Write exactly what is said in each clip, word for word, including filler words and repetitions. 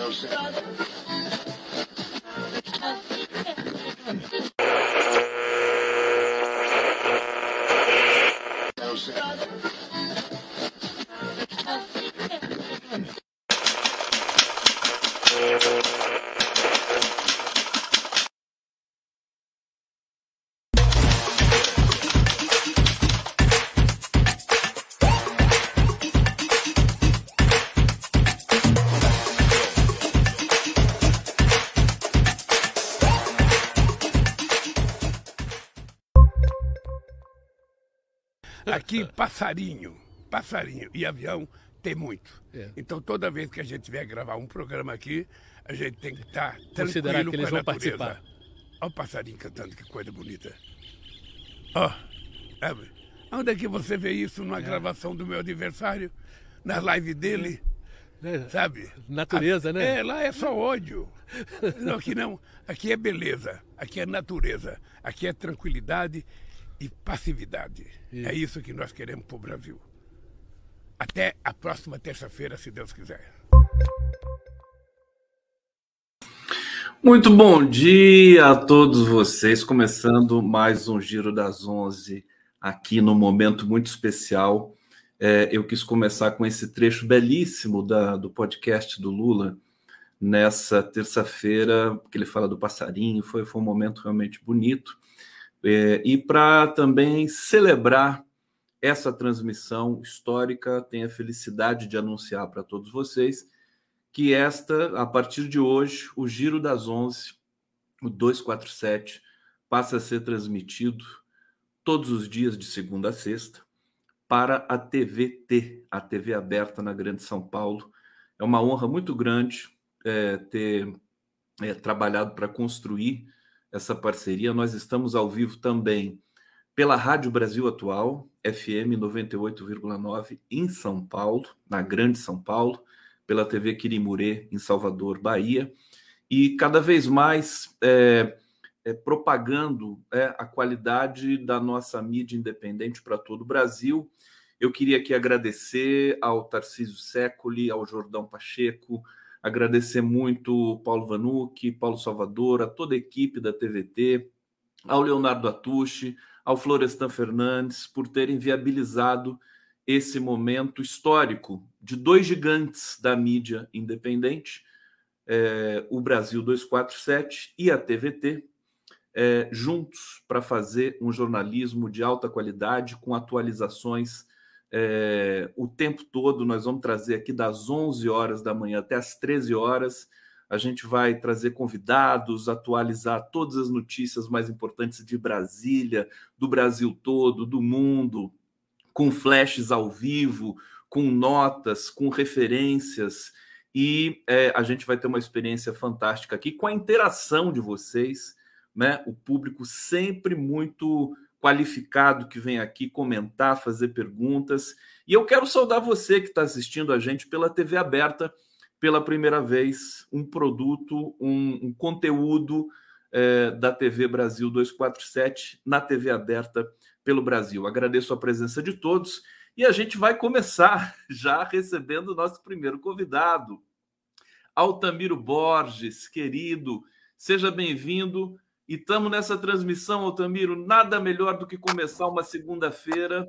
Aqui, passarinho, passarinho e avião tem muito. É. Então, toda vez que a gente vier gravar um programa aqui, a gente tem que estar Considerar tranquilo que eles com a vão natureza. participar. Olha o passarinho cantando, que coisa bonita. Ó, sabe? Onde é que você vê isso numa É. gravação do meu aniversário? Na live dele, É. sabe? Natureza, A- né? É, lá é só ódio. Não, aqui não. Aqui é beleza, aqui é natureza, aqui é tranquilidade e passividade. Isso. É isso que nós queremos para o Brasil. Até a próxima terça-feira, se Deus quiser. Muito bom dia a todos vocês, começando mais um Giro das Onze aqui no momento muito especial. É, eu quis começar com esse trecho belíssimo da, do podcast do Lula nessa terça-feira, que ele fala do passarinho, foi, foi um momento realmente bonito. É, e para também celebrar essa transmissão histórica, tenho a felicidade de anunciar para todos vocês que esta, a partir de hoje, o Giro das Onze, o duzentos e quarenta e sete, passa a ser transmitido todos os dias de segunda a sexta para a T V T, a T V aberta na Grande São Paulo. É uma honra muito grande é, ter é, trabalhado para construir essa parceria. Nós estamos ao vivo também pela Rádio Brasil Atual, F M noventa e oito vírgula nove, em São Paulo, na Grande São Paulo, pela T V Quirimurê, em Salvador, Bahia, e cada vez mais é, é, propagando é, a qualidade da nossa mídia independente para todo o Brasil. Eu queria aqui agradecer ao Tarcísio Secoli, ao Jordão Pacheco, agradecer muito Paulo Vanucci, Paulo Salvador, a toda a equipe da T V T, ao Leonardo Atushi, ao Florestan Fernandes, por terem viabilizado esse momento histórico de dois gigantes da mídia independente, é, o Brasil duzentos e quarenta e sete e a T V T, é, juntos para fazer um jornalismo de alta qualidade, com atualizações é, o tempo todo. Nós vamos trazer aqui das onze horas da manhã até as treze horas. A gente vai trazer convidados, atualizar todas as notícias mais importantes de Brasília, do Brasil todo, do mundo, com flashes ao vivo, com notas, com referências. E é, a gente vai ter uma experiência fantástica aqui com a interação de vocês, né? O público sempre muito qualificado que vem aqui comentar, fazer perguntas. E eu quero saudar você que está assistindo a gente pela T V aberta, pela primeira vez, um produto, um, um conteúdo é, da T V Brasil duzentos e quarenta e sete na T V aberta pelo Brasil. Agradeço a presença de todos e a gente vai começar já recebendo o nosso primeiro convidado, Altamiro Borges, querido, seja bem-vindo. E estamos nessa transmissão, Altamiro, nada melhor do que começar uma segunda-feira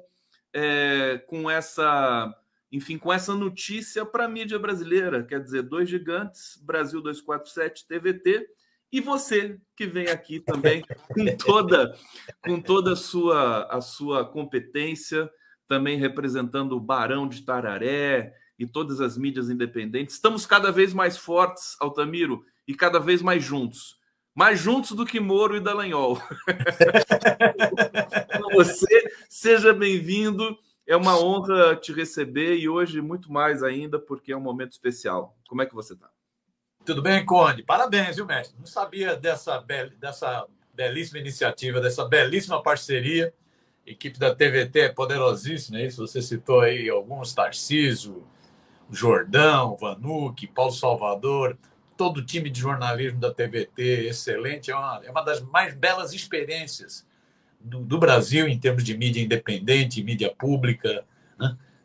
é, com essa, enfim, com essa notícia para a mídia brasileira. Quer dizer, dois gigantes, Brasil duzentos e quarenta e sete, T V T, e você que vem aqui também com toda, com toda a, sua, a sua competência, também representando o Barão de Tararé e todas as mídias independentes. Estamos cada vez mais fortes, Altamiro, e cada vez mais juntos. Mais juntos do que Moro e Dallagnol. Você, seja bem-vindo. É uma honra te receber e hoje muito mais ainda, porque é um momento especial. Como é que você está? Tudo bem, Conde? Parabéns, viu, mestre? Não sabia dessa, be... dessa belíssima iniciativa, dessa belíssima parceria. A equipe da T V T é poderosíssima, é isso? Você citou aí alguns, Tarcísio, Jordão, Vanucci, Paulo Salvador, todo o time de jornalismo da T V T, excelente. É uma, é uma das mais belas experiências do, do Brasil em termos de mídia independente, mídia pública, né?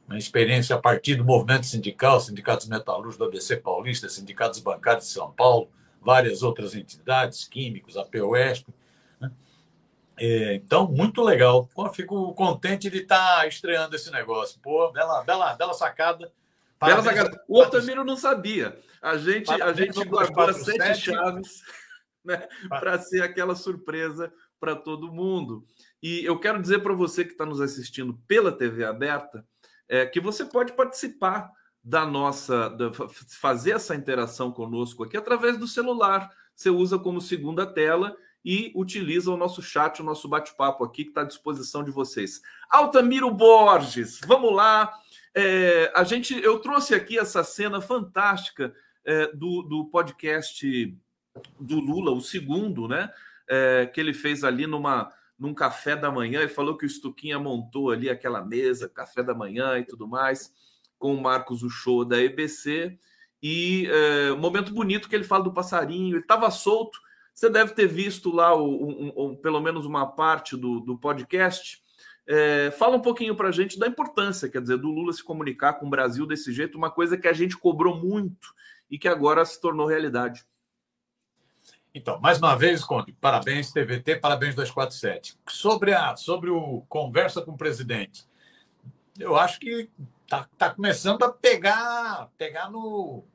uma experiência a partir do movimento sindical, sindicatos metalúrgicos do A B C Paulista, sindicatos bancários de São Paulo, várias outras entidades, químicos, a POESP. Né? É, então, muito legal. Pô, fico contente de estar estreando esse negócio. Pô, bela, bela, bela sacada. Bela sacada. O Altamiro não sabia. A gente, a gente guardou as sete chaves, né, para ser aquela surpresa para todo mundo. E eu quero dizer para você que está nos assistindo pela T V aberta, é, que você pode participar da nossa, da, fazer essa interação conosco aqui através do celular. Você usa como segunda tela e utiliza o nosso chat, o nosso bate-papo aqui que está à disposição de vocês. Altamiro Borges, vamos lá. É, a gente, eu trouxe aqui essa cena fantástica é, do, do podcast do Lula, o segundo, né? É, que ele fez ali numa, num café da manhã. Ele falou que o Stuquinha montou ali aquela mesa, café da manhã e tudo mais, com o Marcos Uchoa da E B C. E é, um momento bonito que ele fala do passarinho. Ele estava solto. Você deve ter visto lá, o, um, um, pelo menos uma parte do, do podcast. É, fala um pouquinho para a gente da importância, quer dizer, do Lula se comunicar com o Brasil desse jeito, uma coisa que a gente cobrou muito e que agora se tornou realidade. Então, mais uma vez, Conde, parabéns, T V T, parabéns duzentos e quarenta e sete. Sobre, a, sobre o conversa com o presidente, eu acho que está tá começando a pegar, pegar no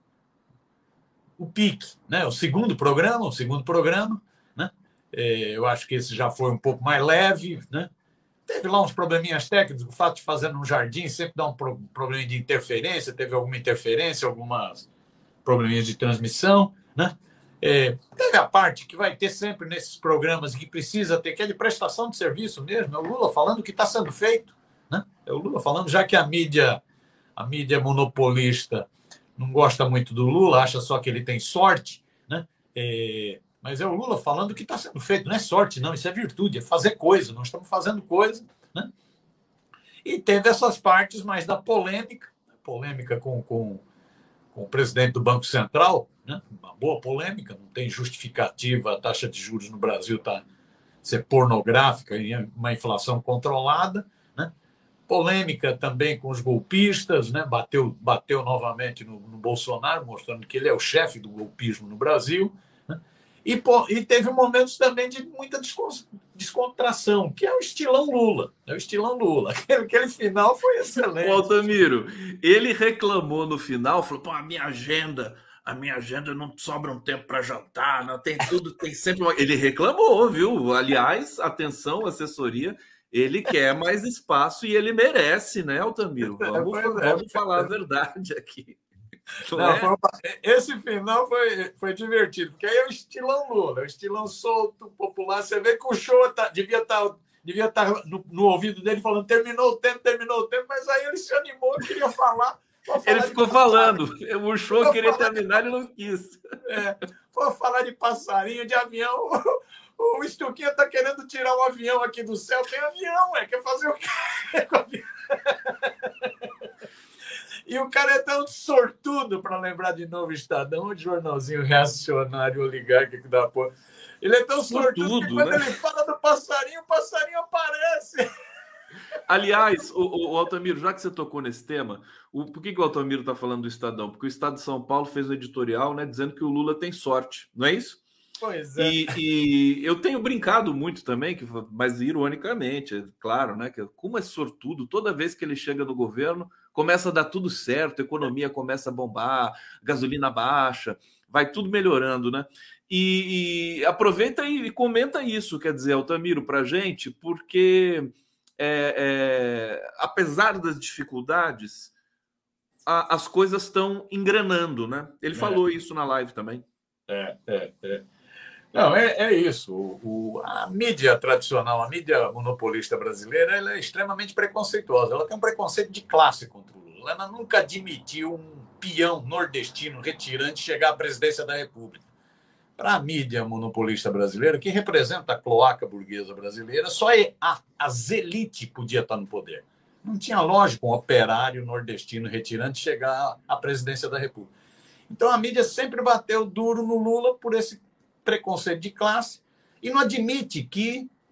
o pique, né? O segundo programa, o segundo programa, né? É, eu acho que esse já foi um pouco mais leve, né? Teve lá uns probleminhas técnicos, o fato de fazer num jardim sempre dá um problema de interferência, teve alguma interferência, algumas probleminhas de transmissão, né? É, teve a parte que vai ter sempre nesses programas que precisa ter, que é de prestação de serviço mesmo, é o Lula falando o que está sendo feito, né? É o Lula falando, já que a mídia, a mídia monopolista não gosta muito do Lula, acha só que ele tem sorte, né? É, mas é o Lula falando o que está sendo feito, não é sorte, não, isso é virtude, é fazer coisa, nós estamos fazendo coisa, né? E teve essas partes mais da polêmica, polêmica com, com, com o presidente do Banco Central, né? Uma boa polêmica, não tem justificativa, a taxa de juros no Brasil tá, ser pornográfica e uma inflação controlada, né? Polêmica também com os golpistas, né? bateu, bateu novamente no, no Bolsonaro, mostrando que ele é o chefe do golpismo no Brasil, né? e, e teve momentos também de muita descontração, que é o estilão Lula, é o estilão Lula. Aquele, aquele final foi excelente. O Altamiro, ele reclamou no final, falou, pô, a minha agenda... A minha agenda não sobra um tempo para jantar, não tem tudo, tem sempre uma... Ele reclamou, viu? Aliás, atenção, assessoria, ele quer mais espaço e ele merece, né, Altamiro? Vamos, é, vamos é. falar a verdade aqui. Não, é? foi... Esse final foi, foi divertido, porque aí é o estilão Lula, é o estilão solto, popular. Você vê que o show tá, devia estar tá, devia tá no, no ouvido dele falando terminou o tempo, terminou o tempo, mas aí ele se animou, queria falar. Ele ficou falando. O show queria terminar e não quis. É, vou falar de passarinho, de avião. O, o Stuquinha está querendo tirar um avião aqui do céu. Tem avião, é? Quer fazer o quê com o avião? E o cara é tão sortudo, para lembrar de novo o Estadão, um jornalzinho reacionário oligárquico da porra. Ele é tão sortudo, sortudo que quando né? ele fala do passarinho, o passarinho aparece. Aliás, o, o Altamiro, já que você tocou nesse tema, o, por que, que o Altamiro está falando do Estadão? Porque o Estado de São Paulo fez um editorial, né, dizendo que o Lula tem sorte, não é isso? Pois é. E, e eu tenho brincado muito também, que, mas ironicamente, é claro, né, que como é sortudo, toda vez que ele chega no governo, começa a dar tudo certo, a economia começa a bombar, gasolina baixa, vai tudo melhorando, né? E, e aproveita e comenta isso, quer dizer, Altamiro, para a gente, porque... É, é, apesar das dificuldades, a, as coisas estão engrenando, né? Ele é. falou isso na live também. É, é, é. Não, é, é isso. O, o, a mídia tradicional, a mídia monopolista brasileira, ela é extremamente preconceituosa. Ela tem um preconceito de classe contra o Lula. Ela nunca admitiu um peão nordestino retirante chegar à presidência da República. Para a mídia monopolista brasileira, que representa a cloaca burguesa brasileira, só a, as elites podia estar no poder. Não tinha lógica um operário nordestino retirante chegar à presidência da República. Então, a mídia sempre bateu duro no Lula por esse preconceito de classe e não admite que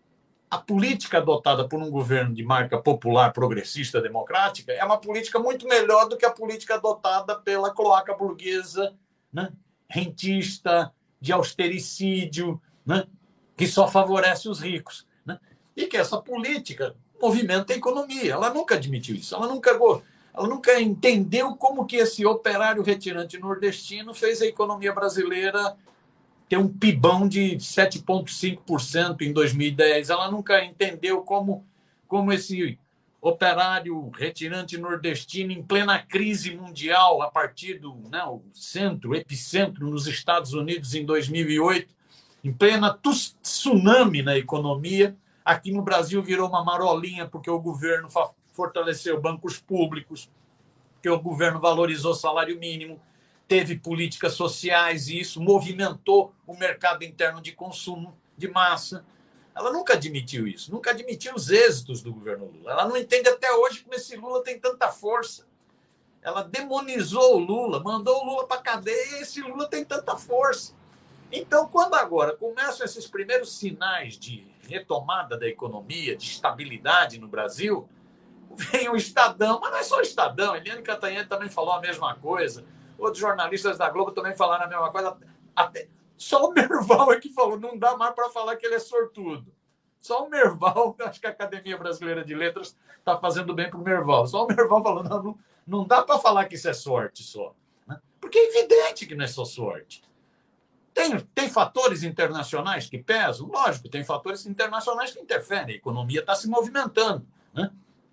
a política adotada por um governo de marca popular, progressista, democrática, é uma política muito melhor do que a política adotada pela cloaca burguesa, né? Rentista, de austericídio, né? Que só favorece os ricos. Né? E que essa política movimenta a economia. Ela nunca admitiu isso. Ela nunca, ela nunca entendeu como que esse operário retirante nordestino fez a economia brasileira ter um pibão de sete vírgula cinco por cento em dois mil e dez. Ela nunca entendeu como, como esse operário retirante nordestino, em plena crise mundial, a partir do, né, o centro, o epicentro nos Estados Unidos em dois mil e oito, em plena tsunami na economia, aqui no Brasil virou uma marolinha porque o governo fortaleceu bancos públicos, porque o governo valorizou o salário mínimo, teve políticas sociais e isso movimentou o mercado interno de consumo de massa. Ela nunca admitiu isso, nunca admitiu os êxitos do governo Lula. Ela não entende até hoje como esse Lula tem tanta força. Ela demonizou o Lula, mandou o Lula para a cadeia e esse Lula tem tanta força. Então, quando agora começam esses primeiros sinais de retomada da economia, de estabilidade no Brasil, vem o Estadão, mas não é só o Estadão, Eliane Cantanhede também falou a mesma coisa, outros jornalistas da Globo também falaram a mesma coisa, até... só o Merval é que falou, não dá mais para falar que ele é sortudo. Só o Merval, acho que a Academia Brasileira de Letras está fazendo bem para o Merval, só o Merval falou, não, não, não dá para falar que isso é sorte só, né? Porque é evidente que não é só sorte. Tem, tem fatores internacionais que pesam? Lógico, tem fatores internacionais que interferem. A economia está se movimentando. Né?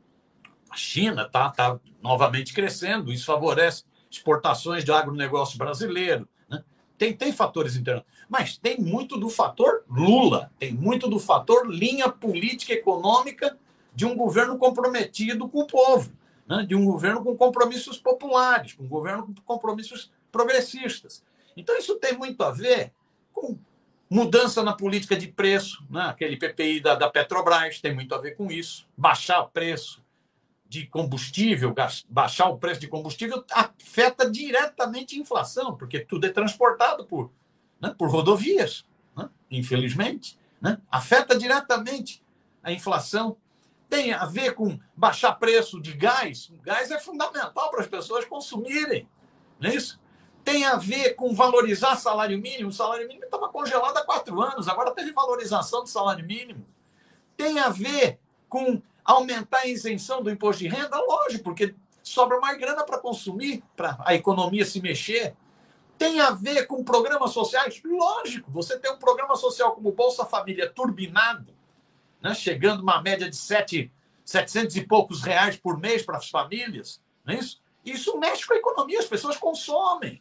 A China está tá novamente crescendo, isso favorece exportações de agronegócio brasileiro. Né? Tem, tem fatores internacionais. Mas tem muito do fator Lula, tem muito do fator linha política e econômica de um governo comprometido com o povo, né? De um governo com compromissos populares, com um governo com compromissos progressistas. Então, isso tem muito a ver com mudança na política de preço, né? Aquele P P I da, da Petrobras tem muito a ver com isso. Baixar o preço de combustível, baixar o preço de combustível afeta diretamente a inflação, porque tudo é transportado por, né? por rodovias, né? Infelizmente. Né? Afeta diretamente a inflação. Tem a ver com baixar preço de gás. O gás é fundamental para as pessoas consumirem, não é isso? Tem a ver com valorizar salário mínimo. O salário mínimo estava congelado há quatro anos, agora teve valorização do salário mínimo. Tem a ver com aumentar a isenção do imposto de renda, lógico, porque sobra mais grana para consumir, para a economia se mexer. Tem a ver com programas sociais, lógico. Você tem um programa social como o Bolsa Família turbinado, né, chegando uma média de sete, setecentos e poucos reais por mês para as famílias, não é isso? Isso mexe com a economia, as pessoas consomem.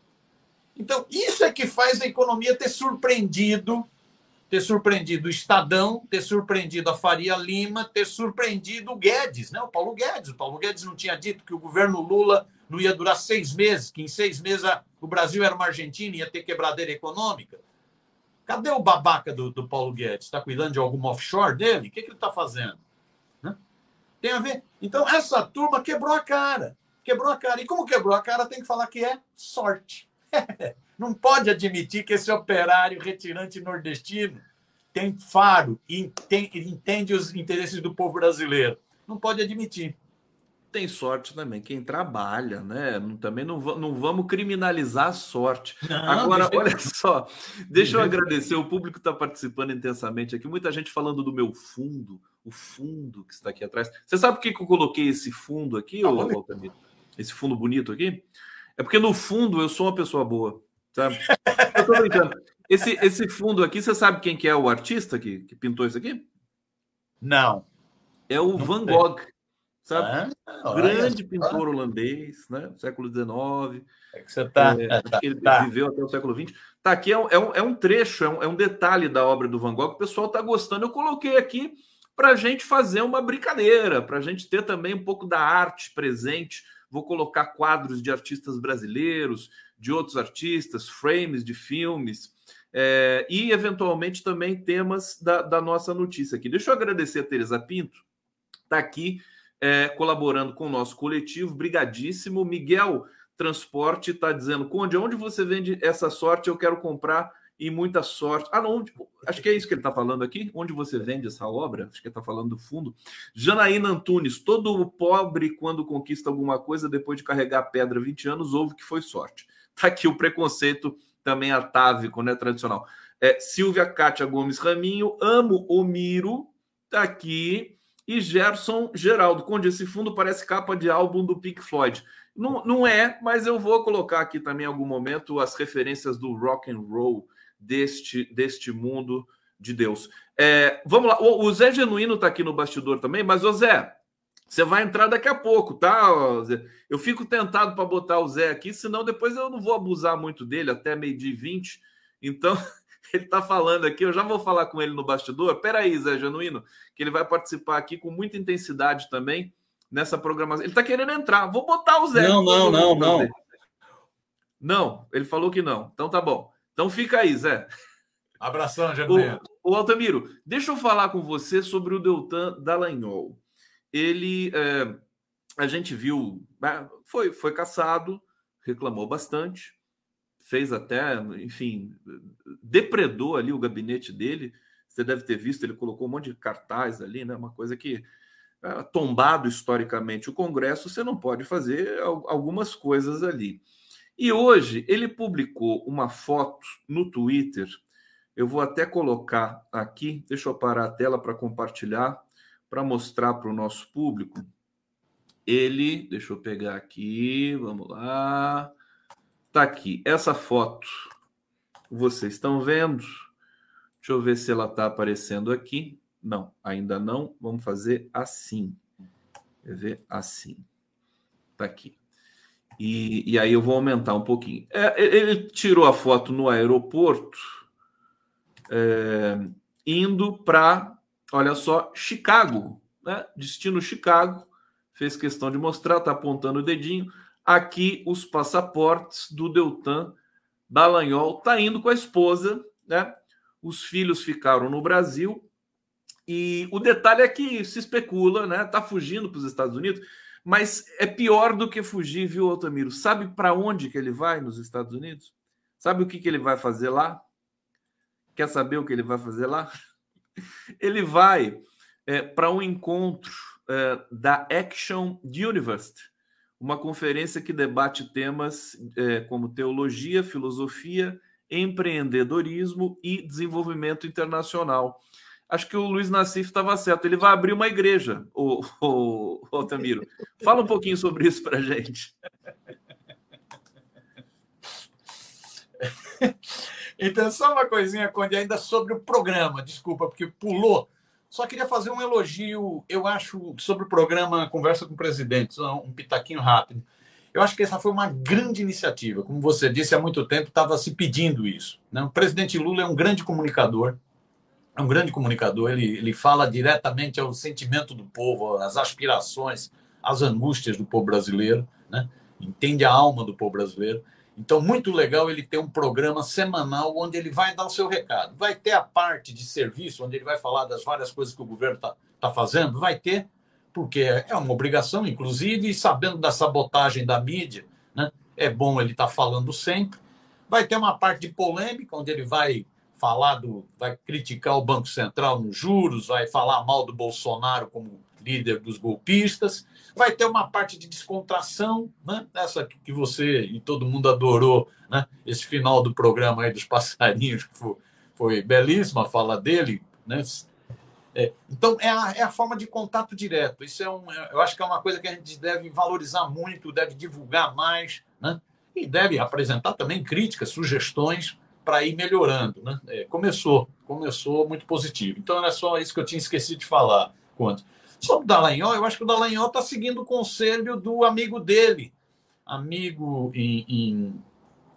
Então, isso é que faz a economia ter surpreendido, ter surpreendido o Estadão, ter surpreendido a Faria Lima, ter surpreendido o Guedes, né? O Paulo Guedes. O Paulo Guedes não tinha dito que o governo Lula não ia durar seis meses, que em seis meses o Brasil era uma Argentina e ia ter quebradeira econômica. Cadê o babaca do, do Paulo Guedes? Está cuidando de alguma offshore dele? O que, que ele está fazendo? Né? Tem a ver? Então, essa turma quebrou a cara. Quebrou a cara. E como quebrou a cara, tem que falar que é sorte. Não pode admitir que esse operário retirante nordestino tem faro e tem, entende os interesses do povo brasileiro. Não pode admitir. Tem sorte também quem trabalha, né? Também não, não vamos criminalizar a sorte. Não, Agora, deixa... olha só, deixa eu agradecer, o público está participando intensamente aqui, muita gente falando do meu fundo, o fundo que está aqui atrás. Você sabe por que eu coloquei esse fundo aqui, ah, ô, Altamir? Esse fundo bonito aqui? É porque no fundo eu sou uma pessoa boa, sabe? Eu tô brincando. Esse, esse fundo aqui, você sabe quem que é o artista que, que pintou isso aqui? Não. É o Não Van sei. Gogh. Sabe? Ah, grande pintor holandês, né? Século dezenove. É que você tá, é, tá, acho que ele tá. viveu até o século vinte. Tá aqui, é um, é um, é um trecho, é um, é um detalhe da obra do Van Gogh que o pessoal está gostando. Eu coloquei aqui para a gente fazer uma brincadeira, para a gente ter também um pouco da arte presente. Vou colocar quadros de artistas brasileiros, de outros artistas, frames de filmes, é, e, eventualmente, também temas da, da nossa notícia aqui. Deixa eu agradecer a Teresa Pinto, está aqui, É, colaborando com o nosso coletivo, brigadíssimo. Miguel Transporte está dizendo, Conde, onde você vende essa sorte? Eu quero comprar e muita sorte. Ah, não, acho que é isso que ele está falando aqui. Onde você vende essa obra? Acho que ele está falando do fundo. Janaína Antunes, todo pobre, quando conquista alguma coisa, depois de carregar a pedra vinte anos, ouve que foi sorte. Está aqui o preconceito também atávico, né, tradicional. É, Silvia Cátia Gomes Raminho, amo o Miro, está aqui. E Gerson Geraldo, Conde, esse fundo parece capa de álbum do Pink Floyd. Não, não é, mas eu vou colocar aqui também em algum momento as referências do rock and roll deste, deste mundo de Deus. É, vamos lá, o, o Zé Genuíno está aqui no bastidor também, mas, ô Zé, você vai entrar daqui a pouco, tá, Zé? Eu fico tentado para botar o Zé aqui, senão depois eu não vou abusar muito dele, até meio-dia e vinte. Então, ele está falando aqui, eu já vou falar com ele no bastidor. Peraí, Zé Genuíno, que ele vai participar aqui com muita intensidade também nessa programação. Ele está querendo entrar. Vou botar o Zé. Não, não, não, não. Não, ele falou que não. Então tá bom. Então fica aí, Zé. Abração, Genuíno. O, o Altamiro, deixa eu falar com você sobre o Deltan Dallagnol. Ele, é, a gente viu, foi, foi caçado, reclamou bastante, fez até, enfim, depredou ali o gabinete dele. Você deve ter visto, ele colocou um monte de cartaz ali, né? Uma coisa que, tombado historicamente o Congresso, você não pode fazer algumas coisas ali. E hoje ele publicou uma foto no Twitter, eu vou até colocar aqui, deixa eu parar a tela para compartilhar, para mostrar para o nosso público. Ele, deixa eu pegar aqui, vamos lá, tá aqui, essa foto, vocês estão vendo? Deixa eu ver se ela está aparecendo aqui. Não, ainda não. Vamos fazer assim. Quer ver? Assim. Tá aqui. E, e aí eu vou aumentar um pouquinho. É, ele tirou a foto no aeroporto, é, indo para, olha só, Chicago, né? Destino Chicago. Fez questão de mostrar, tá apontando o dedinho. Aqui os passaportes do Deltan Dallagnol. Tá indo com a esposa, né? Os filhos ficaram no Brasil. E o detalhe é que se especula, né? Tá fugindo para os Estados Unidos, mas é pior do que fugir, viu, Altamiro? Sabe para onde que ele vai nos Estados Unidos? Sabe o que, que ele vai fazer lá? Quer saber o que ele vai fazer lá? Ele vai é, para um encontro é, da Action University, uma conferência que debate temas é, como teologia, filosofia, empreendedorismo e desenvolvimento internacional. Acho que o Luiz Nassif estava certo. Ele vai abrir uma igreja, o, o, o Altamiro. Fala um pouquinho sobre isso para a gente. Então, só uma coisinha, Conde, ainda sobre o programa. Desculpa, porque pulou. Só queria fazer um elogio, eu acho, sobre o programa Conversa com o Presidente. Um pitaquinho rápido. Eu acho que essa foi uma grande iniciativa. Como você disse, há muito tempo estava se pedindo isso, né? O presidente Lula é um grande comunicador, é um grande comunicador, ele, ele fala diretamente ao sentimento do povo, às aspirações, às angústias do povo brasileiro, né? Entende a alma do povo brasileiro. Então, muito legal ele ter um programa semanal onde ele vai dar o seu recado. Vai ter a parte de serviço, onde ele vai falar das várias coisas que o governo está tá fazendo, vai ter, porque é uma obrigação, inclusive, e sabendo da sabotagem da mídia, né? É bom ele estar tá falando sempre. Vai ter uma parte de polêmica, onde ele vai falar do, vai criticar o Banco Central nos juros, vai falar mal do Bolsonaro como líder dos golpistas. Vai ter uma parte de descontração, né? Essa que você e todo mundo adorou, né? Esse final do programa aí dos passarinhos, que foi, foi belíssima a fala dele, né? É, então, é a, é a forma de contato direto. Isso é um, eu acho que é uma coisa que a gente deve valorizar muito, deve divulgar mais, né? E deve apresentar também críticas, sugestões para ir melhorando, né? É, começou, começou muito positivo. Então, era só isso que eu tinha esquecido de falar. Quanto. Sobre o Dallagnol, eu acho que o Dallagnol está seguindo o conselho do amigo dele, amigo em, em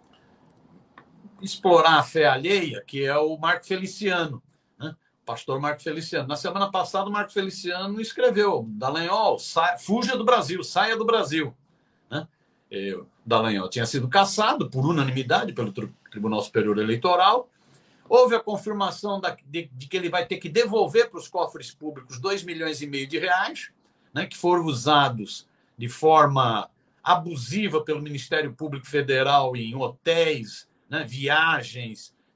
explorar a fé alheia, que é o Marco Feliciano. Pastor Marco Feliciano. Na semana passada, o Marco Feliciano escreveu: Dallagnol, sa... fuja do Brasil, saia do Brasil. Né? O Dallagnol tinha sido cassado por unanimidade pelo Tribunal Superior Eleitoral. Houve a confirmação da... de... de que ele vai ter que devolver para os cofres públicos dois milhões e meio de reais, né, que foram usados de forma abusiva pelo Ministério Público Federal em hotéis, né, viagens,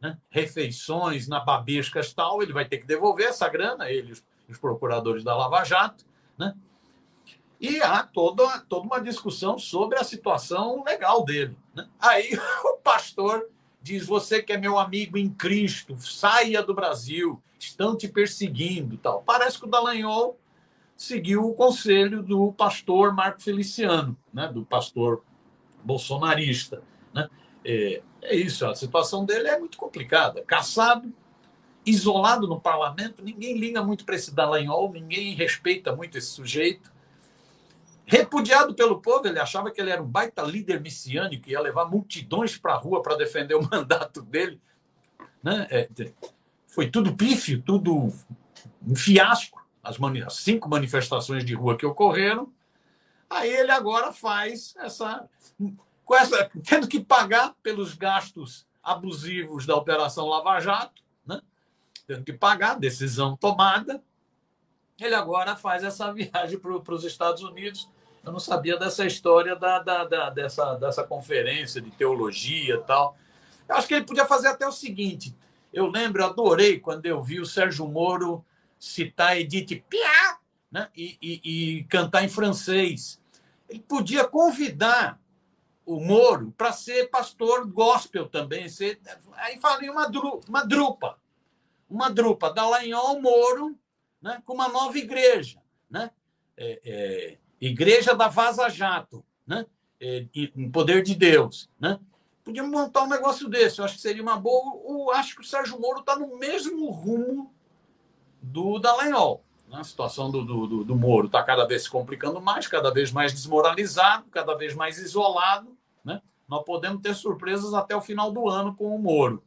né? Refeições na Babescas tal, ele vai ter que devolver essa grana, ele, os, os procuradores da Lava Jato, né? E há toda, toda uma discussão sobre a situação legal dele, né? Aí o pastor diz, você que é meu amigo em Cristo, saia do Brasil, estão te perseguindo. Tal. Parece que o Dallagnol seguiu o conselho do pastor Marco Feliciano, né? Do pastor bolsonarista, né? É, é isso, a situação dele é muito complicada. Caçado, isolado no parlamento, ninguém liga muito para esse Dallagnol, ninguém respeita muito esse sujeito. Repudiado pelo povo, ele achava que ele era um baita líder messiânico, ia levar multidões para a rua para defender o mandato dele, né? É, foi tudo pífio, tudo um fiasco, as, mani- as cinco manifestações de rua que ocorreram. Aí ele agora faz essa, com essa, tendo que pagar pelos gastos abusivos da Operação Lava Jato, né? Tendo que pagar, decisão tomada, ele agora faz essa viagem para os Estados Unidos. Eu não sabia dessa história da, da, da, dessa, dessa conferência de teologia e tal. Eu acho que ele podia fazer até o seguinte. Eu lembro, eu adorei quando eu vi o Sérgio Moro citar Edith Piaf, né? e, e, e cantar em francês. Ele podia convidar o Moro para ser pastor gospel também. Ser, aí faria uma, dru, uma drupa. Uma drupa. Dallagnol, Moro, né? Com uma nova igreja, né? É, é, Igreja da Vaza Jato, né? É, em poder de Deus, né? Podíamos montar um negócio desse, eu acho que seria uma boa. Eu acho que o Sérgio Moro está no mesmo rumo do Dallagnol. Né? A situação do, do, do Moro está cada vez se complicando mais, cada vez mais desmoralizado, cada vez mais isolado, né? Nós podemos ter surpresas até o final do ano com o Moro.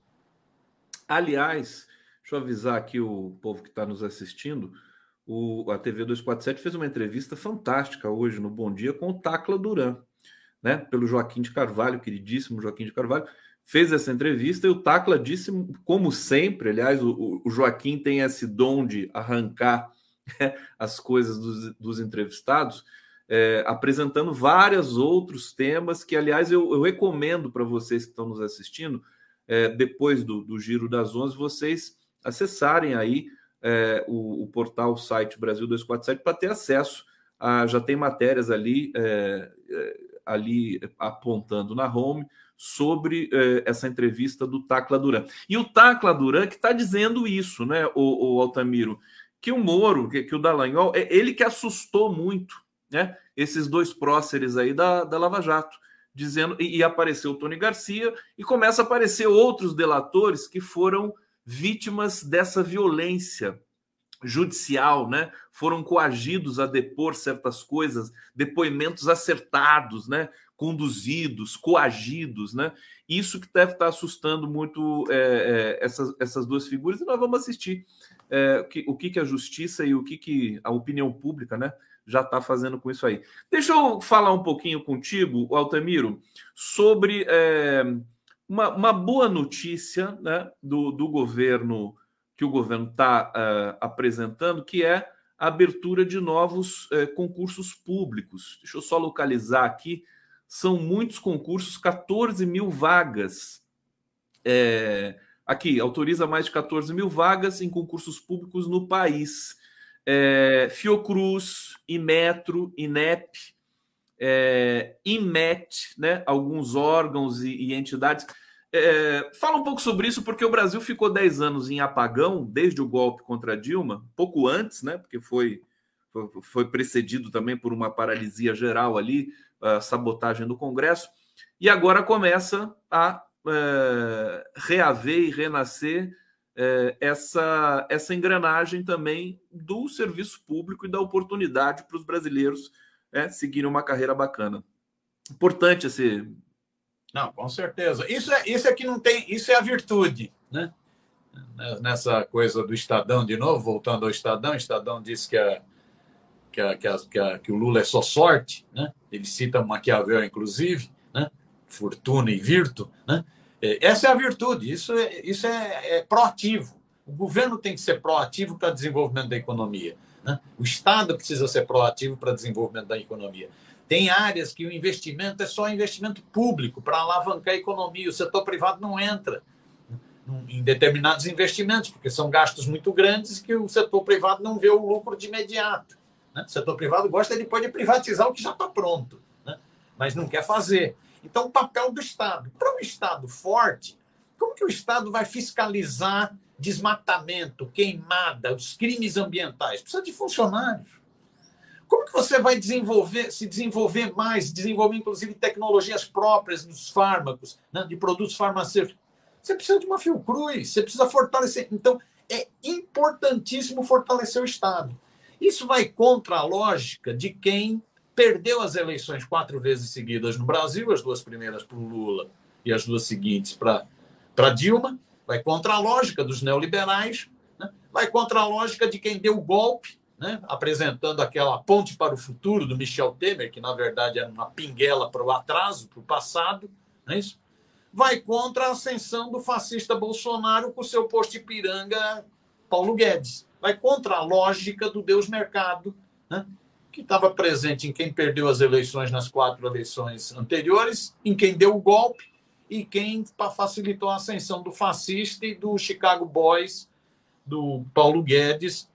Aliás, deixa eu avisar aqui o povo que está nos assistindo. O, a T V duzentos e quarenta e sete fez uma entrevista fantástica hoje no Bom Dia com o Tacla Duran, né? Pelo Joaquim de Carvalho, queridíssimo Joaquim de Carvalho, fez essa entrevista e o Tacla disse, como sempre, aliás, o, o Joaquim tem esse dom de arrancar, né, as coisas dos, dos entrevistados, é, apresentando vários outros temas que, aliás, eu, eu recomendo para vocês que estão nos assistindo, é, depois do, do Giro das onze, vocês acessarem aí É, o, o portal, o site Brasil duzentos e quarenta e sete para ter acesso a, já tem matérias ali, é, é, ali apontando na home sobre é, essa entrevista do Tacla Duran. E o Tacla Duran que está dizendo isso, né, o, o Altamiro, que o Moro, que, que o Dallagnol, é ele que assustou muito, né, esses dois próceres aí da, da Lava Jato, dizendo, e, e apareceu o Tony Garcia, e começa a aparecer outros delatores que foram vítimas dessa violência judicial, né? Foram coagidos a depor certas coisas, depoimentos acertados, né? Conduzidos, coagidos, né? Isso que deve estar assustando muito é, é, essas, essas duas figuras, e nós vamos assistir é, o, que, o que a justiça e o que, que a opinião pública, né, já está fazendo com isso aí. Deixa eu falar um pouquinho contigo, Altamiro, sobre é, uma, uma boa notícia, né, do, do governo, que o governo está uh, apresentando, que é a abertura de novos uh, concursos públicos. Deixa eu só localizar aqui. São muitos concursos, catorze mil vagas. É, aqui, autoriza mais de catorze mil vagas em concursos públicos no país. É, Fiocruz, Inmetro, Inep, é, Inmet, né, alguns órgãos e, e entidades. É, fala um pouco sobre isso, porque o Brasil ficou dez anos em apagão, desde o golpe contra Dilma, pouco antes, né, porque foi, foi, foi precedido também por uma paralisia geral ali, a sabotagem do Congresso, e agora começa a é, reaver e renascer é, essa, essa engrenagem também do serviço público e da oportunidade para os brasileiros é, seguirem uma carreira bacana. Importante esse... Não, com certeza. Isso é, isso é que não tem, isso é a virtude, né? Nessa coisa do Estadão, de novo, voltando ao Estadão, o Estadão disse que, a, que, a, que, a, que, a, que o Lula é só sorte, né? Ele cita Maquiavel, inclusive, né? Fortuna e virtu, né? Essa é a virtude, isso é, isso é, é proativo. O governo tem que ser proativo para o desenvolvimento da economia, né? O Estado precisa ser proativo para o desenvolvimento da economia. Tem áreas que o investimento é só investimento público para alavancar a economia, o setor privado não entra. em determinados investimentos, porque são gastos muito grandes que o setor privado não vê o lucro de imediato. Né? O setor privado gosta depois de privatizar o que já está pronto, né? Mas não quer fazer. Então, o papel do Estado. Para um Estado forte, como que o Estado vai fiscalizar desmatamento, queimada, os crimes ambientais? Precisa de funcionários. Como que você vai desenvolver, se desenvolver mais, desenvolver inclusive tecnologias próprias dos fármacos, né, de produtos farmacêuticos? Você precisa de uma Fiocruz, você precisa fortalecer. Então, é importantíssimo fortalecer o Estado. Isso vai contra a lógica de quem perdeu as eleições quatro vezes seguidas no Brasil, as duas primeiras para o Lula e as duas seguintes para para Dilma, vai contra a lógica dos neoliberais, né? Vai contra a lógica de quem deu o golpe, né? Apresentando aquela ponte para o futuro do Michel Temer, que na verdade era uma pinguela para o atraso, para o passado, não é isso? Vai contra a ascensão do fascista Bolsonaro com o seu posto Ipiranga Paulo Guedes. Vai contra a lógica do Deus Mercado, né? Que estava presente em quem perdeu as eleições nas quatro eleições anteriores, em quem deu o golpe, e quem facilitou a ascensão do fascista e do Chicago Boys, do Paulo Guedes,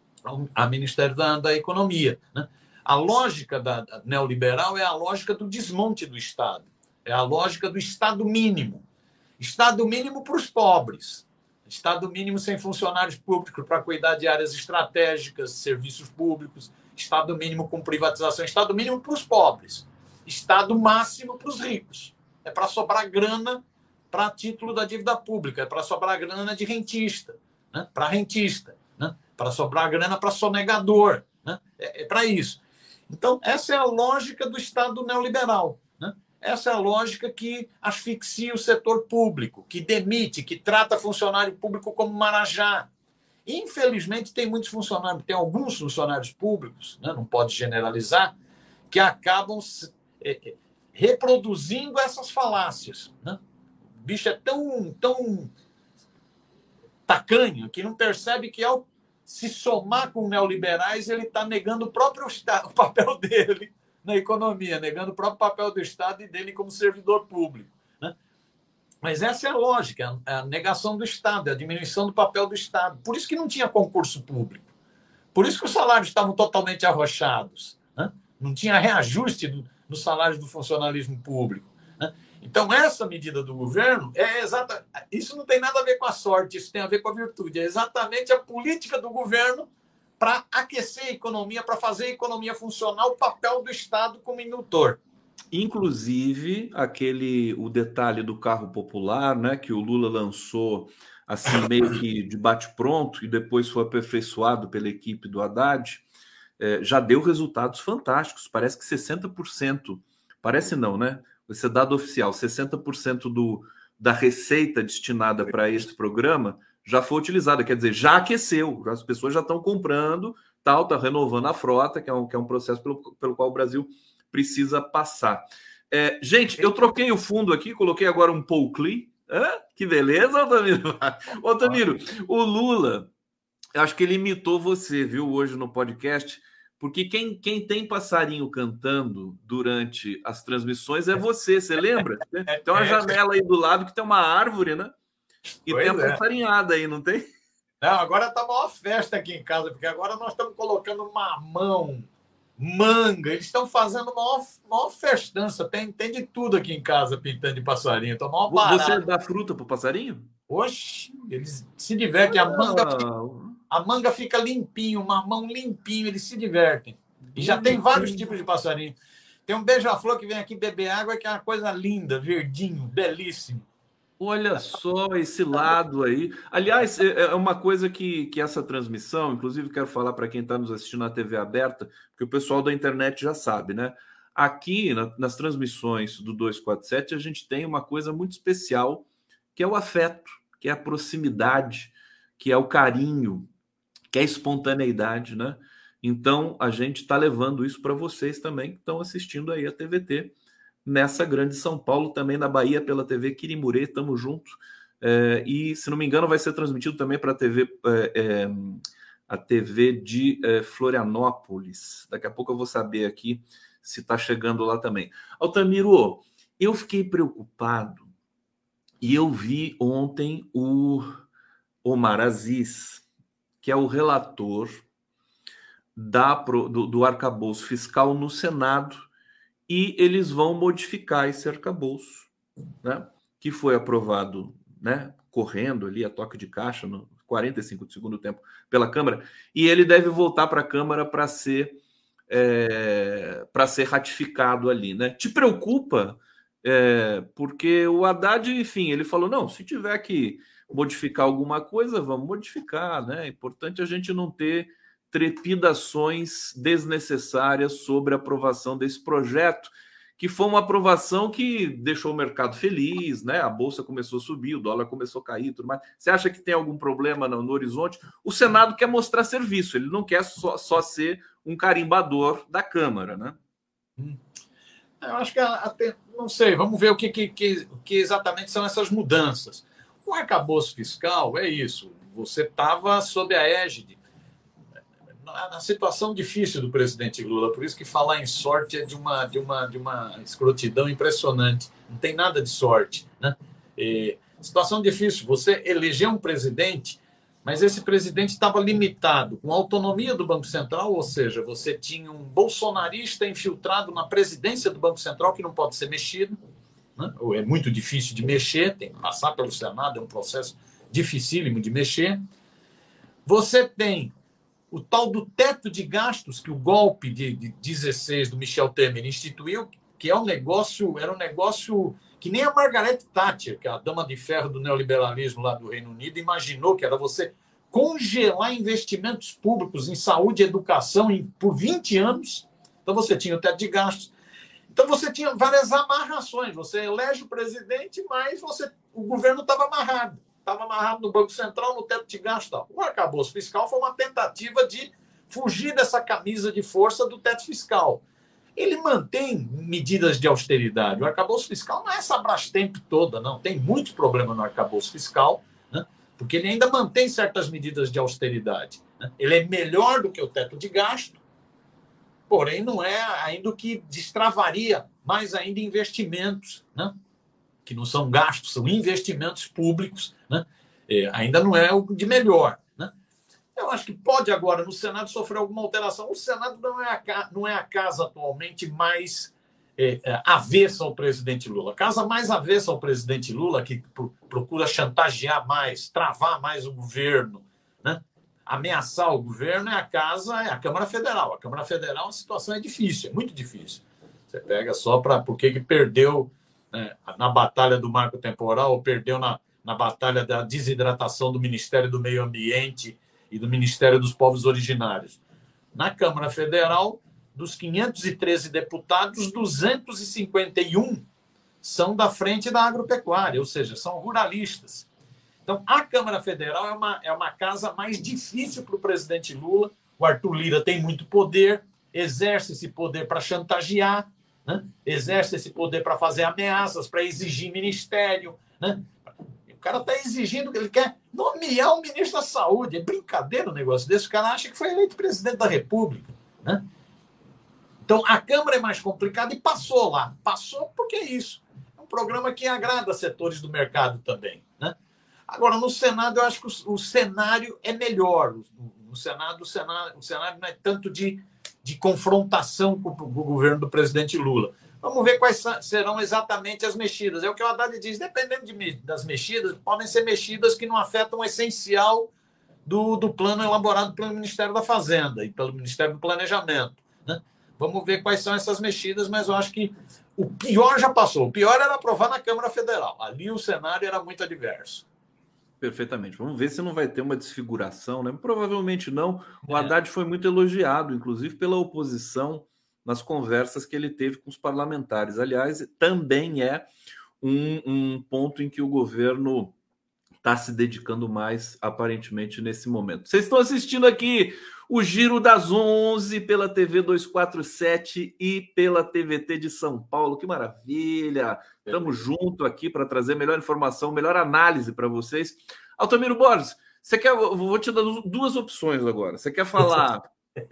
a Ministério da, da Economia. Né? A lógica da, da neoliberal é a lógica do desmonte do Estado, é a lógica do Estado mínimo. Estado mínimo para os pobres, Estado mínimo sem funcionários públicos para cuidar de áreas estratégicas, serviços públicos, Estado mínimo com privatização, Estado mínimo para os pobres, Estado máximo para os ricos. É para sobrar grana para título da dívida pública, é para sobrar grana de rentista, né? Para rentista, né? Para sobrar grana para sonegador, né? É, é para isso. Então, essa é a lógica do Estado neoliberal, né? Essa é a lógica que asfixia o setor público, que demite, que trata funcionário público como marajá. Infelizmente, tem muitos funcionários, tem alguns funcionários públicos, né? Não pode generalizar, que acabam é, reproduzindo essas falácias, né? O bicho é tão, tão tacanho que não percebe que, ao se somar com neoliberais, ele está negando o próprio Estado, o papel dele na economia, negando o próprio papel do Estado e dele como servidor público, né? Mas essa é a lógica, a negação do Estado, a diminuição do papel do Estado. Por isso que não tinha concurso público. Por isso que os salários estavam totalmente arrochados, né? Não tinha reajuste do, nos salários do funcionalismo público, né? Então, essa medida do governo é exata. Isso não tem nada a ver com a sorte, isso tem a ver com a virtude. É exatamente a política do governo para aquecer a economia, para fazer a economia funcionar, o papel do Estado como indutor. Inclusive, aquele, o detalhe do carro popular, né, que o Lula lançou assim, meio que de bate-pronto, e depois foi aperfeiçoado pela equipe do Haddad, é, já deu resultados fantásticos. Parece que sessenta por cento, parece não, né? Esse é dado oficial, sessenta por cento do, da receita destinada para esse programa já foi utilizada, quer dizer, já aqueceu, as pessoas já estão comprando, tal, tá renovando a frota, que é um, que é um processo pelo, pelo qual o Brasil precisa passar. É, gente, eu troquei o fundo aqui, coloquei agora um Paul Klee. Hã? Que beleza, Altamiro. Ô, Altamiro, o Lula, eu acho que ele imitou você, viu, hoje no podcast, porque quem, quem tem passarinho cantando durante as transmissões é você, você lembra? Tem uma janela aí do lado que tem uma árvore, né? E pois tem a passarinhada é. aí, não tem? Não, agora tá uma festa aqui em casa, porque agora nós estamos colocando mamão, manga, eles estão fazendo uma maior festança, tem, tem de tudo aqui em casa pintando de passarinho, tá maior barato. Você dá fruta pro passarinho? Oxe, eles se divertem, ah. a manga fica, a manga fica limpinho, o mamão limpinho, eles se divertem. E já tem vários tipos de passarinho. Tem um beija-flor que vem aqui beber água, que é uma coisa linda, verdinho, belíssimo. Olha só esse lado aí. Aliás, é uma coisa que, que essa transmissão, inclusive quero falar para quem está nos assistindo na T V aberta, porque o pessoal da internet já sabe, né? Aqui, na, nas transmissões do duzentos e quarenta e sete, a gente tem uma coisa muito especial, que é o afeto, que é a proximidade, que é o carinho, que é a espontaneidade, né? Então, a gente está levando isso para vocês também, que estão assistindo aí a T V T, nessa grande São Paulo, também na Bahia pela T V Quirimurê, estamos juntos. É, e, se não me engano, vai ser transmitido também para a T V, é, é, a T V de é, Florianópolis. Daqui a pouco eu vou saber aqui se está chegando lá também. Altamiro, eu fiquei preocupado E eu vi ontem o Omar Aziz, que é o relator da, do, do arcabouço fiscal no Senado, e eles vão modificar esse arcabouço, né, que foi aprovado, né, correndo ali a toque de caixa no quarenta e cinco do segundo tempo pela Câmara, e ele deve voltar para a Câmara para ser, é, para ser ratificado ali, né? Te preocupa? É, porque o Haddad, enfim, ele falou, não, se tiver que modificar alguma coisa, vamos modificar, né? É importante a gente não ter trepidações desnecessárias sobre a aprovação desse projeto, que foi uma aprovação que deixou o mercado feliz, né? A bolsa começou a subir, o dólar começou a cair, tudo mais. Você acha que tem algum problema no, no horizonte? O Senado quer mostrar serviço, ele não quer só, só ser um carimbador da Câmara, né? Hum. Eu acho que até, não sei, vamos ver o que, que, que, que exatamente são essas mudanças. O arcabouço fiscal é isso. Você estava sob a égide, na situação difícil do presidente Lula, por isso que falar em sorte é de uma, de uma, de uma escrotidão impressionante. Não tem nada de sorte, né? E, situação difícil. Você elegeu um presidente, mas esse presidente estava limitado com a autonomia do Banco Central, ou seja, você tinha um bolsonarista infiltrado na presidência do Banco Central que não pode ser mexido, né? Ou é muito difícil de mexer, tem que passar pelo Senado, é um processo dificílimo de mexer. Você tem o tal do teto de gastos que o golpe de, de dezesseis do Michel Temer instituiu, que é um negócio, era um negócio que nem a Margaret Thatcher, que é a dama de ferro do neoliberalismo lá do Reino Unido, imaginou, que era você congelar investimentos públicos em saúde e educação em, por vinte anos. Então você tinha o teto de gastos. Então você tinha várias amarrações. Você elege o presidente, mas você, o governo estava amarrado. Estava amarrado no Banco Central, no teto de gasto. O arcabouço fiscal foi uma tentativa de fugir dessa camisa de força do teto fiscal. Ele mantém medidas de austeridade. O arcabouço fiscal não é essa Brastemp toda, não. Tem muitos problemas no arcabouço fiscal, né? Porque ele ainda mantém certas medidas de austeridade, né? Ele é melhor do que o teto de gasto, porém não é ainda o que destravaria mais ainda investimentos, né? Que não são gastos, são investimentos públicos, né? É, ainda não é o de melhor, né? Eu acho que pode agora no Senado sofrer alguma alteração. O Senado não é a, não é a casa atualmente mais é, é, avessa ao presidente Lula. A casa mais avessa ao presidente Lula, que pro, procura chantagear mais, travar mais o governo, né? Ameaçar o governo, é a casa, é a Câmara Federal. A Câmara Federal, a situação é difícil, é muito difícil. Você pega só para porque que perdeu, né, na batalha do marco temporal, ou perdeu na, na batalha da desidratação do Ministério do Meio Ambiente e do Ministério dos Povos Originários. Na Câmara Federal, dos quinhentos e treze deputados, duzentos e cinquenta e um são da frente da agropecuária, ou seja, são ruralistas. Então, a Câmara Federal é uma, é uma casa mais difícil para o presidente Lula. O Arthur Lira tem muito poder, exerce esse poder para chantagear, né? Exerce esse poder para fazer ameaças, para exigir ministério, né? O cara está exigindo que ele quer nomear o ministro da Saúde. É brincadeira um negócio desse. O cara acha que foi eleito presidente da República, né? Então, a Câmara é mais complicada e passou lá. Passou porque é isso. É um programa que agrada setores do mercado também, né? Agora, no Senado, eu acho que o, o cenário é melhor. No Senado, o cenário, o cenário não é tanto de, de confrontação com o, com o governo do presidente Lula. Vamos ver quais serão exatamente as mexidas. É o que o Haddad diz, dependendo de, das mexidas, podem ser mexidas que não afetam o essencial do, do plano elaborado pelo Ministério da Fazenda e pelo Ministério do Planejamento, né? Vamos ver quais são essas mexidas, mas eu acho que o pior já passou. O pior era aprovar na Câmara Federal. Ali o cenário era muito adverso. Perfeitamente. Vamos ver se não vai ter uma desfiguração, né? Provavelmente não. O Haddad foi muito elogiado, inclusive pela oposição, nas conversas que ele teve com os parlamentares. Aliás, também é um, um ponto em que o governo está se dedicando mais, aparentemente, nesse momento. Vocês estão assistindo aqui o Giro das onze pela T V duzentos e quarenta e sete e pela T V T de São Paulo. Que maravilha! Estamos juntos aqui para trazer melhor informação, melhor análise para vocês. Altamiro Borges, você quer? Vou te dar duas opções agora. Você quer falar?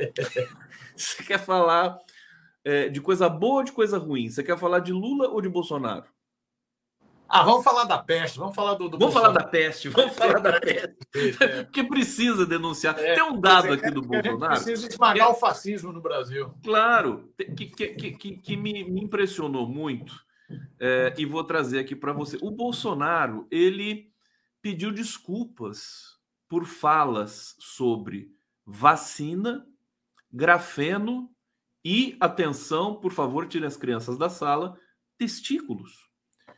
Você quer falar é, de coisa boa ou de coisa ruim? Você quer falar de Lula ou de Bolsonaro? Ah, vamos falar da peste, vamos falar do... do vamos Bolsonaro. falar da peste, vamos falar da peste. É. Porque precisa denunciar. É, Tem um dado aqui do Bolsonaro... precisa esmagar é, o fascismo no Brasil. Claro, que, que, que, que me, me impressionou muito, é, e vou trazer aqui para você. O Bolsonaro, ele pediu desculpas por falas sobre vacina, grafeno e, atenção, por favor, tirem as crianças da sala, testículos.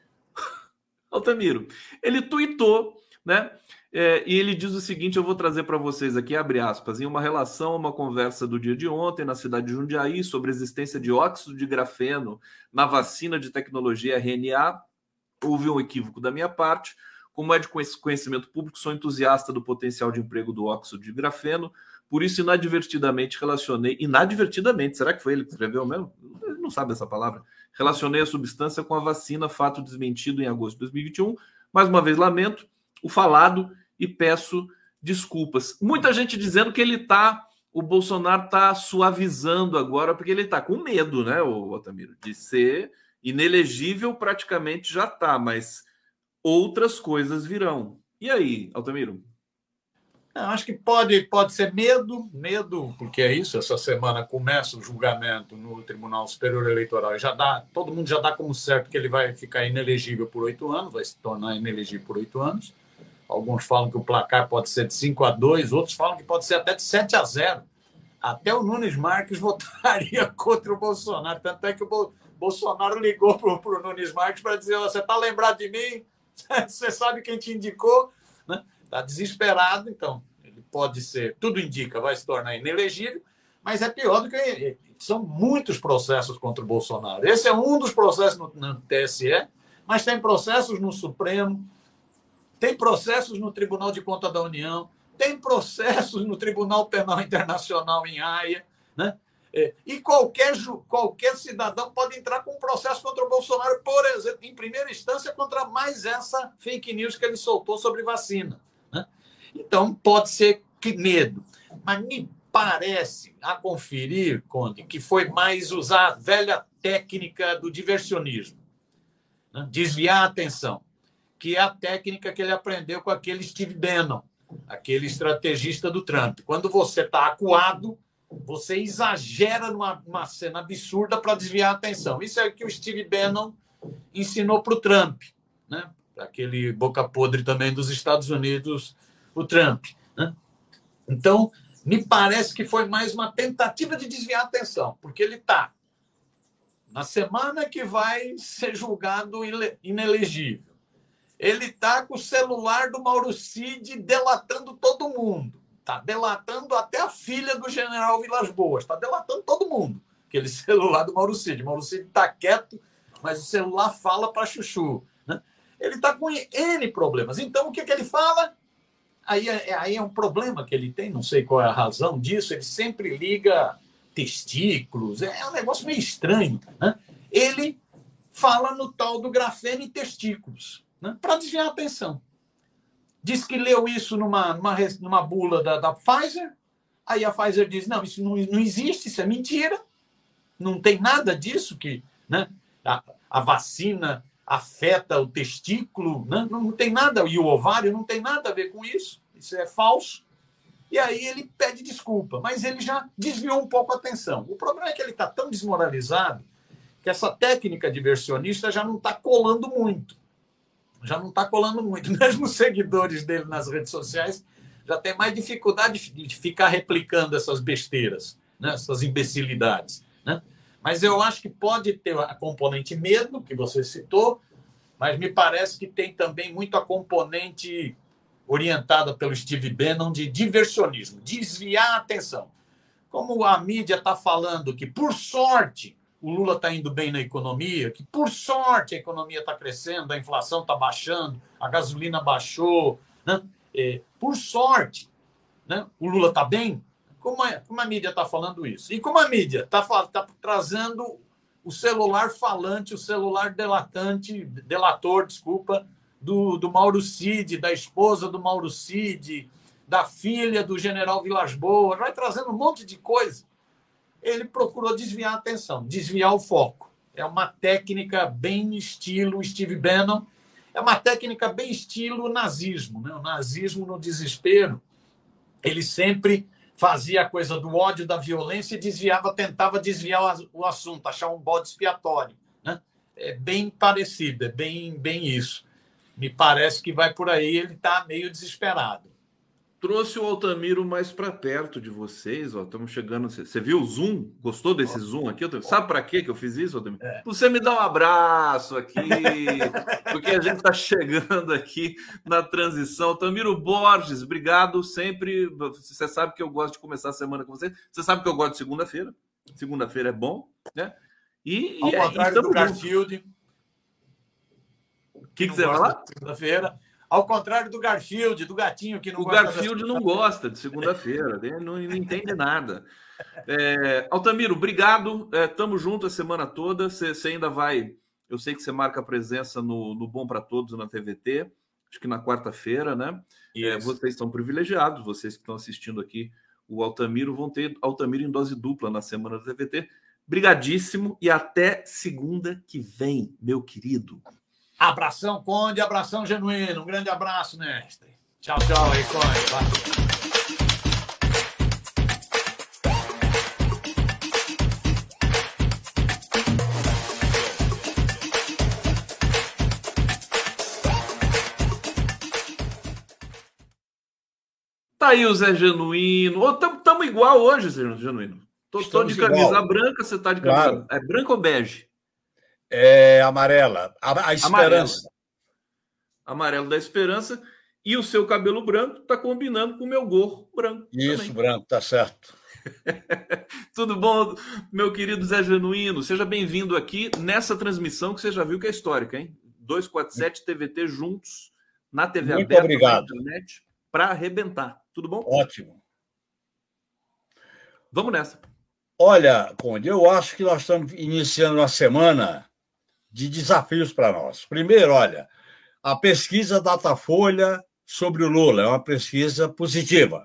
Altamiro, ele tuitou, né? É, e ele diz o seguinte, eu vou trazer para vocês aqui, abre aspas, em uma relação a uma conversa do dia de ontem na cidade de Jundiaí sobre a existência de óxido de grafeno na vacina de tecnologia R N A, houve um equívoco da minha parte. Como é de conhecimento público, sou entusiasta do potencial de emprego do óxido de grafeno, por isso inadvertidamente relacionei, inadvertidamente, será que foi ele que escreveu mesmo? Ele não sabe essa palavra. Relacionei a substância com a vacina, fato desmentido em agosto de dois mil e vinte e um. Mais uma vez, lamento o falado e peço desculpas. Muita gente dizendo que ele tá, o Bolsonaro está suavizando agora, porque ele está com medo, né, o Altamiro, de ser inelegível, praticamente já está, mas outras coisas virão. E aí, Altamiro? Eu acho que pode, pode ser medo, medo, porque é isso, essa semana começa o julgamento no Tribunal Superior Eleitoral, e já dá, todo mundo já dá como certo que ele vai ficar inelegível por oito anos, vai se tornar inelegível por oito anos. Alguns falam que o placar pode ser de cinco a dois, outros falam que pode ser até de sete a zero. Até o Nunes Marques votaria contra o Bolsonaro, tanto é que o Bolsonaro ligou para o Nunes Marques para dizer, você está lembrado de mim? Você sabe quem te indicou? Né? Está desesperado, então ele pode ser, tudo indica, vai se tornar inelegível, mas é pior do que... São muitos processos contra o Bolsonaro. Esse é um dos processos no, no T S E, mas tem processos no Supremo, tem processos no Tribunal de Contas da União, tem processos no Tribunal Penal Internacional em Haia, né? E qualquer, qualquer cidadão pode entrar com um processo contra o Bolsonaro, por exemplo, em primeira instância, contra mais essa fake news que ele soltou sobre vacina. Né? Então, pode ser que medo. Mas me parece, a conferir, Conde, que foi mais usar a velha técnica do diversionismo. Né? Desviar a atenção, que é a técnica que ele aprendeu com aquele Steve Bannon, aquele estrategista do Trump. Quando você está acuado, você exagera numa, numa cena absurda para desviar a atenção. Isso é o que o Steve Bannon ensinou para o Trump, né? Aquele boca podre também dos Estados Unidos, o Trump. Né? Então, me parece que foi mais uma tentativa de desviar a atenção, porque ele está na semana que vai ser julgado inelegível. Ele está com o celular do Mauro Cid delatando todo mundo. Está delatando até a filha do general Vilas Boas. Está delatando todo mundo. Aquele celular do Mauro Cid. Mauro Cid está quieto, mas o celular fala para chuchu. Né? Ele está com N problemas. Então, o que, que ele fala? Aí é, aí é um problema que ele tem, não sei qual é a razão disso. Ele sempre liga testículos. É um negócio meio estranho. Né? Ele fala no tal do grafeno e testículos, né? Para desviar a atenção. Diz que leu isso numa, numa, numa bula da, da Pfizer, aí a Pfizer diz, não, isso não, não existe, isso é mentira, não tem nada disso, que né, a, a vacina afeta o testículo, né, não, não tem nada, e o ovário não tem nada a ver com isso, isso é falso. E aí ele pede desculpa, mas ele já desviou um pouco a atenção. O problema é que ele está tão desmoralizado que essa técnica diversionista já não está colando muito. Já não está colando muito. Mesmo os seguidores dele nas redes sociais já tem mais dificuldade de ficar replicando essas besteiras, né? Essas imbecilidades. Né? Mas eu acho que pode ter a componente medo, que você citou, mas me parece que tem também muito a componente orientada pelo Steve Bannon de diversionismo, desviar a atenção. Como a mídia está falando que, por sorte, o Lula está indo bem na economia, que, por sorte, a economia está crescendo, a inflação está baixando, a gasolina baixou, né? É, por sorte, né? O Lula está bem. Como a, como a mídia está falando isso? E como a mídia está tá trazendo o celular falante, o celular delatante, delator, desculpa, do, do Mauro Cid, da esposa do Mauro Cid, da filha do general Vilas Boas, vai trazendo um monte de coisa. Ele procurou desviar a atenção, desviar o foco. É uma técnica bem estilo Steve Bannon. É uma técnica bem estilo nazismo, né? O nazismo, no desespero, ele sempre fazia a coisa do ódio, da violência e desviava, tentava desviar o assunto, achar um bode expiatório, né? É bem parecido, é bem, bem isso. Me parece que vai por aí, ele está meio desesperado. Trouxe o Altamiro mais para perto de vocês, ó. Estamos chegando. Você viu o zoom? Gostou desse zoom aqui? Sabe para que eu fiz isso, Altamiro? É. Você me dá um abraço aqui, porque a gente está chegando aqui na transição. Altamiro Borges, obrigado sempre. Você sabe que eu gosto de começar a semana com você. Você sabe que eu gosto de segunda-feira. Segunda-feira é bom, né? E, Ao e contrário do Garfield. O que, que, que você vai falar? Segunda-feira. Ao contrário do Garfield, do gatinho que não o gosta. O Garfield não gosta de segunda-feira, ele não, não entende nada. É, Altamiro, obrigado. Estamos é, juntos a semana toda. Você ainda vai. Eu sei que você marca presença no, no Bom para Todos na T V T, acho que na quarta-feira, né? É, vocês são privilegiados, vocês que estão assistindo aqui o Altamiro vão ter Altamiro em dose dupla na semana da T V T. Brigadíssimo e até segunda que vem, meu querido. Abração, Conde, abração genuíno. Um grande abraço, mestre. Tchau, tchau aí, Conde. Valeu. Tá aí o Zé Genuíno. Estamos igual hoje, Zé Genuíno. Tô, tô de camisa igual. Branca, você tá de camisa. Claro. É branca ou bege? É amarela. A, a esperança. Amarelo. Amarelo da esperança. E o seu cabelo branco tá combinando com o meu gorro branco. Isso, também. Branco, tá certo. Tudo bom, meu querido Zé Genuíno? Seja bem-vindo aqui nessa transmissão que você já viu que é histórica, hein? duzentos e quarenta e sete T V T juntos na T V Muito aberta, obrigado. Na internet, para arrebentar. Tudo bom? Ótimo. Vamos nessa. Olha, Conde, eu acho que nós estamos iniciando uma semana de desafios para nós. Primeiro, olha, a pesquisa Datafolha sobre o Lula é uma pesquisa positiva.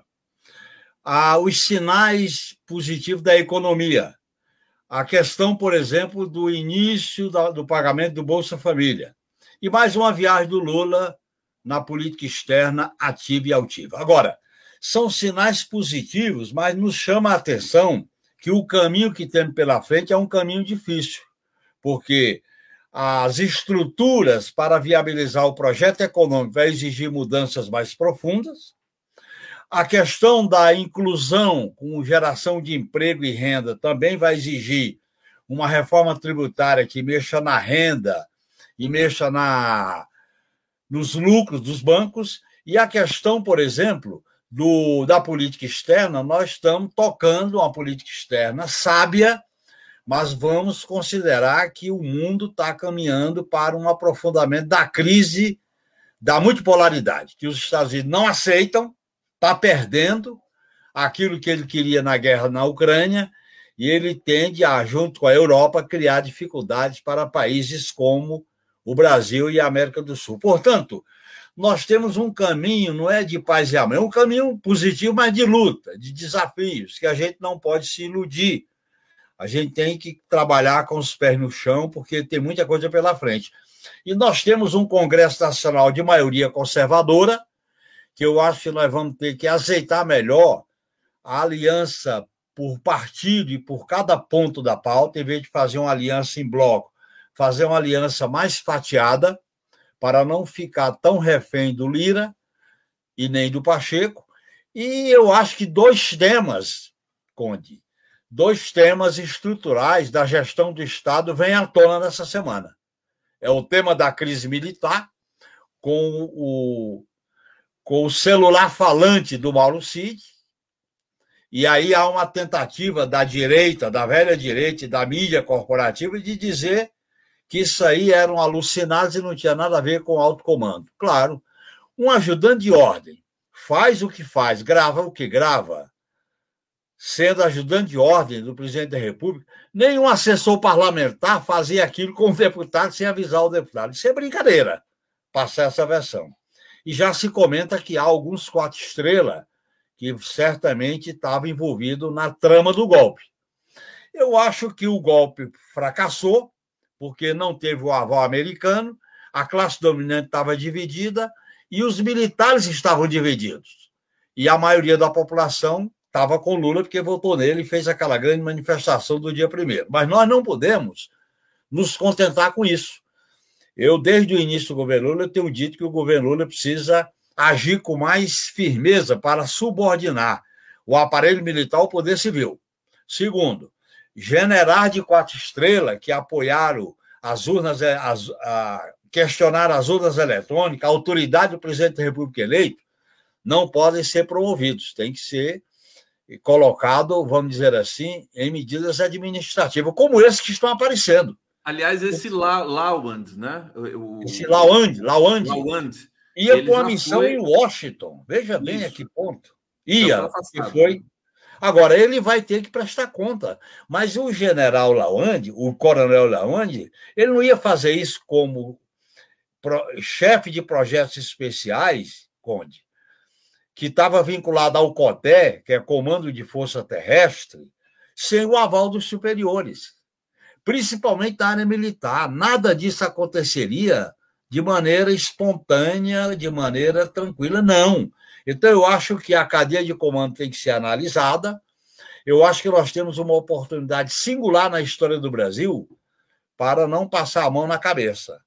Ah, os sinais positivos da economia. A questão, por exemplo, do início da, do pagamento do Bolsa Família. E mais uma viagem do Lula na política externa ativa e altiva. Agora, são sinais positivos, mas nos chama a atenção que o caminho que temos pela frente é um caminho difícil, porque as estruturas para viabilizar o projeto econômico vai exigir mudanças mais profundas. A questão da inclusão com geração de emprego e renda também vai exigir uma reforma tributária que mexa na renda e mexa na, nos lucros dos bancos. E a questão, por exemplo, do, da política externa, nós estamos tocando uma política externa sábia, mas vamos considerar que o mundo está caminhando para um aprofundamento da crise da multipolaridade, que os Estados Unidos não aceitam, está perdendo aquilo que ele queria na guerra na Ucrânia, e ele tende a, junto com a Europa, criar dificuldades para países como o Brasil e a América do Sul. Portanto, nós temos um caminho, não é de paz e amor, é um caminho positivo, mas de luta, de desafios, que a gente não pode se iludir. A gente tem que trabalhar com os pés no chão, porque tem muita coisa pela frente. E nós temos um Congresso Nacional de maioria conservadora, que eu acho que nós vamos ter que aceitar melhor a aliança por partido e por cada ponto da pauta, em vez de fazer uma aliança em bloco, fazer uma aliança mais fatiada, para não ficar tão refém do Lira e nem do Pacheco. E eu acho que dois temas, Conde, dois temas estruturais da gestão do Estado vêm à tona nessa semana. É o tema da crise militar, com o, com o celular falante do Mauro Cid, e aí há uma tentativa da direita, da velha direita e da mídia corporativa de dizer que isso aí eram alucinados e não tinha nada a ver com alto comando. Claro, um ajudante de ordem faz o que faz, grava o que grava, sendo ajudante de ordem do presidente da República, nenhum assessor parlamentar fazia aquilo com o deputado sem avisar o deputado. Isso é brincadeira, passar essa versão. E já se comenta que há alguns quatro estrelas que certamente estavam envolvidos na trama do golpe. Eu acho que o golpe fracassou, porque não teve o aval americano. a classe dominante estava dividida e os militares estavam divididos. E a maioria da população estava com Lula porque votou nele e fez aquela grande manifestação do dia primeiro. Mas nós não podemos nos contentar com isso. Eu, desde o início do governo Lula, eu tenho dito que o governo Lula precisa agir com mais firmeza para subordinar o aparelho militar ao poder civil. Segundo, generais de quatro estrelas que apoiaram as urnas, as, a, questionaram as urnas eletrônicas, a autoridade do presidente da República eleito, não podem ser promovidos, tem que ser colocado, vamos dizer assim, em medidas administrativas, como esses que estão aparecendo. Aliás, esse La, Lawand, né? O, esse Lawand, Lawand, Lawand ia para uma missão foi... em Washington. Veja bem Isso. a que ponto. Ia, e foi. Agora, ele vai ter que prestar conta. Mas o general Lawand, o coronel Lawand, ele não ia fazer isso como pro... chefe de projetos especiais, Conde, que estava vinculado ao COTÉ, que é Comando de Força Terrestre, sem o aval dos superiores, principalmente da área militar. Nada disso aconteceria de maneira espontânea, de maneira tranquila, não. Então, eu acho que a cadeia de comando tem que ser analisada. Eu acho que nós temos uma oportunidade singular na história do Brasil para não passar a mão na cabeça.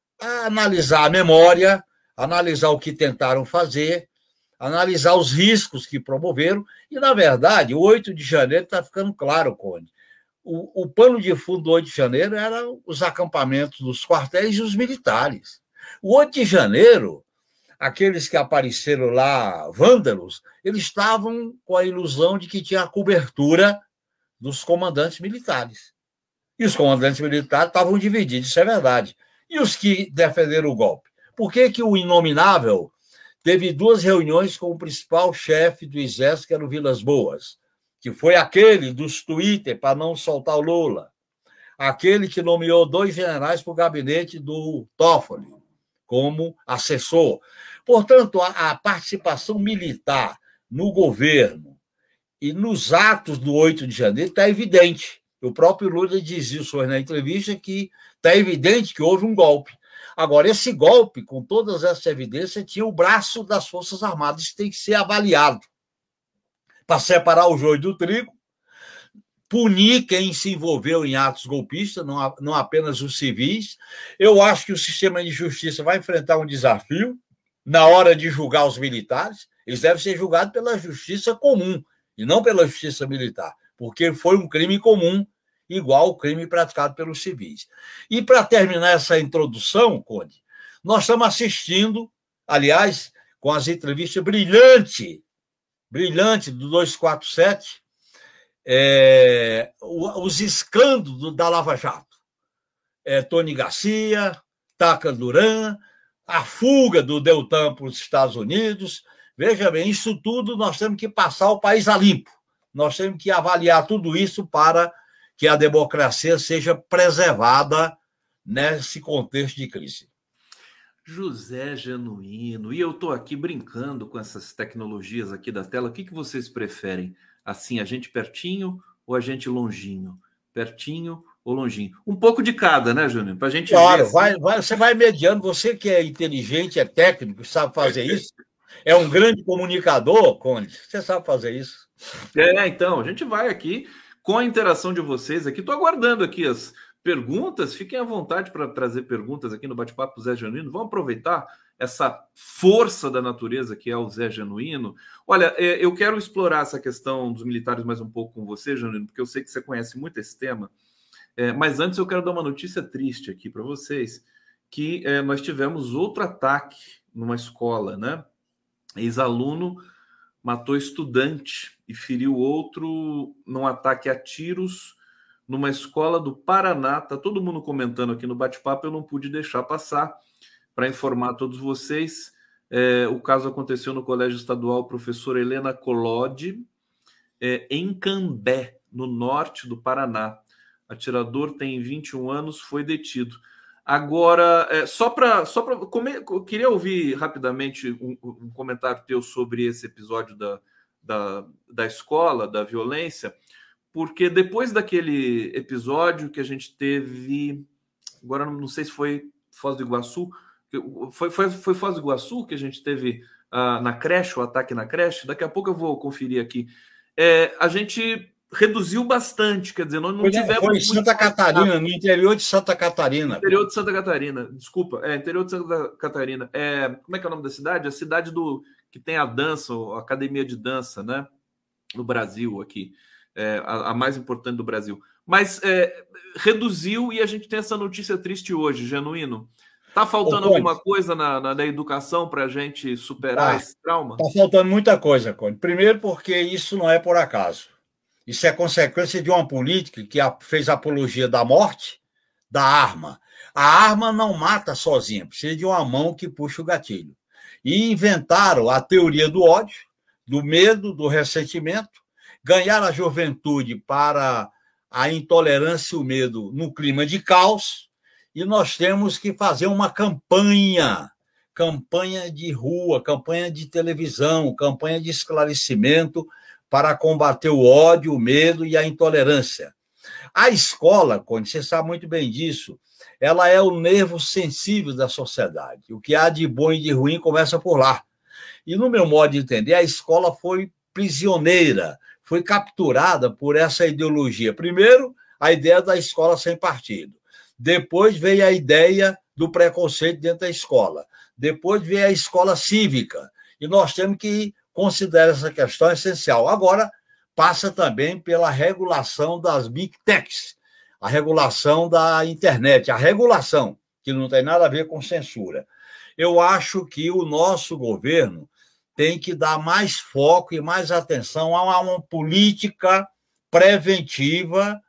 Analisar a memória, analisar o que tentaram fazer, analisar os riscos que promoveram, e, na verdade, o oito de janeiro está ficando claro, Conde. O, o pano de fundo do oito de janeiro eram os acampamentos dos quartéis e os militares. O oito de janeiro, aqueles que apareceram lá, vândalos, eles estavam com a ilusão de que tinha a cobertura dos comandantes militares. E os comandantes militares estavam divididos, isso é verdade. E os que defenderam o golpe? Por que que o inominável teve duas reuniões com o principal chefe do Exército, que era o Vilas Boas, que foi aquele dos Twitter para não soltar o Lula, aquele que nomeou dois generais para o gabinete do Toffoli como assessor. Portanto, a, a participação militar no governo e nos atos do oito de janeiro está evidente. O próprio Lula dizia isso na entrevista que está evidente que houve um golpe. Agora, esse golpe, com todas essas evidências, tinha o braço das Forças Armadas. Isso tem que ser avaliado para separar o joio do trigo, punir quem se envolveu em atos golpistas, não, não apenas os civis. Eu acho que o sistema de justiça vai enfrentar um desafio na hora de julgar os militares. Eles devem ser julgados pela justiça comum e não pela justiça militar, porque foi um crime comum, igual o crime praticado pelos civis. E, para terminar essa introdução, Conde, nós estamos assistindo, aliás, com as entrevistas brilhantes, brilhante do duzentos e quarenta e sete, é, os escândalos da Lava Jato. É, Tony Garcia, Taca Duran, a fuga do Deltan para os Estados Unidos. Veja bem, isso tudo nós temos que passar o país a limpo. Nós temos que avaliar tudo isso para que a democracia seja preservada nesse contexto de crise. José Genuíno, e eu estou aqui brincando com essas tecnologias aqui da tela. O que, que vocês preferem? Assim, a gente pertinho ou a gente longinho? Pertinho ou longinho? Um pouco de cada, né, Júnior? Para a gente Claro, ver, vai, vai, você vai mediando. Você que é inteligente, é técnico, sabe fazer isso, é um grande comunicador, Conde, você sabe fazer isso. É, então, a gente vai aqui com a interação de vocês aqui. Estou aguardando aqui as perguntas. Fiquem à vontade para trazer perguntas aqui no Bate-Papo Zé Genuíno. Vamos aproveitar essa força da natureza que é o Zé Genuíno. Olha, eu quero explorar essa questão dos militares mais um pouco com você, Genuíno, porque eu sei que você conhece muito esse tema. Mas antes eu quero dar uma notícia triste aqui para vocês, que nós tivemos outro ataque numa escola, né? Ex-aluno matou estudante e feriu outro num ataque a tiros numa escola do Paraná. Tá todo mundo comentando aqui no bate-papo, eu não pude deixar passar para informar a todos vocês. É, o caso aconteceu no Colégio Estadual Professora Helena Collodi, é, em Cambé, no norte do Paraná. Atirador tem vinte e um anos, foi detido. Agora, é, só para... Só pra, eu queria ouvir rapidamente um, um comentário teu sobre esse episódio da, da, da escola, da violência, porque depois daquele episódio que a gente teve... Agora não sei se foi Foz do Iguaçu. Foi, foi, foi Foz do Iguaçu que a gente teve uh, na creche, o ataque na creche? Daqui a pouco eu vou conferir aqui. É, a gente reduziu bastante, quer dizer, nós não foi, tivemos... Foi em Santa Catarina, no interior de Santa Catarina. Interior de Santa Catarina, desculpa, é, interior de Santa Catarina. É, como é que é o nome da cidade? A cidade do, que tem a dança, a academia de dança, né? No Brasil aqui, é, a, a mais importante do Brasil. Mas é, reduziu e a gente tem essa notícia triste hoje, Genuíno. Está faltando Ô, alguma coisa na, na, na educação para a gente superar ah, esse trauma? Está faltando muita coisa, Cone. Primeiro porque isso não é por acaso. Isso é consequência de uma política que fez apologia da morte, da arma. A arma não mata sozinha, precisa de uma mão que puxa o gatilho. E inventaram a teoria do ódio, do medo, do ressentimento, ganharam a juventude para a intolerância e o medo no clima de caos, e nós temos que fazer uma campanha, campanha de rua, campanha de televisão, campanha de esclarecimento para combater o ódio, o medo e a intolerância. A escola, Cone, você sabe muito bem disso, ela é o nervo sensível da sociedade. O que há de bom e de ruim começa por lá. E, no meu modo de entender, a escola foi prisioneira, foi capturada por essa ideologia. Primeiro, a ideia da escola sem partido. Depois veio a ideia do preconceito dentro da escola. Depois veio a escola cívica. E nós temos que considerar essa questão essencial. Agora, passa também pela regulação das Big Techs, a regulação da internet, a regulação, que não tem nada a ver com censura. Eu acho que o nosso governo tem que dar mais foco e mais atenção a uma política preventiva,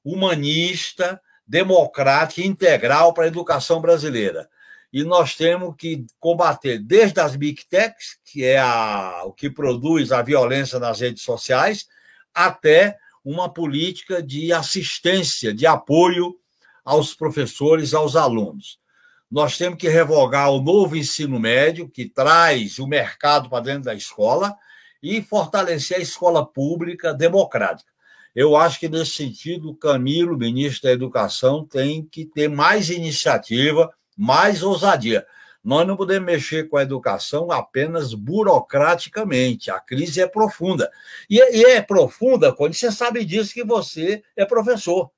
humanista, democrática e integral para a educação brasileira. E nós temos que combater desde as Big Techs, que é a, o que produz a violência nas redes sociais, até uma política de assistência, de apoio aos professores, aos alunos. Nós temos que revogar o novo ensino médio, que traz o mercado para dentro da escola, e fortalecer a escola pública democrática. Eu acho que, nesse sentido, o Camilo, ministro da Educação, tem que ter mais iniciativa, mais ousadia. Nós não podemos mexer com a educação apenas burocraticamente. A crise é profunda. E é profunda quando você sabe disso, que você é professor.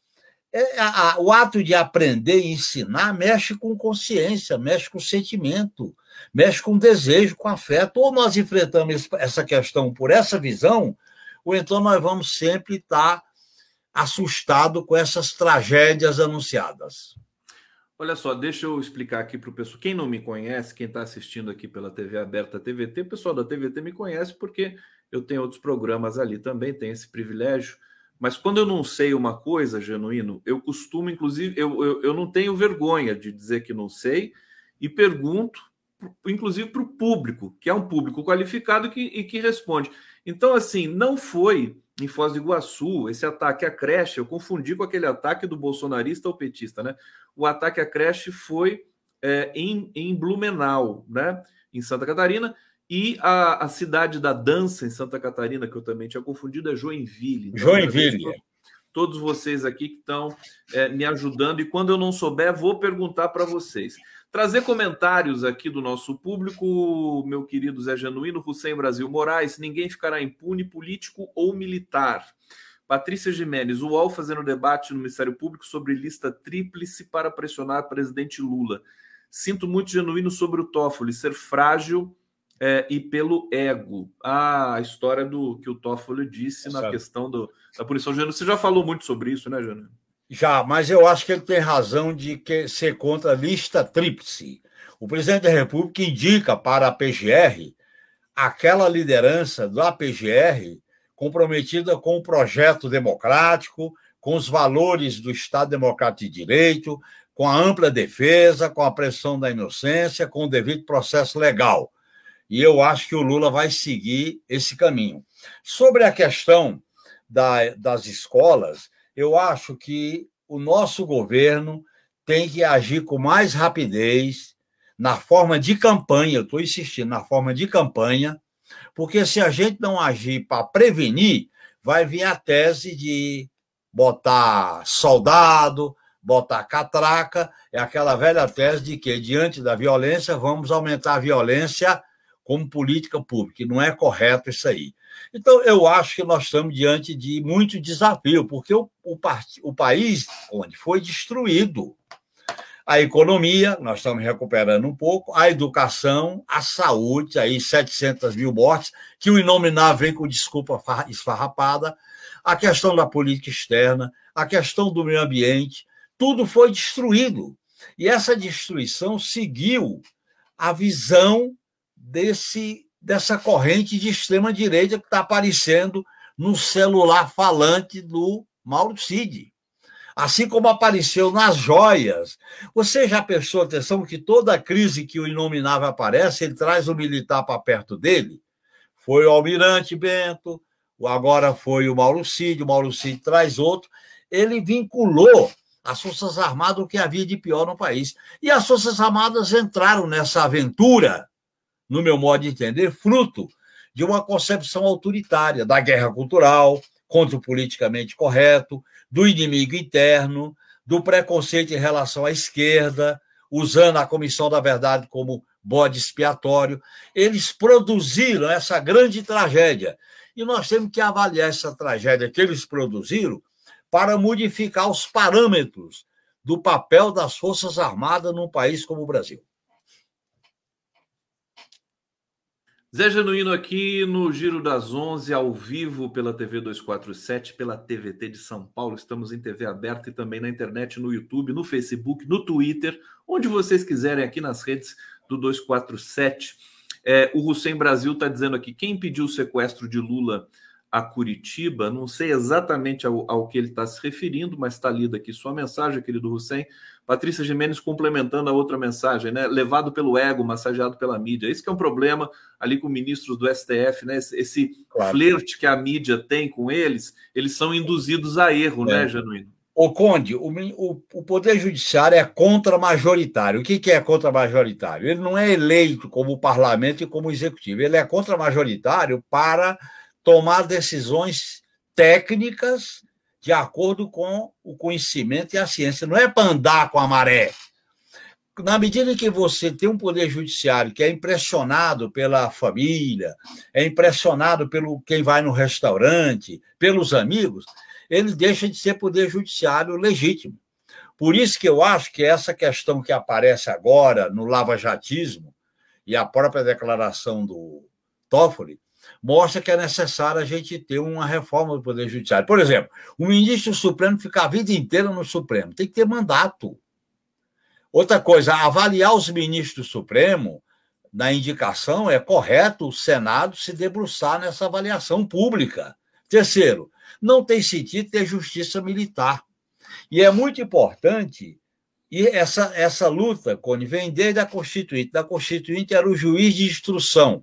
É, a, a, o ato de aprender e ensinar mexe com consciência, mexe com sentimento, mexe com desejo, com afeto. Ou nós enfrentamos essa questão por essa visão, ou então nós vamos sempre estar assustados com essas tragédias anunciadas. Olha só, deixa eu explicar aqui para o pessoal. Quem não me conhece, quem está assistindo aqui pela T V aberta T V T, o pessoal da T V T me conhece porque eu tenho outros programas ali também, tenho esse privilégio. Mas quando eu não sei uma coisa, Genuíno, eu costumo, inclusive, eu, eu, eu não tenho vergonha de dizer que não sei e pergunto, inclusive, para o público, que é um público qualificado e que, e que responde. Então, assim, não foi em Foz do Iguaçu esse ataque à creche, eu confundi com aquele ataque do bolsonarista ao petista, né? O ataque à creche foi é, em, em Blumenau, né? Em Santa Catarina. E a, a cidade da dança em Santa Catarina, que eu também tinha confundido, é Joinville. Então, Joinville. Todos, todos vocês aqui que estão é, me ajudando. E quando eu não souber, vou perguntar para vocês. Trazer comentários aqui do nosso público, meu querido Zé Genuíno, Hussein Brasil Moraes, ninguém ficará impune, político ou militar. Patrícia Gimenez, o U O L fazendo debate no Ministério Público sobre lista tríplice para pressionar o presidente Lula. Sinto muito, Genuíno, sobre o Toffoli ser frágil É, e pelo ego. Ah, a história do que o Toffoli disse na Sabe. questão do, da punição. Você já falou muito sobre isso, né, Jânio? Já, mas eu acho que ele tem razão de que ser contra a lista tríplice. O presidente da República indica para a P G R aquela liderança da P G R comprometida com o projeto democrático, com os valores do Estado Democrático de Direito, com a ampla defesa, com a pressão da inocência, com o devido processo legal. E eu acho que o Lula vai seguir esse caminho. Sobre a questão da, das escolas, eu acho que o nosso governo tem que agir com mais rapidez na forma de campanha, eu estou insistindo, na forma de campanha, porque se a gente não agir para prevenir, vai vir a tese de botar soldado, botar catraca, é aquela velha tese de que, diante da violência, vamos aumentar a violência como política pública, e não é correto isso aí. Então, eu acho que nós estamos diante de muito desafio, porque o, o, o país onde foi destruído, a economia, nós estamos recuperando um pouco, a educação, a saúde, aí setecentas mil mortes, que o inominável vem com desculpa esfarrapada, a questão da política externa, a questão do meio ambiente, tudo foi destruído. E essa destruição seguiu a visão desse, dessa corrente de extrema-direita que está aparecendo no celular falante do Mauro Cid. Assim como apareceu nas joias. Você já prestou atenção que toda crise que o inominável aparece, ele traz o militar para perto dele? Foi o Almirante Bento, agora foi o Mauro Cid, o Mauro Cid traz outro. Ele vinculou as Forças Armadas o que havia de pior no país. E as Forças Armadas entraram nessa aventura, no meu modo de entender, fruto de uma concepção autoritária, da guerra cultural, contra o politicamente correto, do inimigo interno, do preconceito em relação à esquerda, usando a Comissão da Verdade como bode expiatório. Eles produziram essa grande tragédia. E nós temos que avaliar essa tragédia que eles produziram para modificar os parâmetros do papel das Forças Armadas num país como o Brasil. Zé Genuíno aqui no Giro das onze, ao vivo pela T V duzentos e quarenta e sete, pela T V T de São Paulo. Estamos em T V aberta e também na internet, no YouTube, no Facebook, no Twitter, onde vocês quiserem, aqui nas redes do duzentos e quarenta e sete. É, o Hussein Brasil está dizendo aqui, quem pediu o sequestro de Lula a Curitiba, não sei exatamente ao, ao que ele está se referindo, mas está lida aqui sua mensagem, querido Hussein. Patrícia Gimenez complementando a outra mensagem, né? Levado pelo ego, massageado pela mídia. Isso que é um problema ali com ministros do S T F, né? Esse, esse claro. flerte que a mídia tem com eles, eles são induzidos a erro, é. né, Genuíno? Ô, Conde, o, o, o Poder Judiciário é contra-majoritário. O que, que é contra-majoritário? Ele não é eleito como parlamento e como executivo. Ele é contra-majoritário para tomar decisões técnicas de acordo com o conhecimento e a ciência. Não é para andar com a maré. Na medida que você tem um poder judiciário que é impressionado pela família, é impressionado pelo quem vai no restaurante, pelos amigos, ele deixa de ser poder judiciário legítimo. Por isso que eu acho que essa questão que aparece agora no lavajatismo e a própria declaração do Toffoli mostra que é necessário a gente ter uma reforma do Poder Judiciário. Por exemplo, o ministro do Supremo fica a vida inteira no Supremo, tem que ter mandato. Outra coisa, avaliar os ministros do Supremo, na indicação, é correto o Senado se debruçar nessa avaliação pública. Terceiro, não tem sentido ter justiça militar. E é muito importante, e essa, essa luta, Cone, vem desde a Constituinte. Da Constituinte era o juiz de instrução.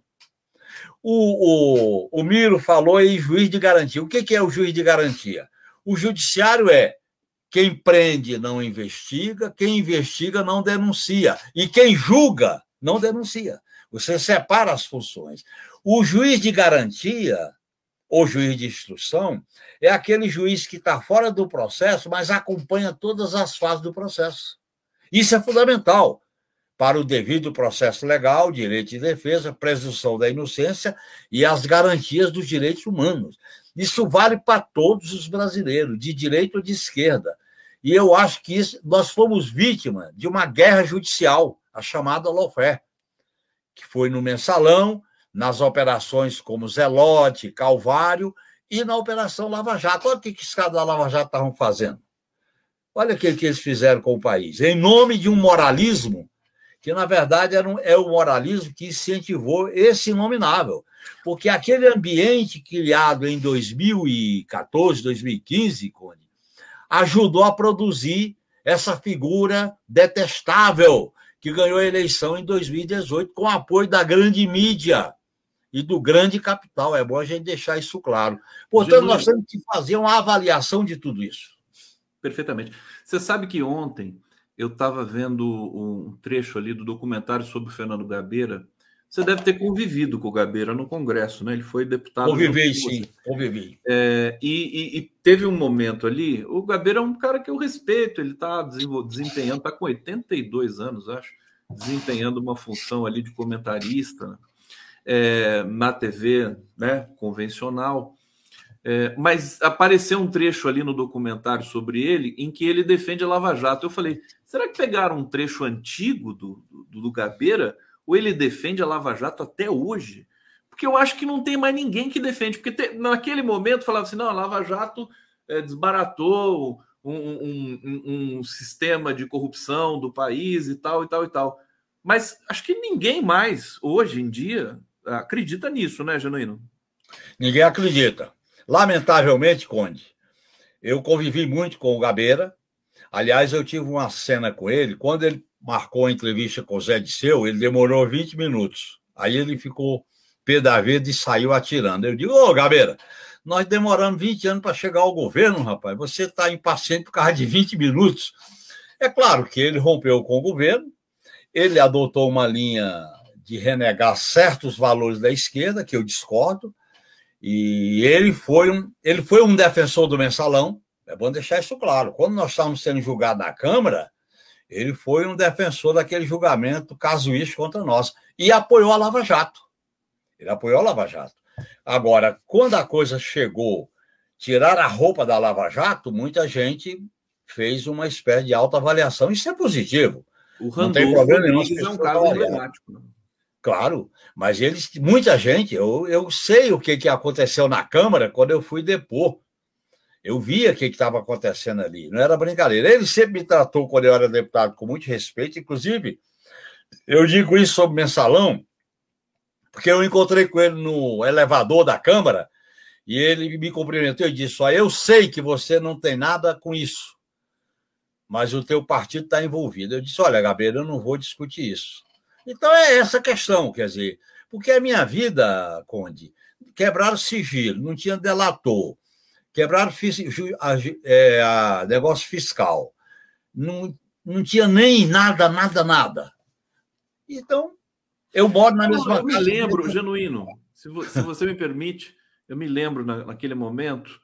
O, o, o Miro falou em juiz de garantia. O que, que é o juiz de garantia? O judiciário é quem prende não investiga, quem investiga não denuncia, e quem julga não denuncia. Você separa as funções. O juiz de garantia, ou juiz de instrução, é aquele juiz que está fora do processo, mas acompanha todas as fases do processo. Isso é fundamental para o devido processo legal, direito de defesa, presunção da inocência e as garantias dos direitos humanos. Isso vale para todos os brasileiros, de direita ou de esquerda. E eu acho que isso, nós fomos vítimas de uma guerra judicial, a chamada lawfare, que foi no Mensalão, nas operações como Zelote, Calvário e na Operação Lava Jato. Olha o que os caras da Lava Jato estavam fazendo. Olha o que eles fizeram com o país. Em nome de um moralismo que, na verdade, era um, é o moralismo que incentivou esse inominável. Porque aquele ambiente criado em dois mil e quatorze, dois mil e quinze, Cone, ajudou a produzir essa figura detestável que ganhou a eleição em dois mil e dezoito com o apoio da grande mídia e do grande capital. É bom a gente deixar isso claro. Portanto, nós temos que fazer uma avaliação de tudo isso. Perfeitamente. Você sabe que ontem eu estava vendo um trecho ali do documentário sobre o Fernando Gabeira Você deve ter convivido com o Gabeira no Congresso, né? Ele foi deputado. Convivi, sim, convivi. É, e, e, e teve um momento ali. O Gabeira é um cara que eu respeito, ele está desempenhando, está com oitenta e dois anos, acho, desempenhando uma função ali de comentarista, né? É, na T V, né, convencional. É, mas apareceu um trecho ali no documentário sobre ele em que ele defende a Lava Jato. Eu falei, será que pegaram um trecho antigo do, do, do Gabeira ou ele defende a Lava Jato até hoje? Porque eu acho que não tem mais ninguém que defende. Porque te, naquele momento falava assim, não, a Lava Jato é, desbaratou um, um, um, um sistema de corrupção do país e tal, e tal, e tal. Mas acho que ninguém mais, hoje em dia, acredita nisso, né, Genuíno? Ninguém acredita. Lamentavelmente, Conde, eu convivi muito com o Gabeira. Aliás, eu tive uma cena com ele. Quando ele marcou a entrevista com o Zé Disseu, ele demorou vinte minutos. Aí ele ficou pé da vida e saiu atirando. Eu digo, ô, Gabeira, nós demoramos vinte anos para chegar ao governo, rapaz. Você está impaciente por causa de vinte minutos. É claro que ele rompeu com o governo, ele adotou uma linha de renegar certos valores da esquerda, que eu discordo, e ele foi um, ele foi um defensor do mensalão. É bom deixar isso claro. Quando nós estávamos sendo julgados na Câmara, ele foi um defensor daquele julgamento casuístico contra nós e apoiou a Lava Jato. Ele apoiou a Lava Jato. Agora, quando a coisa chegou, tirar a roupa da Lava Jato, muita gente fez uma espécie de autoavaliação. Isso é positivo. O Randolfo, não tem problema nenhum. É um caso emblemático. Claro, mas eles, muita gente, eu, eu sei o que, que aconteceu na Câmara quando eu fui depor. Eu via o que estava acontecendo ali, não era brincadeira. Ele sempre me tratou, quando eu era deputado, com muito respeito. Inclusive, eu digo isso sobre o mensalão, porque eu encontrei com ele no elevador da Câmara e ele me cumprimentou e disse, ó, eu sei que você não tem nada com isso, mas o teu partido está envolvido. Eu disse, olha, Gabeira, eu não vou discutir isso. Então é essa questão, quer dizer, porque a minha vida, Conde, quebraram sigilo, não tinha delator, quebraram a, é, a negócio fiscal, não, não tinha nem nada, nada, nada. Então, eu moro na mesma casa. Eu me lembro, Genuíno, se, vo, se você me permite, eu me lembro na, naquele momento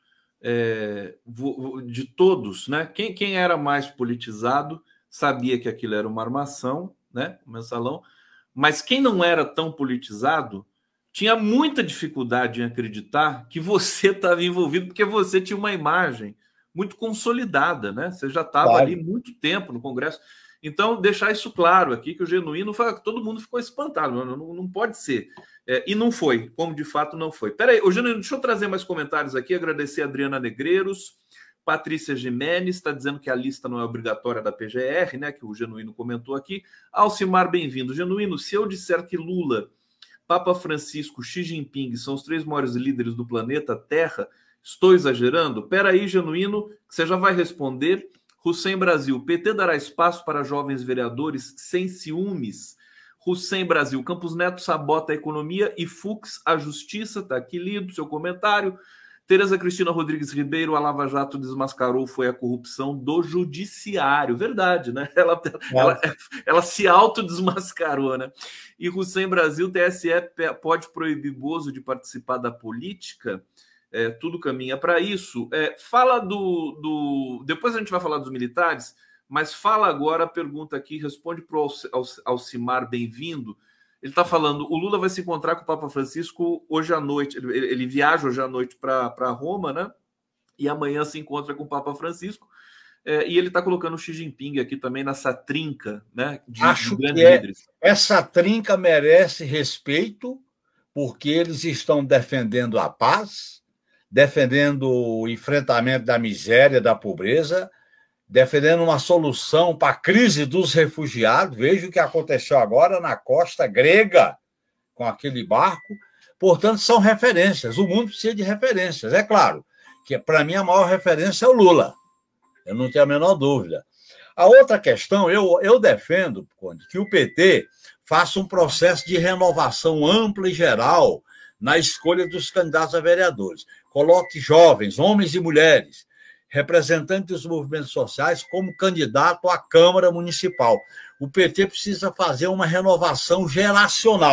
é, de todos, né? Quem, quem era mais politizado sabia que aquilo era uma armação, né? O mensalão, mas quem não era tão politizado tinha muita dificuldade em acreditar que você estava envolvido, porque você tinha uma imagem muito consolidada, né? Você já estava claro. ali muito tempo no Congresso. Então, deixar isso claro aqui, que o Genuíno, foi, todo mundo ficou espantado, não, não, não pode ser. É, e não foi, como de fato não foi. Peraí, o Genuíno, deixa eu trazer mais comentários aqui, agradecer a Adriana Negreiros, Patrícia Jimenez está dizendo que a lista não é obrigatória da P G R, né? Que o Genuíno comentou aqui. Alcimar, bem-vindo. Genuíno, se eu disser que Lula, Papa Francisco, Xi Jinping são os três maiores líderes do planeta Terra, estou exagerando? Peraí, Genuíno, que você já vai responder. Hussein Brasil, P T dará espaço para jovens vereadores sem ciúmes. Hussein Brasil, Campos Neto sabota a economia e Fux a justiça. Está aqui lido seu comentário. Tereza Cristina Rodrigues Ribeiro, a Lava Jato desmascarou foi a corrupção do judiciário. Verdade, né? Ela, ela, ela se autodesmascarou, né? E Hussein Brasil, T S E pode proibir Bozo de participar da política? É, tudo caminha para isso. É, fala do, do... Depois a gente vai falar dos militares, mas fala agora a pergunta aqui, responde para o Alcimar, bem-vindo. Ele está falando, o Lula vai se encontrar com o Papa Francisco hoje à noite, ele, ele viaja hoje à noite para Roma, né? E amanhã se encontra com o Papa Francisco, é, e ele está colocando o Xi Jinping aqui também nessa trinca, né? De, Acho de grandes que é, líderes. Essa trinca merece respeito, porque eles estão defendendo a paz, defendendo o enfrentamento da miséria, da pobreza, defendendo uma solução para a crise dos refugiados. Veja o que aconteceu agora na costa grega, com aquele barco. Portanto, são referências. O mundo precisa de referências. É claro que, para mim, a maior referência é o Lula. Eu não tenho a menor dúvida. A outra questão, eu, eu defendo, Conde, que o P T faça um processo de renovação ampla e geral na escolha dos candidatos a vereadores. Coloque jovens, homens e mulheres, representantes dos movimentos sociais, como candidato à Câmara Municipal. O P T precisa fazer uma renovação geracional.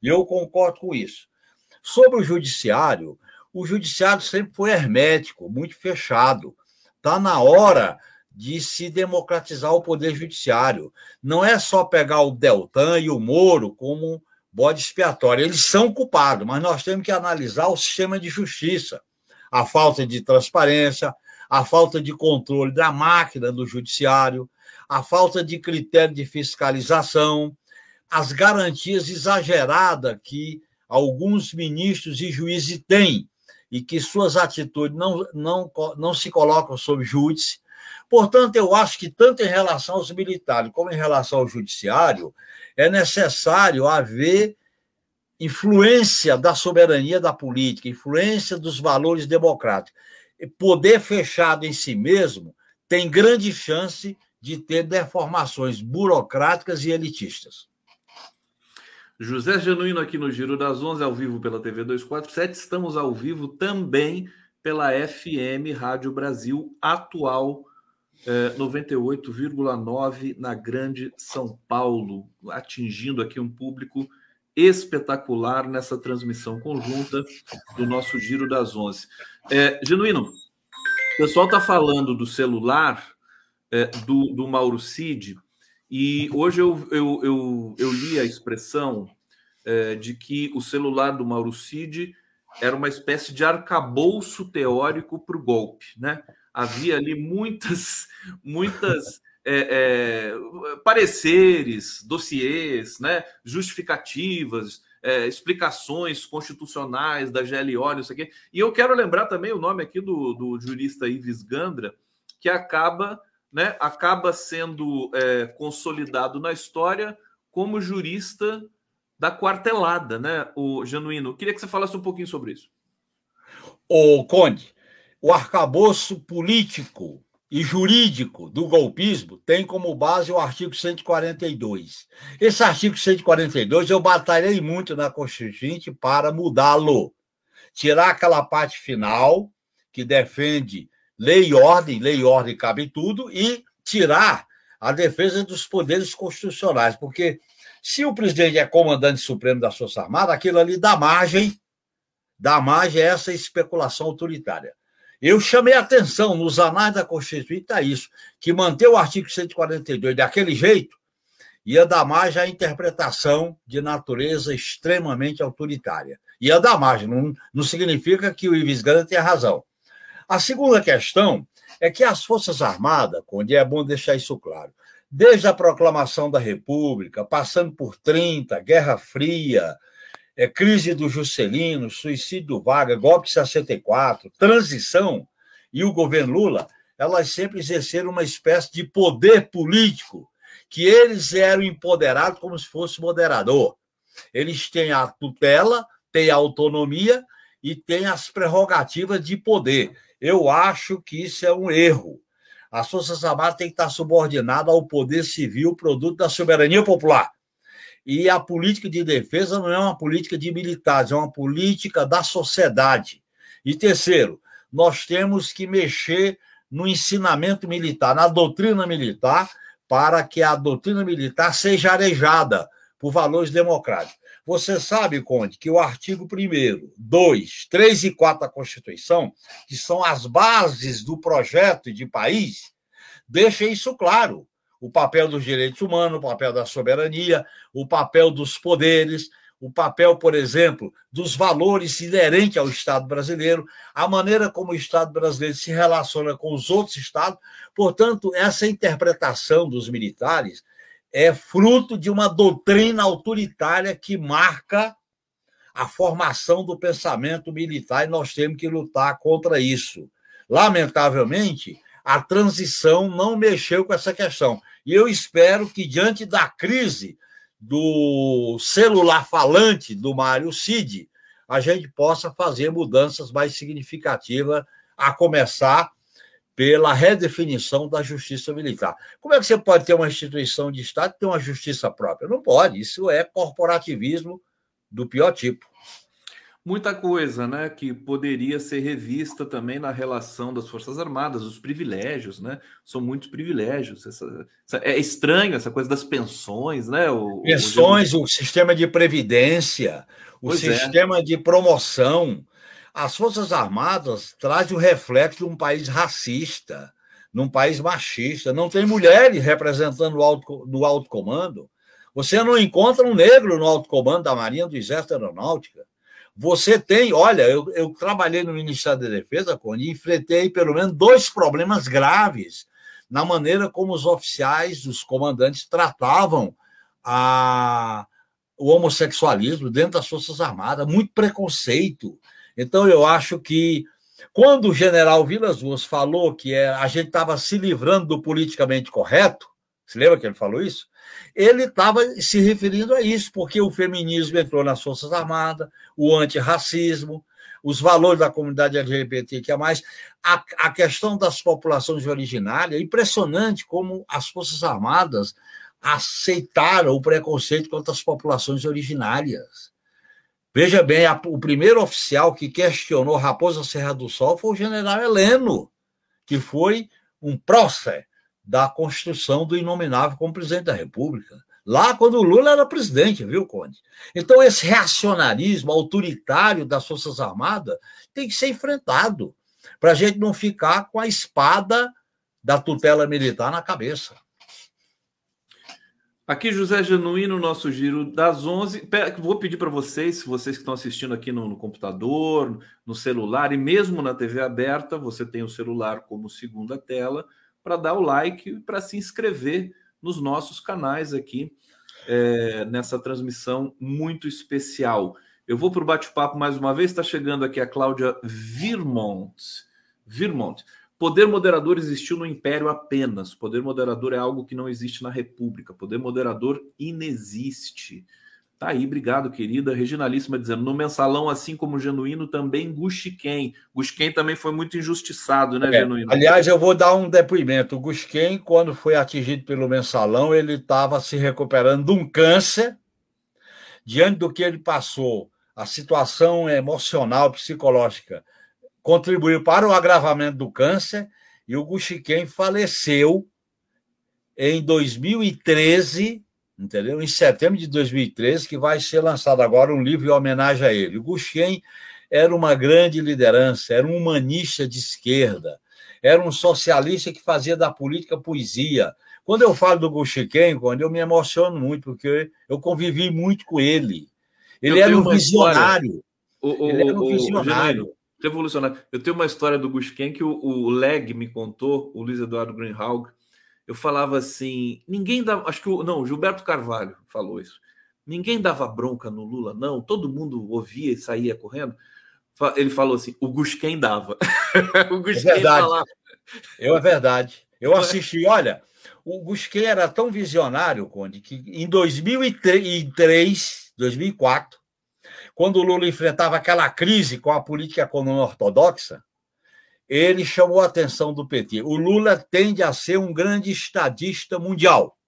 E eu concordo com isso. Sobre o judiciário, o judiciário sempre foi hermético, muito fechado. Está na hora de se democratizar o poder judiciário. Não é só pegar o Deltan e o Moro como bode expiatório. Eles são culpados, mas nós temos que analisar o sistema de justiça, a falta de transparência, a falta de controle da máquina do judiciário, a falta de critério de fiscalização, as garantias exageradas que alguns ministros e juízes têm e que suas atitudes não, não, não se colocam sob júdice. Portanto, eu acho que tanto em relação aos militares como em relação ao judiciário, é necessário haver influência da soberania da política, influência dos valores democráticos. Poder fechado em si mesmo tem grande chance de ter deformações burocráticas e elitistas. José Genuíno aqui no Giro das Onze, ao vivo pela T V duzentos e quarenta e sete. Estamos ao vivo também pela F M Rádio Brasil Atual, eh, noventa e oito vírgula nove na Grande São Paulo, atingindo aqui um público espetacular nessa transmissão conjunta do nosso Giro das Onze. É, Genuíno, o pessoal está falando do celular é, do, do Mauro Cid, e hoje eu, eu, eu, eu li a expressão é, de que o celular do Mauro Cid era uma espécie de arcabouço teórico para o golpe, né? Havia ali muitas, muitas é, é, pareceres, dossiês, né? Justificativas, é, explicações constitucionais da G L O, não sei o quê. E eu quero lembrar também o nome aqui do, do jurista Ives Gandra, que acaba, né, acaba sendo é, consolidado na história como jurista da quartelada, né, o Genuíno? Eu queria que você falasse um pouquinho sobre isso. Ô, Conde, o arcabouço político e jurídico do golpismo tem como base o artigo cento e quarenta e dois. Esse artigo cento e quarenta e dois eu batalhei muito na Constituinte para mudá-lo. Tirar aquela parte final que defende lei e ordem, lei e ordem cabe tudo, e tirar a defesa dos poderes constitucionais, porque se o presidente é comandante supremo das Forças Armadas, aquilo ali dá margem, dá margem a essa especulação autoritária. Eu chamei a atenção nos anais da Constituinte a isso, que manter o artigo cento e quarenta e dois daquele jeito ia dar margem à interpretação de natureza extremamente autoritária. Ia dar margem, não, não significa que o Ives Gandra tenha razão. A segunda questão é que as Forças Armadas, onde é bom deixar isso claro, desde a proclamação da República, passando por trinta, Guerra Fria, é, crise do Juscelino, suicídio do Vargas, golpe de sessenta e quatro, transição e o governo Lula, elas sempre exerceram uma espécie de poder político, que eles eram empoderados como se fosse moderador. Eles têm a tutela, têm a autonomia e têm as prerrogativas de poder. Eu acho que isso é um erro. As Forças Armadas têm que estar subordinadas ao poder civil, produto da soberania popular. E a política de defesa não é uma política de militares, é uma política da sociedade. E terceiro, nós temos que mexer no ensinamento militar, na doutrina militar, para que a doutrina militar seja arejada por valores democráticos. Você sabe, Conde, que o artigo primeiro, dois, três e quatro da Constituição, que são as bases do projeto de país, deixa isso claro. O papel dos direitos humanos, o papel da soberania, o papel dos poderes, o papel, por exemplo, dos valores inerentes ao Estado brasileiro, a maneira como o Estado brasileiro se relaciona com os outros Estados. Portanto, essa interpretação dos militares é fruto de uma doutrina autoritária que marca a formação do pensamento militar e nós temos que lutar contra isso. Lamentavelmente, a transição não mexeu com essa questão. E eu espero que, diante da crise do celular falante do Mário Cid, a gente possa fazer mudanças mais significativas, a começar pela redefinição da justiça militar. Como é que você pode ter uma instituição de Estado e ter uma justiça própria? Não pode. Isso é corporativismo do pior tipo. muita coisa, né, que poderia ser revista também na relação das Forças Armadas, os privilégios, né? São muitos privilégios. Essa, essa, é estranho essa coisa das pensões, né? O, Pensões, o, o sistema de previdência, o pois sistema é. de promoção. As Forças Armadas trazem o reflexo de um país racista, num país machista. Não tem mulheres representando o alto, do alto comando. Você não encontra um negro no alto comando da Marinha, do Exército da Aeronáutica. Você tem, olha, eu, eu trabalhei no Ministério da Defesa, Cone, e enfrentei pelo menos dois problemas graves na maneira como os oficiais, os comandantes, tratavam a, o homossexualismo dentro das Forças Armadas, muito preconceito. Então, eu acho que quando o general Vilas Boas falou que é, a gente estava se livrando do politicamente correto, você lembra que ele falou isso? Ele estava se referindo a isso, porque o feminismo entrou nas Forças Armadas, o antirracismo, os valores da comunidade L G B T Q I A mais, a, a questão das populações originárias. É impressionante como as Forças Armadas aceitaram o preconceito contra as populações originárias. Veja bem, a, o primeiro oficial que questionou Raposa Serra do Sol foi o general Heleno, que foi um prócer da construção do inominável como presidente da República. Lá, quando o Lula era presidente, viu, Conde? Então, esse reacionarismo autoritário das Forças Armadas tem que ser enfrentado, para a gente não ficar com a espada da tutela militar na cabeça. Aqui, José Genuíno, nosso giro das onze. Vou pedir para vocês, vocês que estão assistindo aqui no, no computador, no celular e mesmo na T V aberta, você tem o celular como segunda tela, para dar o like e para se inscrever nos nossos canais aqui, é, nessa transmissão muito especial. Eu vou para o bate-papo mais uma vez, está chegando aqui a Cláudia Virmont. Virmont. Poder moderador existiu no Império apenas. Poder moderador é algo que não existe na República. Poder moderador inexiste. Tá aí, obrigado, querida. Reginalíssima dizendo, no mensalão, assim como o Genuíno, também Guxiquem. Guxiquem também foi muito injustiçado, né, é, Genuíno? Aliás, eu vou dar um depoimento. O Guxiquem, quando foi atingido pelo mensalão, ele estava se recuperando de um câncer. Diante do que ele passou, a situação emocional, psicológica, contribuiu para o agravamento do câncer, e o Guxiquem faleceu em dois mil e treze, entendeu? Em setembro de dois mil e treze, que vai ser lançado agora um livro em homenagem a ele. O Guxiquem era uma grande liderança, era um humanista de esquerda, era um socialista que fazia da política poesia. Quando eu falo do Guxiquem, quando eu me emociono muito, porque eu convivi muito com ele. Ele era um visionário. O, o, ele era um visionário. Revolucionário. Eu tenho uma história do Guxiquem que o, o Leg me contou, o Luiz Eduardo Greenhalgh. Eu falava assim, ninguém dava, acho que o, não, o Gilberto Carvalho falou isso. Ninguém dava bronca no Lula, não. Todo mundo ouvia e saía correndo. Ele falou assim, o Guxiquem dava. O Guxiquem é verdade. falava. Eu, é verdade. Eu assisti, olha, o Guxiquem era tão visionário, Conde, que em dois mil e três, dois mil e quatro, quando o Lula enfrentava aquela crise com a política econômica ortodoxa, ele chamou a atenção do P T. O Lula tende a ser um grande estadista mundial.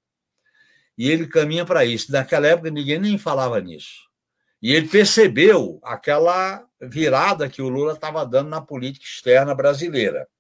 E ele caminha para isso. Naquela época, ninguém nem falava nisso. E ele percebeu aquela virada que o Lula estava dando na política externa brasileira.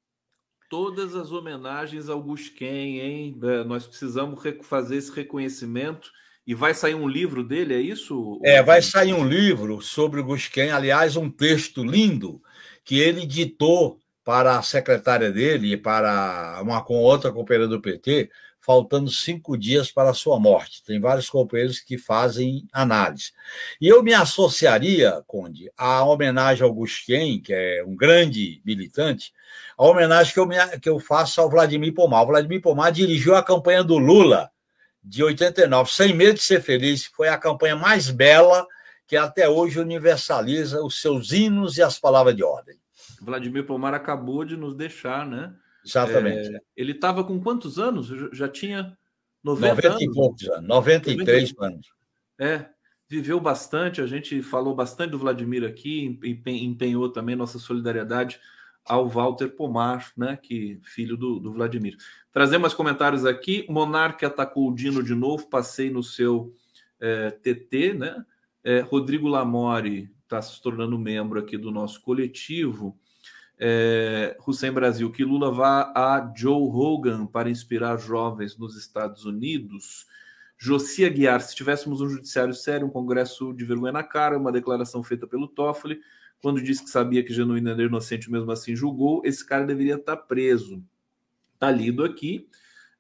Todas as homenagens ao Guxiquem, hein? Nós precisamos fazer esse reconhecimento. E vai sair um livro dele, é isso? É, vai sair um livro sobre o Guxiquem, aliás, um texto lindo que ele ditou para a secretária dele e para uma com outra companheira do P T, faltando cinco dias para a sua morte. Tem vários companheiros que fazem análise. E eu me associaria, Conde, à homenagem ao Guxiquem, que é um grande militante, a homenagem que eu, me, que eu faço ao Vladimir Pomar. O Vladimir Pomar dirigiu a campanha do Lula de oitenta e nove, Sem Medo de Ser Feliz, foi a campanha mais bela que até hoje universaliza os seus hinos e as palavras de ordem. Vladimir Pomar acabou de nos deixar, né? Exatamente. É, ele estava com quantos anos? Já tinha noventa, noventa anos? E poucos anos, noventa e três anos. É, viveu bastante, a gente falou bastante do Vladimir aqui, empenhou também nossa solidariedade ao Walter Pomar, né, que filho do, do Vladimir. Trazer mais comentários aqui. Monarca atacou o Dino de novo, passei no seu é, T T, né? É, Rodrigo Lamori, está se tornando membro aqui do nosso coletivo. É, Hussein Brasil, que Lula vá a Joe Rogan para inspirar jovens nos Estados Unidos. Josi Aguiar, se tivéssemos um judiciário sério, um congresso de vergonha na cara, uma declaração feita pelo Toffoli, quando disse que sabia que Genuíno era inocente, mesmo assim julgou, esse cara deveria estar preso. Está lido aqui.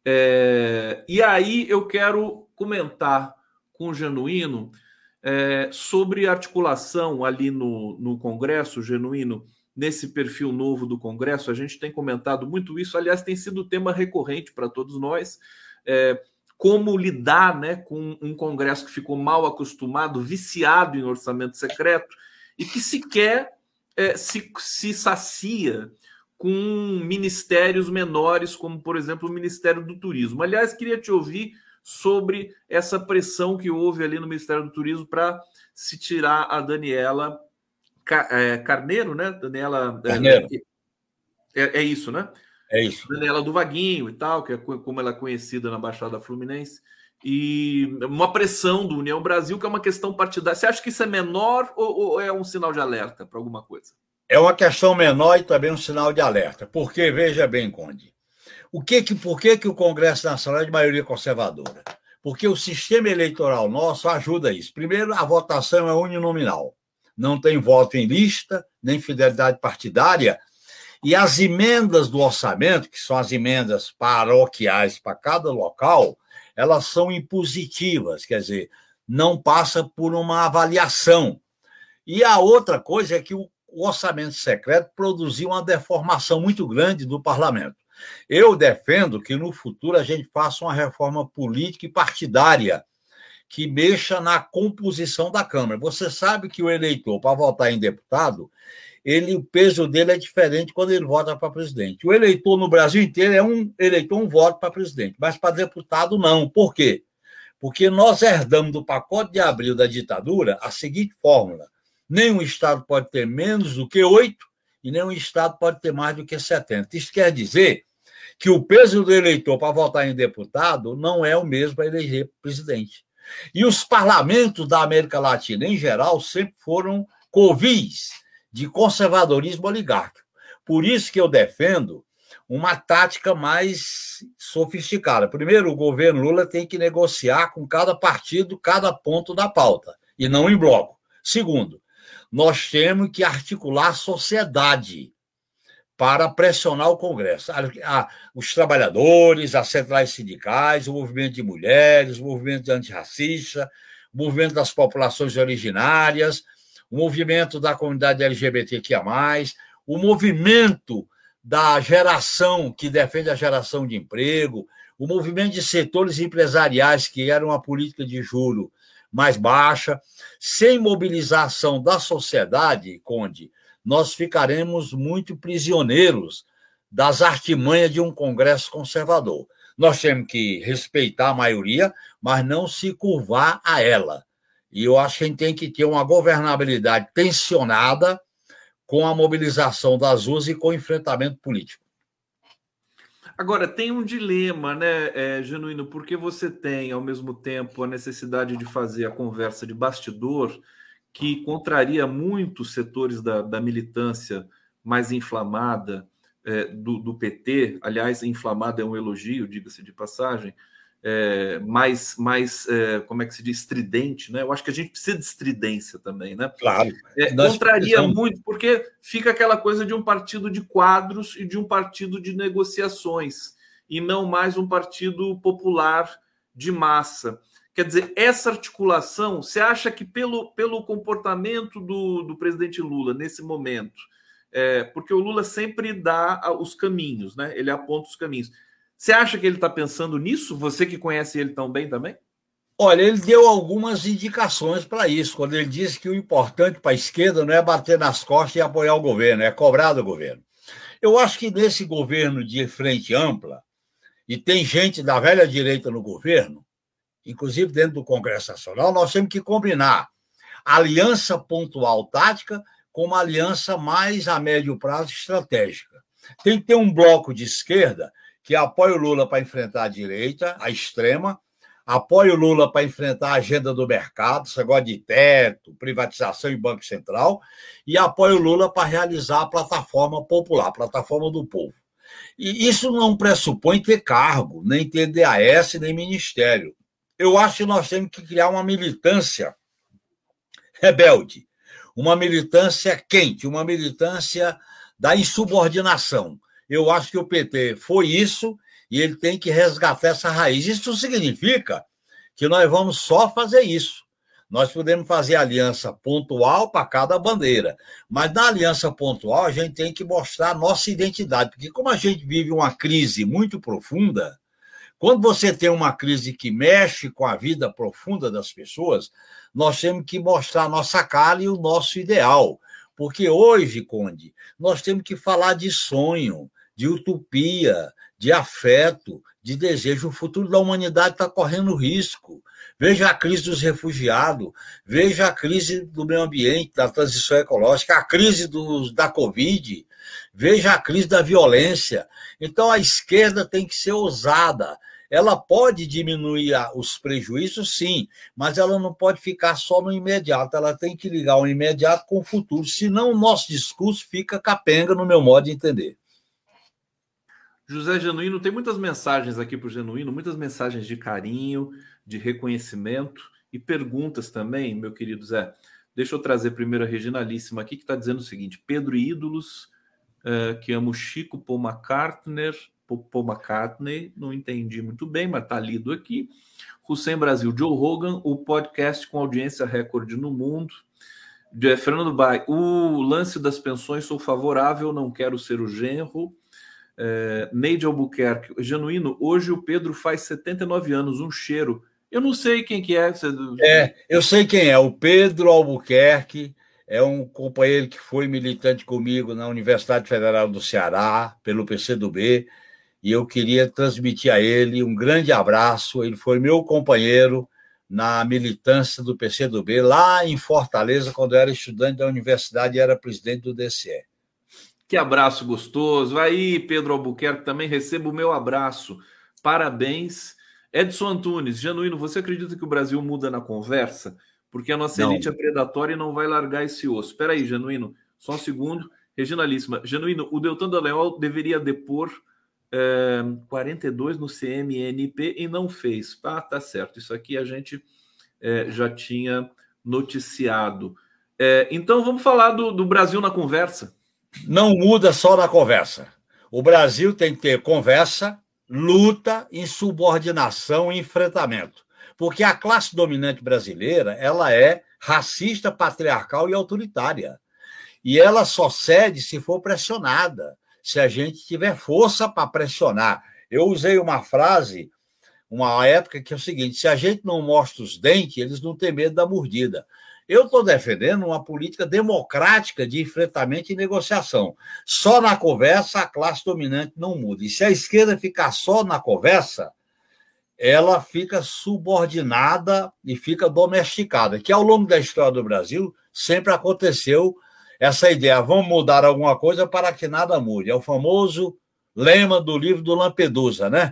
É, e aí eu quero comentar com o Genuíno é, sobre a articulação ali no, no Congresso, Genuíno, nesse perfil novo do Congresso. A gente tem comentado muito isso, aliás, tem sido tema recorrente para todos nós, é, como lidar, né, com um Congresso que ficou mal acostumado, viciado em orçamento secreto, e que sequer é, se, se sacia com ministérios menores, como, por exemplo, o Ministério do Turismo. Aliás, queria te ouvir sobre essa pressão que houve ali no Ministério do Turismo para se tirar a Daniela Carneiro, né? Daniela... Carneiro. É, é isso, né? É isso. Daniela do Vaguinho e tal, que é como ela é conhecida na Baixada Fluminense. E uma pressão do União Brasil, que é uma questão partidária. Você acha que isso é menor ou, ou é um sinal de alerta para alguma coisa? É uma questão menor e também um sinal de alerta. Porque, veja bem, Conde, o que que, por que, que o Congresso Nacional é de maioria conservadora? Porque o sistema eleitoral nosso ajuda isso. Primeiro, a votação é uninominal. Não tem voto em lista, nem fidelidade partidária. E as emendas do orçamento, que são as emendas paroquiais para cada local, elas são impositivas, quer dizer, não passa por uma avaliação. E a outra coisa é que o orçamento secreto produziu uma deformação muito grande do parlamento. Eu defendo que no futuro a gente faça uma reforma política e partidária que mexa na composição da Câmara. Você sabe que o eleitor, para votar em deputado, ele, o peso dele é diferente quando ele vota para presidente. O eleitor no Brasil inteiro é um eleitor, um voto para presidente, mas para deputado não. Por quê? Porque nós herdamos do pacote de abril da ditadura a seguinte fórmula: nenhum estado pode ter menos do que oito e nenhum estado pode ter mais do que setenta. Isso quer dizer que o peso do eleitor para votar em deputado não é o mesmo para eleger presidente. E os parlamentos da América Latina, em geral, sempre foram covis de conservadorismo oligárquico. Por isso que eu defendo uma tática mais sofisticada. Primeiro, o governo Lula tem que negociar com cada partido cada ponto da pauta, e não em bloco. Segundo, nós temos que articular a sociedade para pressionar o Congresso. Os trabalhadores, as centrais sindicais, o movimento de mulheres, o movimento antirracista, o movimento das populações originárias, o movimento da comunidade L G B T Q I A mais, o movimento da geração que defende a geração de emprego, o movimento de setores empresariais que era uma política de juro mais baixa. Sem mobilização da sociedade, Conde, nós ficaremos muito prisioneiros das artimanhas de um Congresso conservador. Nós temos que respeitar a maioria, mas não se curvar a ela. E eu acho que a gente tem que ter uma governabilidade tensionada com a mobilização das ruas e com o enfrentamento político. Agora, tem um dilema, né, é, Genuíno, porque você tem, ao mesmo tempo, a necessidade de fazer a conversa de bastidor, que contraria muito os setores da, da militância mais inflamada é, do, do P T. Aliás, inflamada é um elogio, diga-se de passagem, é, mais, mais é, como é que se diz, estridente, né? Eu acho que a gente precisa de estridência também, né? Claro. É, contraria precisamos... muito, porque fica aquela coisa de um partido de quadros e de um partido de negociações, e não mais um partido popular de massa. Quer dizer, essa articulação, você acha que pelo, pelo comportamento do, do presidente Lula nesse momento, é, porque o Lula sempre dá os caminhos, né? Ele aponta os caminhos. Você acha que ele está pensando nisso? Você que conhece ele tão bem também? Olha, ele deu algumas indicações para isso, quando ele disse que o importante para a esquerda não é bater nas costas e apoiar o governo, é cobrar do governo. Eu acho que nesse governo de frente ampla, e tem gente da velha direita no governo, inclusive dentro do Congresso Nacional, nós temos que combinar aliança pontual tática com uma aliança mais a médio prazo estratégica. Tem que ter um bloco de esquerda que apoia o Lula para enfrentar a direita, a extrema, apoia o Lula para enfrentar a agenda do mercado, esse negócio de teto, privatização e Banco Central, e apoia o Lula para realizar a plataforma popular, a plataforma do povo. E isso não pressupõe ter cargo, nem ter D A S, nem ministério. Eu acho que nós temos que criar uma militância rebelde, uma militância quente, uma militância da insubordinação. Eu acho que o P T foi isso e ele tem que resgatar essa raiz. Isso significa que nós vamos só fazer isso. Nós podemos fazer aliança pontual para cada bandeira, mas na aliança pontual a gente tem que mostrar a nossa identidade, porque como a gente vive uma crise muito profunda, quando você tem uma crise que mexe com a vida profunda das pessoas, nós temos que mostrar a nossa cara e o nosso ideal. Porque hoje, Conde, nós temos que falar de sonho, de utopia, de afeto, de desejo. O futuro da humanidade está correndo risco. Veja a crise dos refugiados, veja a crise do meio ambiente, da transição ecológica, a crise do, da Covid, veja a crise da violência. Então, a esquerda tem que ser ousada. Ela pode diminuir os prejuízos, sim, mas ela não pode ficar só no imediato. Ela tem que ligar o imediato com o futuro, senão o nosso discurso fica capenga, no meu modo de entender. José Genuíno, tem muitas mensagens aqui para o Genuíno, muitas mensagens de carinho, de reconhecimento e perguntas também, meu querido Zé. Deixa eu trazer primeiro a Reginalíssima aqui, que está dizendo o seguinte: Pedro e ídolos, uh, que amo Chico, Paul McCartney, Paul McCartney, não entendi muito bem, mas está lido aqui. Hussein Brasil, Joe Rogan, o podcast com audiência recorde no mundo. De Fernando Bai, o lance das pensões, sou favorável, não quero ser o genro. É, Neide Albuquerque, Genuíno, hoje o Pedro faz setenta e nove anos, um cheiro. Eu não sei quem que é. Você... É, eu sei quem é, o Pedro Albuquerque, é um companheiro que foi militante comigo na Universidade Federal do Ceará, pelo P C do B, e eu queria transmitir a ele um grande abraço. Ele foi meu companheiro na militância do P C do B, lá em Fortaleza, quando eu era estudante da universidade e era presidente do D C E. Que abraço gostoso. Aí, Pedro Albuquerque, também recebo o meu abraço. Parabéns. Edson Antunes, Genuíno, você acredita que o Brasil muda na conversa? Porque a nossa não. elite é predatória e não vai largar esse osso. Espera aí, Genuíno, só um segundo. Reginalíssima, Genuíno, o Deltan Dallagnol deveria depor é, quarenta e dois no C M N P e não fez. Ah, tá certo. Isso aqui a gente é, já tinha noticiado. É, então, vamos falar do, do Brasil na conversa. Não muda só na conversa. O Brasil tem que ter conversa, luta, insubordinação e enfrentamento. Porque a classe dominante brasileira, ela é racista, patriarcal e autoritária. E ela só cede se for pressionada, se a gente tiver força para pressionar. Eu usei uma frase, uma época, que é o seguinte: se a gente não mostra os dentes, eles não têm medo da mordida. Eu estou defendendo uma política democrática de enfrentamento e negociação. Só na conversa a classe dominante não muda. E se a esquerda ficar só na conversa, ela fica subordinada e fica domesticada, que ao longo da história do Brasil sempre aconteceu essa ideia: vamos mudar alguma coisa para que nada mude. É o famoso lema do livro do Lampedusa, né?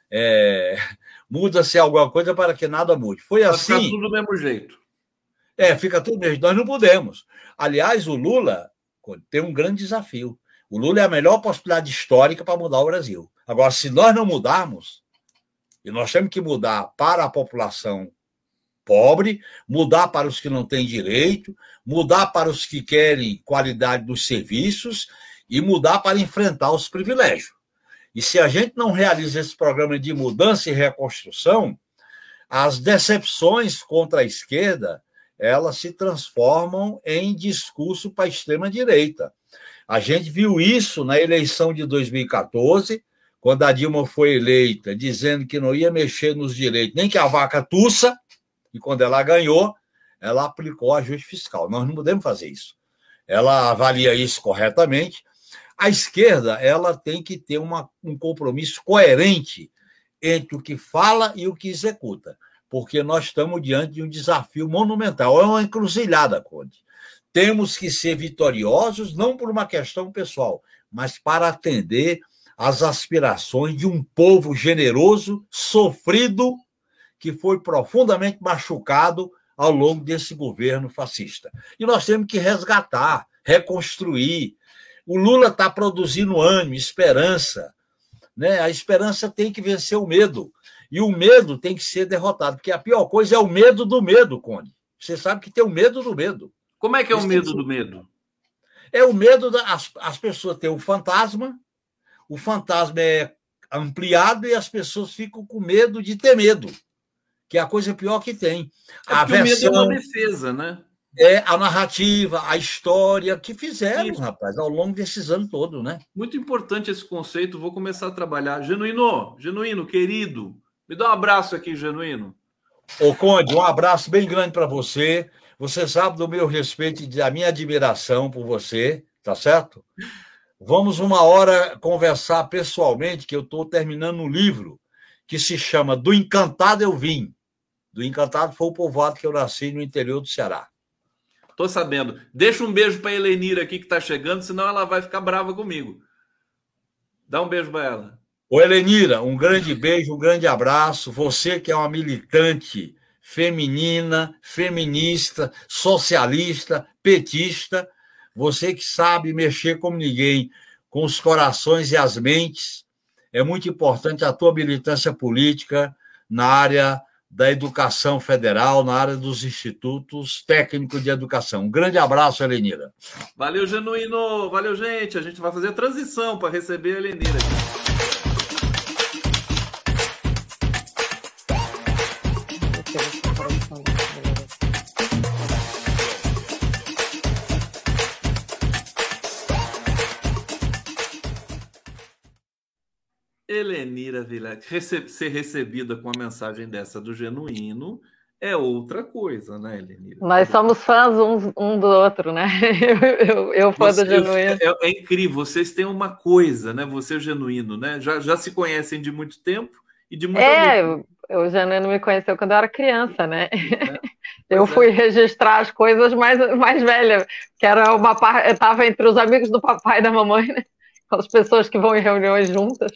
É, muda-se alguma coisa para que nada mude. Foi assim. Vai ficar tudo do mesmo jeito. É, fica tudo mesmo. Nós não podemos. Aliás, o Lula tem um grande desafio. O Lula é a melhor possibilidade histórica para mudar o Brasil. Agora, se nós não mudarmos, e nós temos que mudar para a população pobre, mudar para os que não têm direito, mudar para os que querem qualidade dos serviços e mudar para enfrentar os privilégios. E se a gente não realiza esse programa de mudança e reconstrução, as decepções contra a esquerda, elas se transformam em discurso para a extrema-direita. A gente viu isso na eleição de dois mil e quatorze, quando a Dilma foi eleita, dizendo que não ia mexer nos direitos, nem que a vaca tussa, e quando ela ganhou, ela aplicou ajuste fiscal. Nós não podemos fazer isso. Ela avalia isso corretamente. A esquerda, ela tem que ter uma, um compromisso coerente entre o que fala e o que executa, porque nós estamos diante de um desafio monumental. É uma encruzilhada, Conde. Temos que ser vitoriosos, não por uma questão pessoal, mas para atender às aspirações de um povo generoso, sofrido, que foi profundamente machucado ao longo desse governo fascista. E nós temos que resgatar, reconstruir. O Lula está produzindo ânimo, esperança, né? A esperança tem que vencer o medo. E o medo tem que ser derrotado, porque a pior coisa é o medo do medo, Conde. Você sabe que tem o medo do medo. Como é que é Isso o medo que... do medo? É o medo das as pessoas têm um fantasma, o fantasma é ampliado e as pessoas ficam com medo de ter medo, que é a coisa pior que tem. É a versão, o medo é uma defesa, né? É a narrativa, a história que fizeram, Isso. rapaz, ao longo desses anos todos, né? Muito importante esse conceito, vou começar a trabalhar. Genuíno, Genuíno, querido, me dá um abraço aqui, Genuíno. Ô, Conde, um abraço bem grande para você. Você sabe do meu respeito e da minha admiração por você, tá certo? Vamos uma hora conversar pessoalmente, que eu estou terminando um livro que se chama Do Encantado Eu Vim. Do Encantado foi o povoado que eu nasci no interior do Ceará. Tô sabendo. Deixa um beijo para a Helenira aqui que está chegando, senão ela vai ficar brava comigo. Dá um beijo para ela. Ô, Helenira, um grande beijo, um grande abraço. Você que é uma militante feminina, feminista, socialista, petista, você que sabe mexer como ninguém com os corações e as mentes, é muito importante a tua militância política na área da educação federal, na área dos institutos técnicos de educação. Um grande abraço, Helenira. Valeu, Genuíno. Valeu, gente. A gente vai fazer a transição para receber a Helenira. Helenira Vilela, Rece ser recebida com uma mensagem dessa do Genuíno é outra coisa, né, Helenira? Nós somos fãs um, um do outro, né? Eu, eu, eu fã Você, do Genuíno. É, é incrível, vocês têm uma coisa, né? Você e o Genuíno, né? Já, já se conhecem de muito tempo e de muito É, o, o Genuíno me conheceu quando eu era criança, né? É. Eu Pois fui é. registrar as coisas mais, mais velhas, que era uma parte, eu estava entre os amigos do papai e da mamãe, né? As pessoas que vão em reuniões juntas.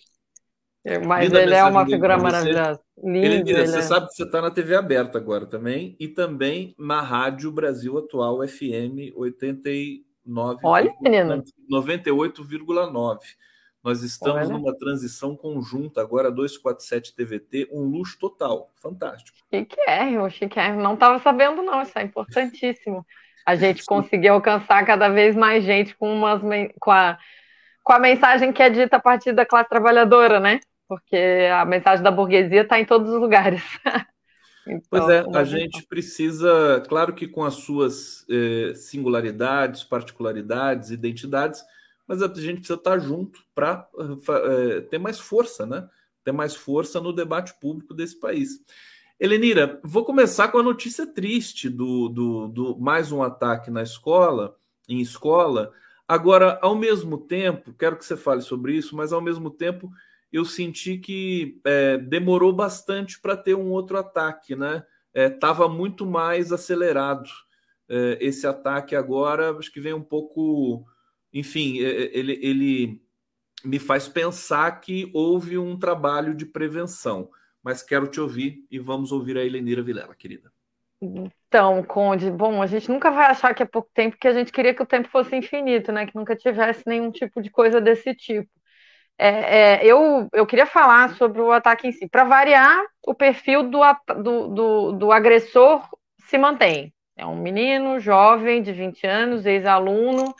Mas Linda ele é uma mensagem dele figura pra você. maravilhosa. Lindo, Helenira, ele você é. sabe que você está na T V aberta agora também, e também na Rádio Brasil Atual F M oitenta e nove, Olha, menino. noventa e oito vírgula nove. Nós estamos Olha. numa transição conjunta agora, duzentos e quarenta e sete T V T, um luxo total. Fantástico. Chiquérrimo, chiquérrimo. Não estava sabendo, não. Isso é importantíssimo. A gente conseguir alcançar cada vez mais gente com, umas, com, a, com a mensagem que é dita a partir da classe trabalhadora, né? Porque a mensagem da burguesia está em todos os lugares. Então, pois é, uma a gente precisa, claro que com as suas eh, singularidades, particularidades, identidades, mas a gente precisa estar junto para eh, ter mais força, né? Ter mais força no debate público desse país. Helenira, vou começar com a notícia triste do, do, do mais um ataque na escola, em escola. Agora, ao mesmo tempo, quero que você fale sobre isso, mas ao mesmo tempo eu senti que é, demorou bastante para ter um outro ataque, né? Estava é, muito mais acelerado é, esse ataque agora, acho que vem um pouco... Enfim, é, ele, ele me faz pensar que houve um trabalho de prevenção. Mas quero te ouvir e vamos ouvir a Helenira Vilela, querida. Então, Conde, bom, a gente nunca vai achar que é pouco tempo, porque a gente queria que o tempo fosse infinito, né? Que nunca tivesse nenhum tipo de coisa desse tipo. É, é, eu, eu queria falar sobre o ataque em si. Para variar, o perfil do, do, do, do agressor se mantém. É um menino jovem, de vinte anos, ex-aluno.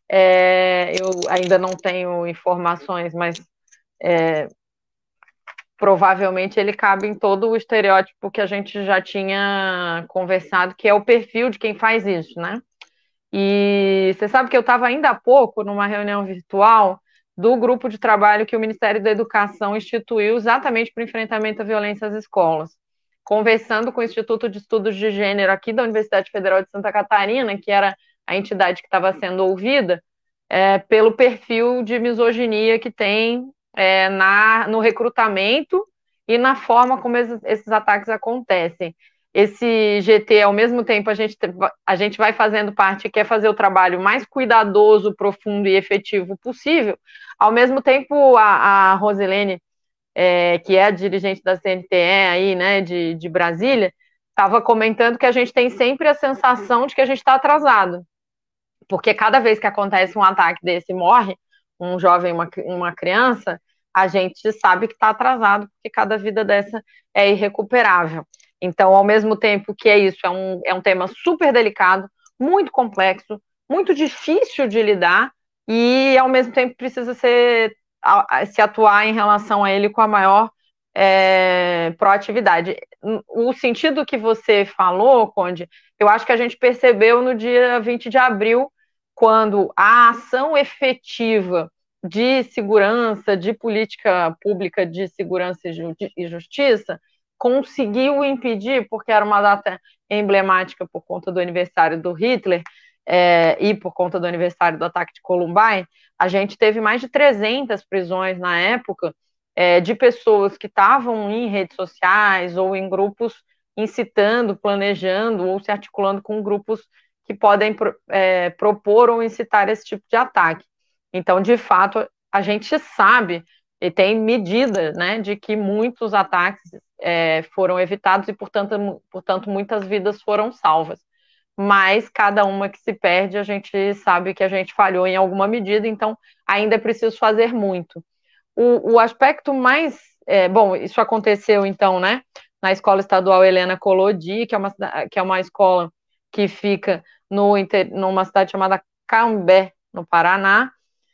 É, eu ainda não tenho informações, mas é, provavelmente ele cabe em todo o estereótipo que a gente já tinha conversado, que é o perfil de quem faz isso, né? E você sabe que eu estava ainda há pouco numa reunião virtual do grupo de trabalho que o Ministério da Educação instituiu exatamente para o enfrentamento à violência às escolas, conversando com o Instituto de Estudos de Gênero aqui da Universidade Federal de Santa Catarina, que era a entidade que estava sendo ouvida, é, pelo perfil de misoginia que tem é, na, no recrutamento e na forma como esses, esses ataques acontecem. Esse G T, ao mesmo tempo, a gente, a gente vai fazendo parte, quer fazer o trabalho mais cuidadoso, profundo e efetivo possível. Ao mesmo tempo, a, a Rosilene é, que é a dirigente da C N T E aí, né, de, de Brasília, estava comentando que a gente tem sempre a sensação de que a gente está atrasado, porque cada vez que acontece um ataque desse e morre um jovem, uma, uma criança, a gente sabe que está atrasado, porque cada vida dessa é irrecuperável. Então, ao mesmo tempo que é isso, é um, é um tema super delicado, muito complexo, muito difícil de lidar, e ao mesmo tempo precisa ser, se atuar em relação a ele com a maior é, proatividade. O sentido que você falou, Conde, eu acho que a gente percebeu no dia vinte de abril, quando a ação efetiva de segurança, de política pública de segurança e justiça, conseguiu impedir, porque era uma data emblemática por conta do aniversário do Hitler é, e por conta do aniversário do ataque de Columbine, a gente teve mais de trezentas prisões na época é, de pessoas que estavam em redes sociais ou em grupos incitando, planejando ou se articulando com grupos que podem é, propor ou incitar esse tipo de ataque. Então, de fato, a gente sabe e tem medida, né, de que muitos ataques é, foram evitados e, portanto, portanto, muitas vidas foram salvas. Mas cada uma que se perde, a gente sabe que a gente falhou em alguma medida, então ainda é preciso fazer muito. O, o aspecto mais... É, bom, isso aconteceu, então, né, na Escola Estadual Helena Collodi, que é uma, que é uma escola que fica no, numa cidade chamada Cambé, no Paraná,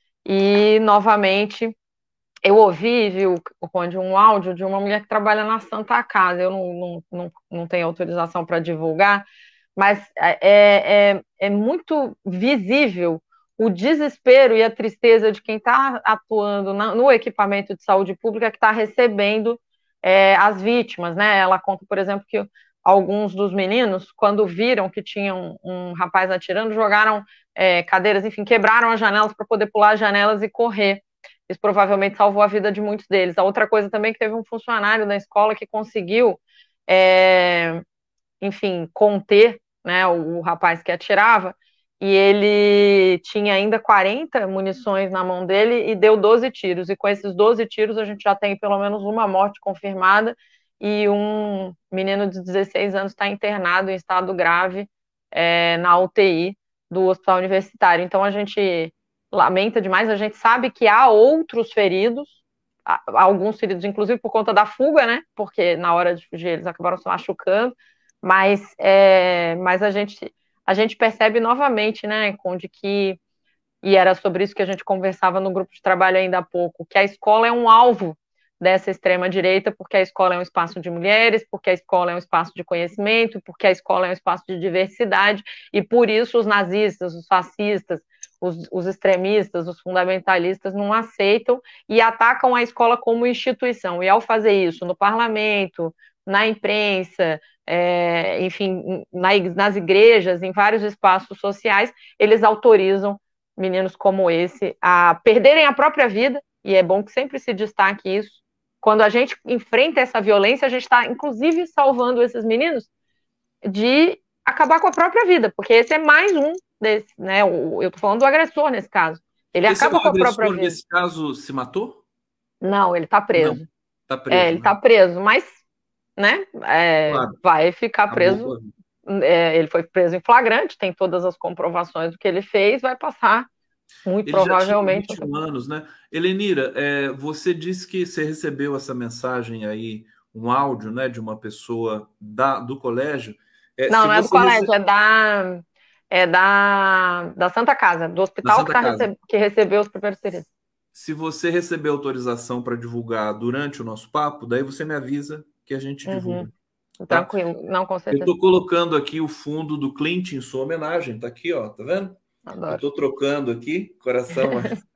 e, novamente, eu ouvi, viu, Conde, um áudio de uma mulher que trabalha na Santa Casa, eu não, não, não, não tenho autorização para divulgar, mas é, é, é muito visível o desespero e a tristeza de quem está atuando na, no equipamento de saúde pública que está recebendo é, as vítimas, né? Ela conta, por exemplo, que alguns dos meninos, quando viram que tinha um, um rapaz atirando, jogaram é, cadeiras, enfim, quebraram as janelas para poder pular as janelas e correr. Isso provavelmente salvou a vida de muitos deles. A outra coisa também é que teve um funcionário da escola que conseguiu, é, enfim, conter, né, o, o rapaz que atirava, e ele tinha ainda quarenta munições na mão dele e deu doze tiros. E com esses doze tiros a gente já tem pelo menos uma morte confirmada, e um menino de dezesseis anos está internado em estado grave é, na U T I do hospital universitário. Então a gente lamenta demais, a gente sabe que há outros feridos, alguns feridos inclusive por conta da fuga, né, porque na hora de fugir eles acabaram se machucando, mas, é, mas a, gente, a gente percebe novamente, né, Conde, que, e era sobre isso que a gente conversava no grupo de trabalho ainda há pouco, que a escola é um alvo dessa extrema-direita, porque a escola é um espaço de mulheres, porque a escola é um espaço de conhecimento, porque a escola é um espaço de diversidade, e por isso os nazistas, os fascistas, os, os extremistas, os fundamentalistas não aceitam e atacam a escola como instituição. E ao fazer isso no parlamento, na imprensa, é, enfim, na, nas igrejas, em vários espaços sociais, eles autorizam meninos como esse a perderem a própria vida, e é bom que sempre se destaque isso. Quando a gente enfrenta essa violência, a gente está, inclusive, salvando esses meninos de acabar com a própria vida, porque esse é mais um desses, né? Eu estou falando do agressor nesse caso. Ele esse acaba com a própria vida. O agressor, nesse caso, se matou? Não, ele está preso. Está preso. É, ele está né? preso, mas, né? É, claro. Vai ficar preso. É, ele foi preso em flagrante, tem todas as comprovações do que ele fez, vai passar. Muito ele provavelmente. Já tinha vinte anos, né? Helenira, é, você disse que você recebeu essa mensagem aí, um áudio, né, de uma pessoa da, do colégio. É, não, não é do colégio, rece... é da é da, da Santa Casa, do hospital que, tá receb... que recebeu os primeiros feridos. Se você receber autorização para divulgar durante o nosso papo, daí você me avisa que a gente divulga. Uhum. Tá? Tranquilo, não, com certeza. Eu estou colocando aqui o fundo do Clint em sua homenagem, tá aqui, ó, tá vendo? Adoro. Eu estou trocando aqui, coração.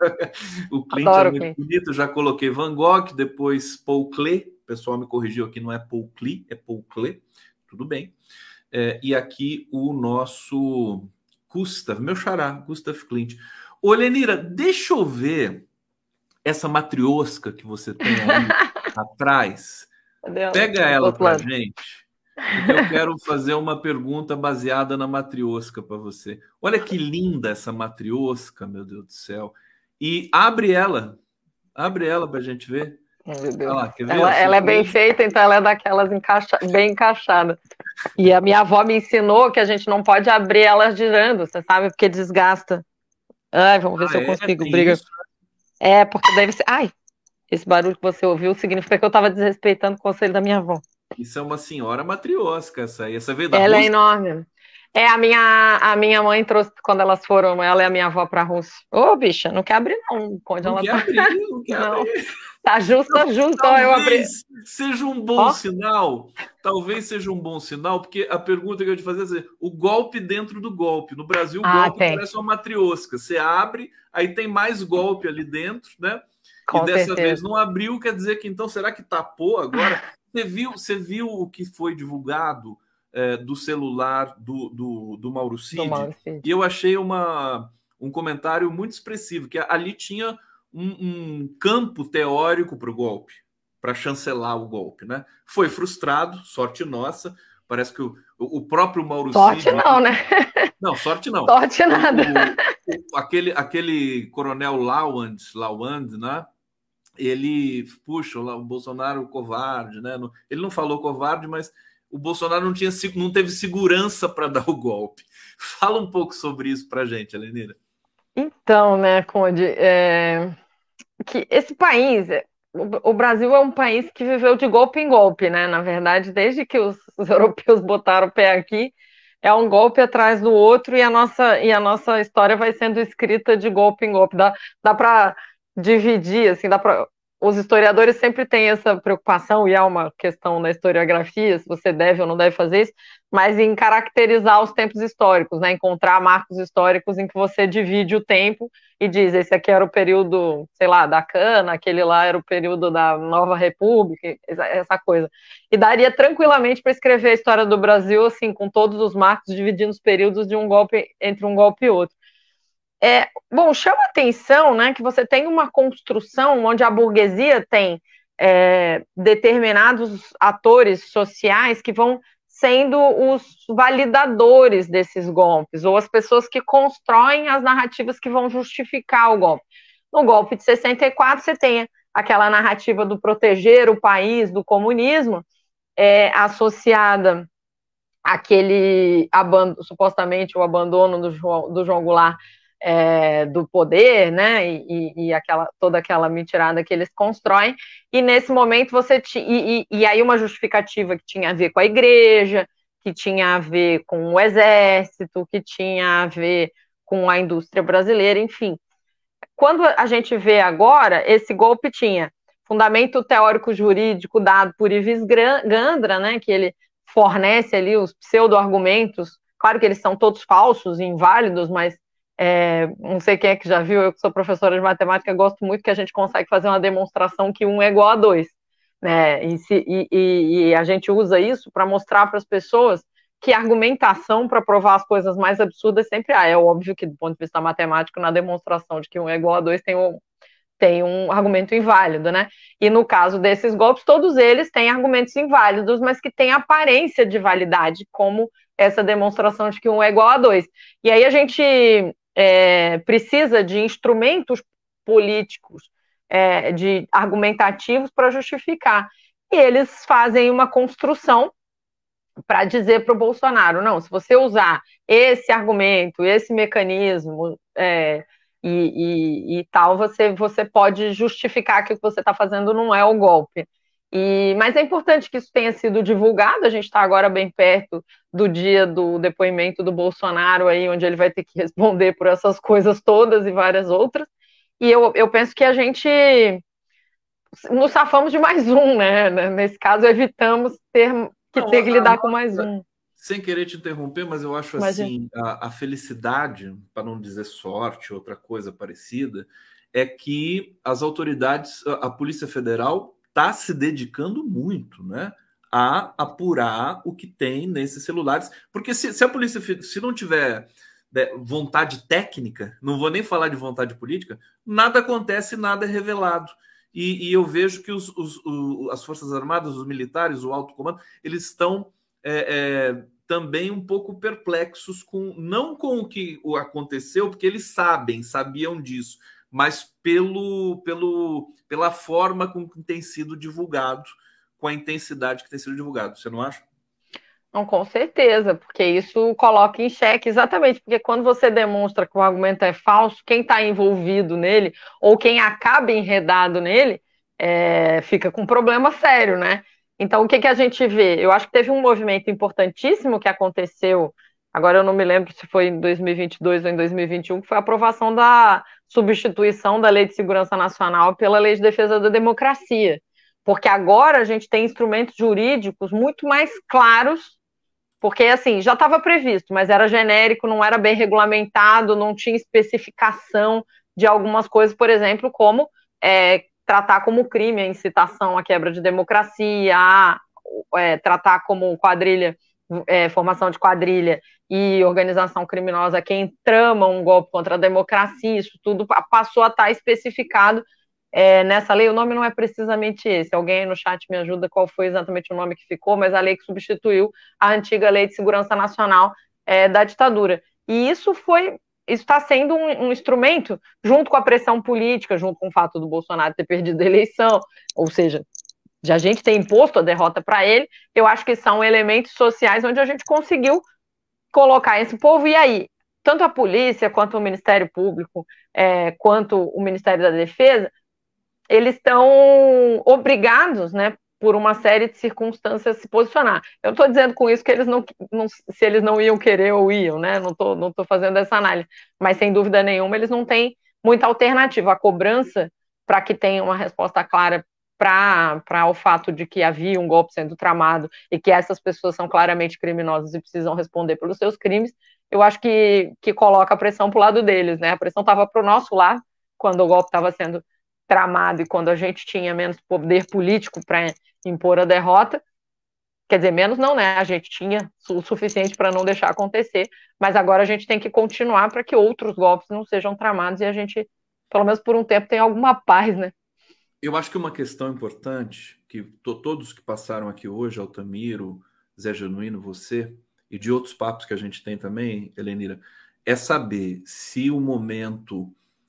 O Clint Adoro, é muito Clint. bonito. Já coloquei Van Gogh, depois Paul Klee. O pessoal me corrigiu aqui, não é Paul Klee, é Paul Klee. Tudo bem. É, e aqui o nosso Gustav, meu xará, Gustav Klimt. Ô, Lenira, deixa eu ver essa matriosca que você tem aí atrás. Pega ela pra gente. Porque eu quero fazer uma pergunta baseada na matriosca para você. Olha que linda essa matriosca, meu Deus do céu. E abre ela. Abre ela para a gente ver. Meu Deus. Ah, lá, quer ver? Ela, ela é bem feita, então ela é daquelas encaixa... bem encaixada. E a minha avó me ensinou que a gente não pode abrir elas girando, você sabe, porque desgasta. Ai, vamos ver Ah, se eu é? consigo. Tem Briga. isso? É, porque deve ser. Ai, esse barulho que você ouviu significa que eu estava desrespeitando o conselho da minha avó. Isso é uma senhora matriosca, essa aí. Essa veio da Ela é Rússia? enorme. É, a minha, a minha mãe trouxe quando elas foram, ela e a minha avó para a Rússia. Ô, bicha, não quer abrir, não. Onde Não ela quer tá? abrir, não quer Não. abrir. Tá justo, justo. Ó, eu abri. Talvez seja um bom Ó. sinal. Talvez seja um bom sinal, porque a pergunta que eu te fazer é assim, o golpe dentro do golpe. No Brasil, o Ah, golpe tem. parece uma matriosca. Você abre, aí tem mais golpe ali dentro, né? Com e dessa certeza. vez não abriu, quer dizer que então, será que tapou agora? Você viu, você viu o que foi divulgado é, do celular do, do, do Mauro Cid? Do Mauro Cid. E eu achei uma, um comentário muito expressivo, que ali tinha um, um campo teórico para o golpe, para chancelar o golpe, né? Foi frustrado, sorte nossa. Parece que o, o próprio Mauro Sorte Cid... não, né? Não, sorte não. Sorte nada. O, o, aquele, aquele coronel Lawand, Lawand, né? Ele, puxa, o Bolsonaro covarde, né? Ele não falou covarde, mas o Bolsonaro não, tinha, não teve segurança para dar o golpe. Fala um pouco sobre isso para a gente, Helenira. Então, né, Conde, é... que esse país, o Brasil é um país que viveu de golpe em golpe, né? Na verdade, desde que os, os europeus botaram o pé aqui, é um golpe atrás do outro e a nossa, e a nossa história vai sendo escrita de golpe em golpe. Dá, dá para dividir, assim, dá para... Os historiadores sempre têm essa preocupação, e há uma questão na historiografia, se você deve ou não deve fazer isso, mas em caracterizar os tempos históricos, né? Encontrar marcos históricos em que você divide o tempo e diz, esse aqui era o período, sei lá, da cana, aquele lá era o período da Nova República, essa coisa. E daria tranquilamente para escrever a história do Brasil, assim, com todos os marcos, dividindo os períodos de um golpe entre um golpe e outro. É, bom, chama atenção, né, que você tem uma construção onde a burguesia tem é, determinados atores sociais que vão sendo os validadores desses golpes, ou as pessoas que constroem as narrativas que vão justificar o golpe. No golpe de sessenta e quatro, você tem aquela narrativa do proteger o país do comunismo, é, associada àquele, supostamente, o abandono do João, do João Goulart, É, do poder, né, e, e aquela, toda aquela mentirada que eles constroem, e nesse momento você tinha, e, e aí uma justificativa que tinha a ver com a igreja, que tinha a ver com o exército, que tinha a ver com a indústria brasileira, enfim. Quando a gente vê agora, esse golpe tinha fundamento teórico-jurídico dado por Ives Gandra, né, que ele fornece ali os pseudo-argumentos, claro que eles são todos falsos e inválidos, mas É, não sei quem é que já viu, eu que sou professora de matemática, gosto muito que a gente consegue fazer uma demonstração que um é igual a dois, né? E, se, e, e, e a gente usa isso para mostrar para as pessoas que a argumentação para provar as coisas mais absurdas sempre há. É óbvio que, do ponto de vista matemático, na demonstração de que um é igual a dois tem um, tem um argumento inválido, né? E no caso desses golpes, todos eles têm argumentos inválidos, mas que têm aparência de validade, como essa demonstração de que um é igual a dois. E aí a gente É, precisa de instrumentos políticos, é, de argumentativos para justificar. E eles fazem uma construção para dizer para o Bolsonaro, não, se você usar esse argumento, esse mecanismo é, e, e, e tal, você, você pode justificar que o que você está fazendo não é o golpe. E, mas é importante que isso tenha sido divulgado, a gente está agora bem perto do dia do depoimento do Bolsonaro, aí, onde ele vai ter que responder por essas coisas todas e várias outras, e eu, eu penso que a gente nos safamos de mais um, né? Nesse caso, evitamos ter que, Não, ter que lidar com mais um. Sem querer te interromper, mas eu acho Imagina. assim, a, a felicidade, para não dizer sorte, outra coisa parecida, é que as autoridades, a, a Polícia Federal está se dedicando muito, né, a apurar o que tem nesses celulares, porque se, se a polícia, se não tiver né, vontade técnica, não vou nem falar de vontade política, nada acontece, nada é revelado. E, e eu vejo que os, os, os, as Forças Armadas, os militares, o alto comando, eles estão é, é, também um pouco perplexos com, não com o que aconteceu, porque eles sabem, sabiam disso, mas pelo, pelo, pela forma com que tem sido divulgado, com a intensidade que tem sido divulgado. Você não acha? Não, com certeza, porque isso coloca em xeque, exatamente, porque quando você demonstra que o argumento é falso, quem está envolvido nele, ou quem acaba enredado nele, é, fica com um problema sério, né? Então, o que, que a gente vê? Eu acho que teve um movimento importantíssimo que aconteceu, agora eu não me lembro se foi em dois mil e vinte e dois ou em dois mil e vinte e um, que foi a aprovação da substituição da Lei de Segurança Nacional pela Lei de Defesa da Democracia. Porque agora a gente tem instrumentos jurídicos muito mais claros, porque assim, já estava previsto, mas era genérico, não era bem regulamentado, não tinha especificação de algumas coisas, por exemplo, como é, tratar como crime a incitação à quebra de democracia, a, é, tratar como quadrilha, é, formação de quadrilha e organização criminosa quem trama um golpe contra a democracia, isso tudo passou a estar especificado é, nessa lei. O nome não é precisamente esse, alguém aí no chat me ajuda qual foi exatamente o nome que ficou, mas a lei que substituiu a antiga Lei de Segurança Nacional é, da ditadura. E isso foi, isso está sendo um, um instrumento, junto com a pressão política, junto com o fato do Bolsonaro ter perdido a eleição, ou seja, de a gente ter imposto a derrota para ele, eu acho que são elementos sociais onde a gente conseguiu colocar esse povo, e aí, tanto a polícia, quanto o Ministério Público, é, quanto o Ministério da Defesa, eles estão obrigados, né, por uma série de circunstâncias, a se posicionar. Eu não estou dizendo com isso que eles não, não, se eles não iam querer ou iam, né, não estou não tô fazendo essa análise, mas sem dúvida nenhuma eles não têm muita alternativa. A cobrança para que tenha uma resposta clara para o fato de que havia um golpe sendo tramado e que essas pessoas são claramente criminosas e precisam responder pelos seus crimes, eu acho que, que coloca a pressão para o lado deles, né? A pressão estava para o nosso lado, quando o golpe estava sendo tramado e quando a gente tinha menos poder político para impor a derrota. Quer dizer, menos não, né? A gente tinha o suficiente para não deixar acontecer, mas agora a gente tem que continuar para que outros golpes não sejam tramados e a gente, pelo menos por um tempo, tenha alguma paz, né? Eu acho que uma questão importante, que to, todos que passaram aqui hoje, Altamiro, Zé Genuíno, você, e de outros papos que a gente tem também, Helenira, é saber se o momento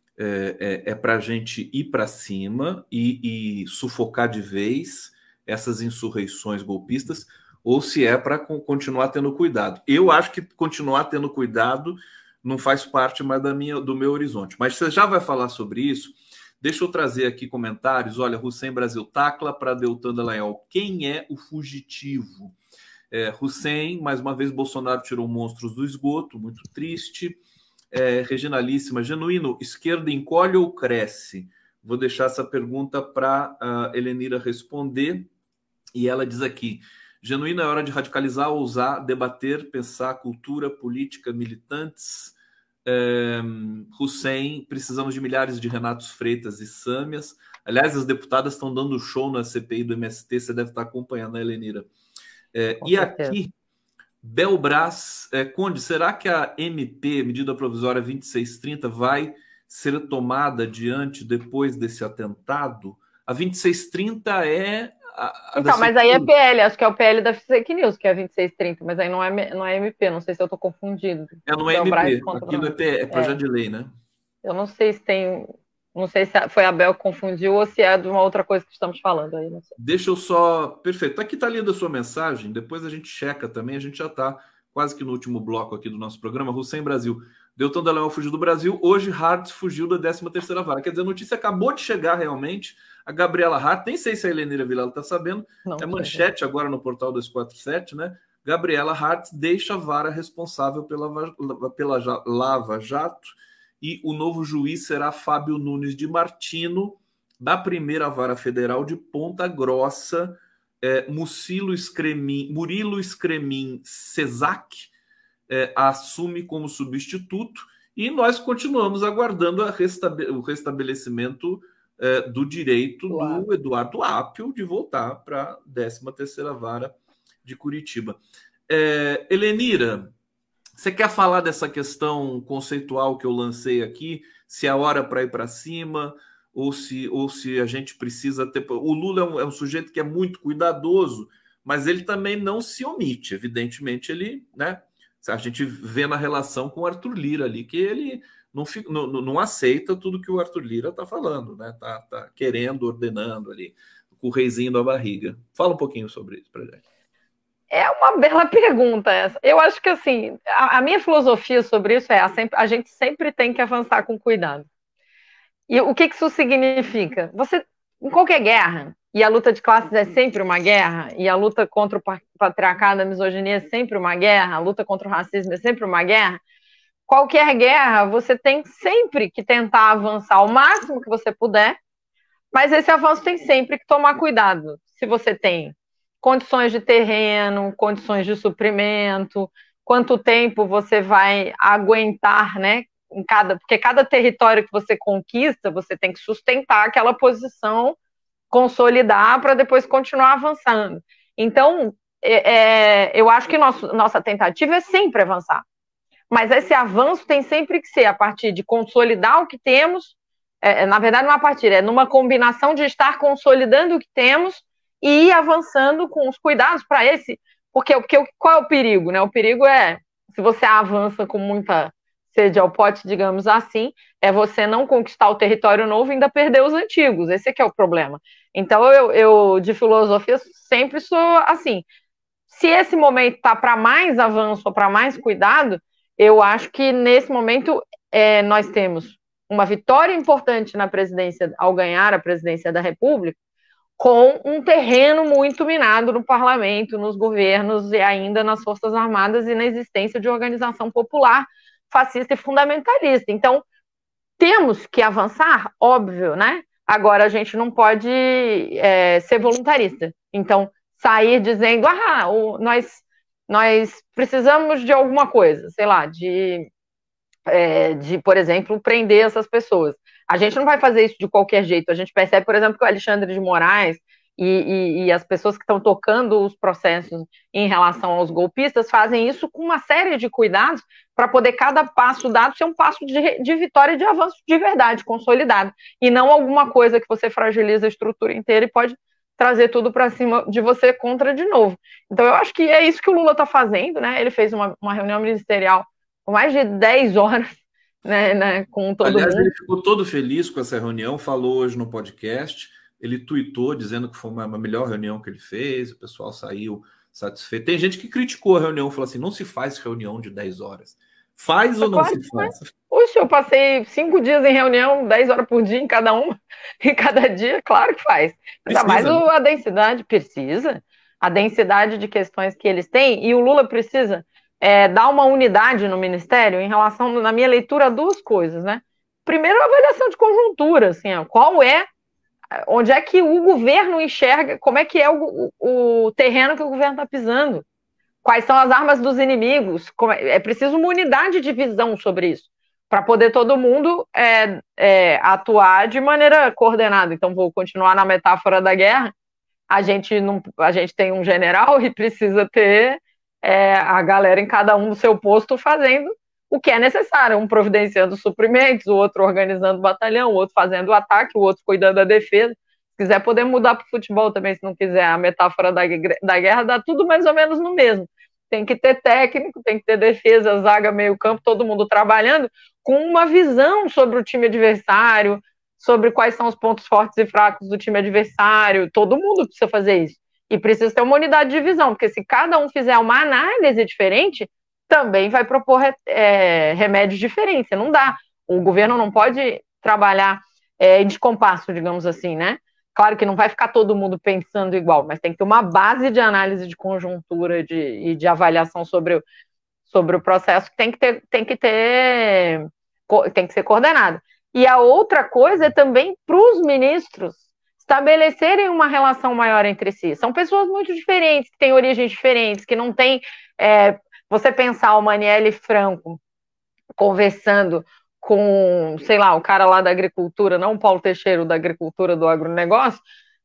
é, é, é para a gente ir para cima e, e sufocar de vez essas insurreições golpistas, ou se é para continuar tendo cuidado. Eu acho que continuar tendo cuidado não faz parte mais da minha, do meu horizonte. Mas você já vai falar sobre isso. Deixa eu trazer aqui comentários. Olha, Hussein Brasil Tacla para Deltan Dallagnol. Quem é o fugitivo? É, Hussein, mais uma vez, Bolsonaro tirou monstros do esgoto, muito triste. É, Reginalíssima, Genuíno, esquerda encolhe ou cresce? Vou deixar essa pergunta para a Helenira responder. E ela diz aqui, Genuíno, é hora de radicalizar, ousar, debater, pensar cultura, política, militantes. É, Hussein, precisamos de milhares de Renatos Freitas e Sâmias. Aliás, as deputadas estão dando show na C P I do M S T, você deve estar acompanhando, né, Helenira? É, e certeza. Aqui, Belbras, é, Conde, será que a M P, medida provisória vinte e seis trinta, vai ser tomada diante depois desse atentado? A vinte e seis trinta é... A, a então, mas aí é P L, acho que é o P L da Fake News, que é vinte e seis trinta, mas aí não é, não é M P, não sei se eu estou confundido. É, não é M P, aquilo é, P, é projeto é. de lei, né? Eu não sei se tem, não sei se foi a Bel que confundiu ou se é de uma outra coisa que estamos falando aí. Não sei. Deixa eu só... Perfeito, aqui está lida a sua mensagem, depois a gente checa também, a gente já está quase que no último bloco aqui do nosso programa. Hussein Brasil, Deltan Dallagnol fugiu do Brasil, hoje Hartz fugiu da décima terceira vara. Quer dizer, a notícia acabou de chegar realmente. A Gabriela Hart, nem sei se a Helenira Vilela está sabendo, não, é manchete não. agora no portal dois quatro sete, né? Gabriela Hart deixa a vara responsável pela, pela Lava Jato e o novo juiz será Fábio Nunes de Martino, da primeira vara federal de Ponta Grossa, é, Mucilo Scremin, Murilo Scremin Cesac é, assume como substituto e nós continuamos aguardando a restabe- o restabelecimento É, do direito do Eduardo Apio de voltar para a décima terceira vara de Curitiba. É, Helenira, você quer falar dessa questão conceitual que eu lancei aqui? Se é a hora para ir para cima ou se, ou se a gente precisa ter... O Lula é um, é um sujeito que é muito cuidadoso, mas ele também não se omite. Evidentemente, ele, né? A gente vê na relação com o Arthur Lira ali que ele não, fica, não, não aceita tudo que o Arthur Lira está falando, né? Tá, tá querendo, ordenando ali, com o reizinho da barriga. Fala um pouquinho sobre isso para gente. É uma bela pergunta essa. Eu acho que, assim, a, a minha filosofia sobre isso é a, sempre, a gente sempre tem que avançar com cuidado. E o que, que isso significa? Você, em qualquer guerra, e a luta de classes é sempre uma guerra, e a luta contra o patriarcado, a misoginia é sempre uma guerra, a luta contra o racismo é sempre uma guerra, qualquer guerra, você tem sempre que tentar avançar o máximo que você puder, mas esse avanço tem sempre que tomar cuidado. Se você tem condições de terreno, condições de suprimento, quanto tempo você vai aguentar, né? Em cada, porque cada território que você conquista, você tem que sustentar aquela posição, consolidar para depois continuar avançando. Então, é, é, eu acho que nosso, nossa tentativa é sempre avançar. Mas esse avanço tem sempre que ser a partir de consolidar o que temos, é, na verdade não é a partir, é numa combinação de estar consolidando o que temos e ir avançando com os cuidados para esse, porque, porque qual é o perigo, né? O perigo é, se você avança com muita sede ao pote, digamos assim, é você não conquistar o território novo e ainda perder os antigos, esse é que é o problema. Então eu, eu de filosofia, sempre sou assim, se esse momento está para mais avanço ou para mais cuidado, eu acho que nesse momento é, nós temos uma vitória importante na presidência, ao ganhar a presidência da República, com um terreno muito minado no parlamento, nos governos e ainda nas Forças Armadas e na existência de organização popular fascista e fundamentalista. Então, temos que avançar, óbvio, né? Agora, a gente não pode é, ser voluntarista. Então, sair dizendo, ah, o, nós, nós precisamos de alguma coisa, sei lá, de, é, de, por exemplo, prender essas pessoas. A gente não vai fazer isso de qualquer jeito. A gente percebe, por exemplo, que o Alexandre de Moraes e, e, e as pessoas que estão tocando os processos em relação aos golpistas fazem isso com uma série de cuidados para poder cada passo dado ser um passo de, de vitória e de avanço de verdade, consolidado, e não alguma coisa que você fragiliza a estrutura inteira e pode trazer tudo para cima de você contra de novo. Então eu acho que é isso que o Lula está fazendo, né? Ele fez uma, uma reunião ministerial com mais de dez horas, né, né, com todo Aliás, mundo. Ele ficou todo feliz com essa reunião, falou hoje no podcast, ele tuitou dizendo que foi uma, uma melhor reunião que ele fez, o pessoal saiu satisfeito. Tem gente que criticou a reunião, falou assim, não se faz reunião de dez horas. Faz ou não claro se faz? Puxa, eu passei cinco dias em reunião, dez horas por dia em cada uma, em cada dia, claro que faz. Ainda Precisa, mais o, né? a densidade, precisa, a densidade de questões que eles têm, e o Lula precisa é, dar uma unidade no Ministério em relação, na minha leitura, a duas coisas, né? Primeiro, a avaliação de conjuntura, assim, ó, qual é, onde é que o governo enxerga, como é que é o, o, o terreno que o governo está pisando, quais são as armas dos inimigos, é, é preciso uma unidade de visão sobre isso, para poder todo mundo é, é, atuar de maneira coordenada. Então, vou continuar na metáfora da guerra, a gente, não, a gente tem um general e precisa ter é, a galera em cada um do seu posto fazendo o que é necessário, um providenciando suprimentos, o outro organizando o batalhão, o outro fazendo o ataque, o outro cuidando da defesa. Se quiser poder mudar para o futebol também, se não quiser, a metáfora da, da guerra dá tudo mais ou menos no mesmo. Tem que ter técnico, tem que ter defesa, zaga, meio campo, todo mundo trabalhando com uma visão sobre o time adversário, sobre quais são os pontos fortes e fracos do time adversário. Todo mundo precisa fazer isso. E precisa ter uma unidade de visão, porque se cada um fizer uma análise diferente, também vai propor é, remédios diferentes. Não dá. O governo não pode trabalhar é, em descompasso, digamos assim, né? Claro que não vai ficar todo mundo pensando igual, mas tem que ter uma base de análise de conjuntura de, e de avaliação sobre o, sobre o processo que tem que ter, tem que ter, tem que ser coordenado. E a outra coisa é também para os ministros estabelecerem uma relação maior entre si. São pessoas muito diferentes, que têm origens diferentes, que não têm... É, você pensar o Maniele Franco conversando com, sei lá, o cara lá da agricultura, não o Paulo Teixeira, da agricultura do agronegócio,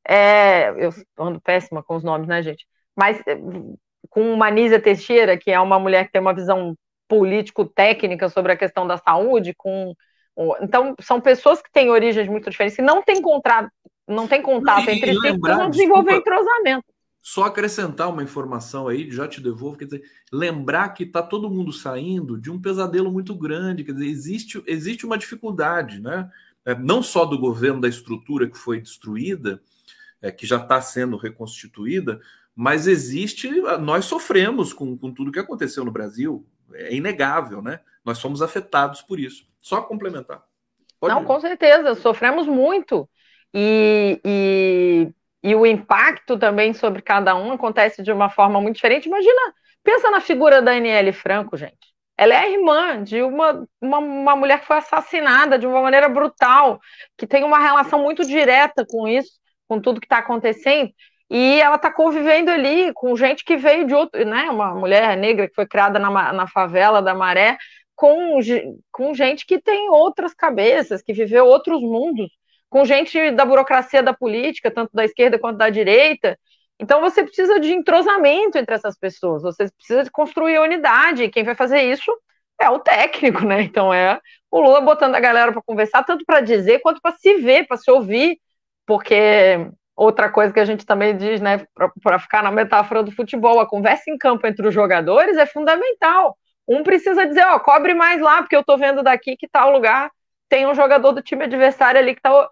é, eu ando péssima com os nomes, né, gente? Mas com uma Nízia Teixeira, que é uma mulher que tem uma visão político-técnica sobre a questão da saúde, com... Então, são pessoas que têm origens muito diferentes, e não têm, contra... não tem contato e, entre e si, lembrar, porque não desenvolver desculpa, entrosamento. só acrescentar uma informação aí, já te devolvo, quer dizer, lembrar que está todo mundo saindo de um pesadelo muito grande, quer dizer, existe, existe uma dificuldade, né? É, não só do governo, da estrutura que foi destruída, é, que já está sendo reconstituída, mas existe, nós sofremos com, com tudo que aconteceu no Brasil, é inegável, né? Nós somos afetados por isso. Só complementar. Pode Não, ir. com certeza, sofremos muito. E... e... E o impacto também sobre cada um acontece de uma forma muito diferente. Imagina, pensa na figura da Aniele Franco, gente. Ela é a irmã de uma, uma, uma mulher que foi assassinada de uma maneira brutal, que tem uma relação muito direta com isso, com tudo que está acontecendo. E ela está convivendo ali com gente que veio de outro, né? Uma mulher negra que foi criada na, na favela da Maré, com, com gente que tem outras cabeças, que viveu outros mundos, com gente da burocracia da política, tanto da esquerda quanto da direita. Então você precisa de entrosamento entre essas pessoas, você precisa de construir unidade, e quem vai fazer isso é o técnico, né? Então é o Lula botando a galera para conversar, tanto para dizer quanto para se ver, para se ouvir, porque outra coisa que a gente também diz, né, para ficar na metáfora do futebol, a conversa em campo entre os jogadores é fundamental. Um precisa dizer, ó, cobre mais lá, porque eu tô vendo daqui que tal lugar tem um jogador do time adversário ali que tá...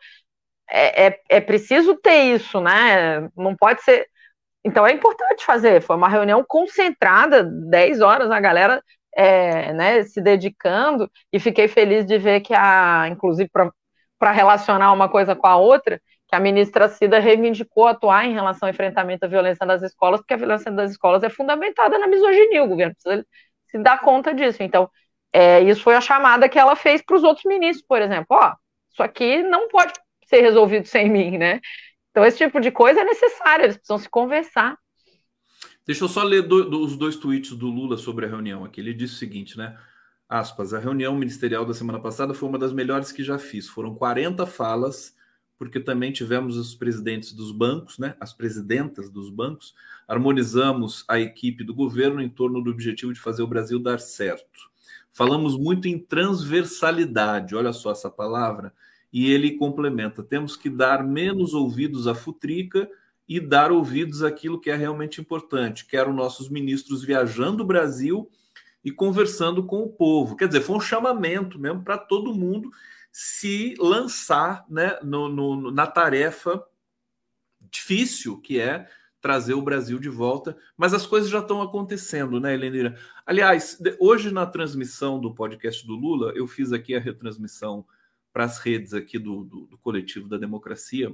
É, é, é preciso ter isso, né? Não pode ser... Então é importante fazer. Foi uma reunião concentrada, dez horas, a galera é, né, se dedicando, e fiquei feliz de ver que, a, inclusive, para relacionar uma coisa com a outra, que a ministra Cida reivindicou atuar em relação ao enfrentamento à violência das escolas, porque a violência das escolas é fundamentada na misoginia. O governo precisa se dar conta disso. Então, É, isso foi a chamada que ela fez para os outros ministros, por exemplo. Ó, isso aqui não pode ser resolvido sem mim, né? Então, esse tipo de coisa é necessário, eles precisam se conversar. Deixa eu só ler do, do, os dois tweets do Lula sobre a reunião aqui. Ele disse o seguinte, né? Aspas, a reunião ministerial da semana passada foi uma das melhores que já fiz. Foram quarenta falas, porque também tivemos os presidentes dos bancos, né? As presidentas dos bancos. Harmonizamos a equipe do governo em torno do objetivo de fazer o Brasil dar certo. Falamos muito em transversalidade, olha só essa palavra, e ele complementa, temos que dar menos ouvidos à futrica e dar ouvidos àquilo que é realmente importante. Quero nossos ministros viajando o Brasil e conversando com o povo. Quer dizer, foi um chamamento mesmo para todo mundo se lançar, né, no, no, na tarefa difícil que é trazer o Brasil de volta, mas as coisas já estão acontecendo, né, Helenira? Aliás, hoje na transmissão do podcast do Lula, eu fiz aqui a retransmissão para as redes aqui do, do, do Coletivo da Democracia,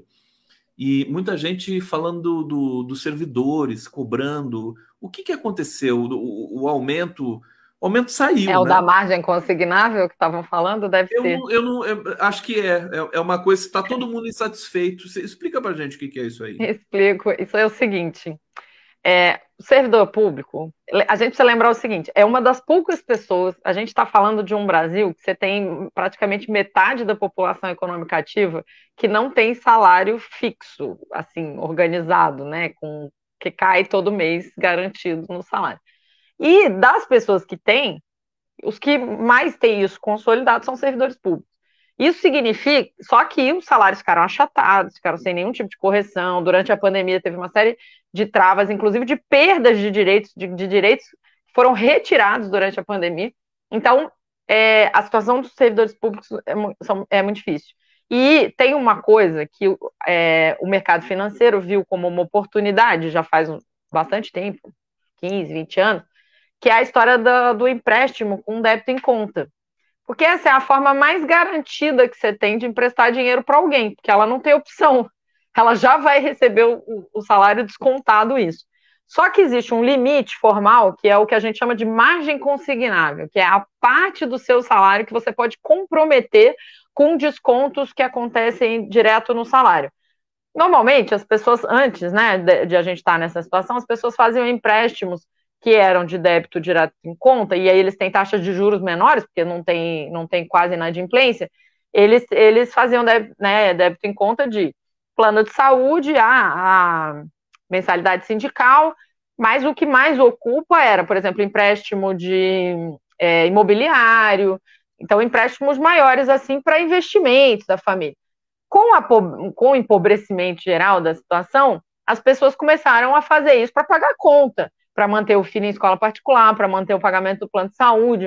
e muita gente falando do, dos servidores, cobrando. O que, que aconteceu? O, o aumento... O aumento saiu, É o né? da margem consignável que estavam falando, deve eu ser. Não, eu não eu acho que é. É, é uma coisa, está todo mundo insatisfeito. Você explica para a gente o que, que é isso aí. Explico. Isso é o seguinte. É, o servidor público, a gente precisa lembrar o seguinte, é uma das poucas pessoas, a gente está falando de um Brasil que você tem praticamente metade da população econômica ativa que não tem salário fixo, assim, organizado, né, com, que cai todo mês garantido no salário. E das pessoas que têm, os que mais têm isso consolidado são servidores públicos. Isso significa, só que os salários ficaram achatados, ficaram sem nenhum tipo de correção. Durante a pandemia teve uma série de travas, inclusive de perdas de direitos, de, de direitos que foram retirados durante a pandemia. Então, é, a situação dos servidores públicos é, são, é muito difícil. E tem uma coisa que é, o mercado financeiro viu como uma oportunidade, já faz um, bastante tempo, quinze, vinte anos, que é a história do, do empréstimo com débito em conta. Porque essa é a forma mais garantida que você tem de emprestar dinheiro para alguém, porque ela não tem opção. Ela já vai receber o, o salário descontado isso. Só que existe um limite formal, que é o que a gente chama de margem consignável, que é a parte do seu salário que você pode comprometer com descontos que acontecem direto no salário. Normalmente, as pessoas, antes, né, de, de a gente estar nessa situação, as pessoas faziam empréstimos que eram de débito direto em conta, e aí eles têm taxas de juros menores, porque não tem, não tem quase inadimplência, eles, eles faziam débito, né, débito em conta de plano de saúde, a, a mensalidade sindical, mas o que mais ocupa era, por exemplo, empréstimo de é, imobiliário, então empréstimos maiores assim para investimentos da família. Com, a, com o empobrecimento geral da situação, as pessoas começaram a fazer isso para pagar conta, para manter o filho em escola particular, para manter o pagamento do plano de saúde.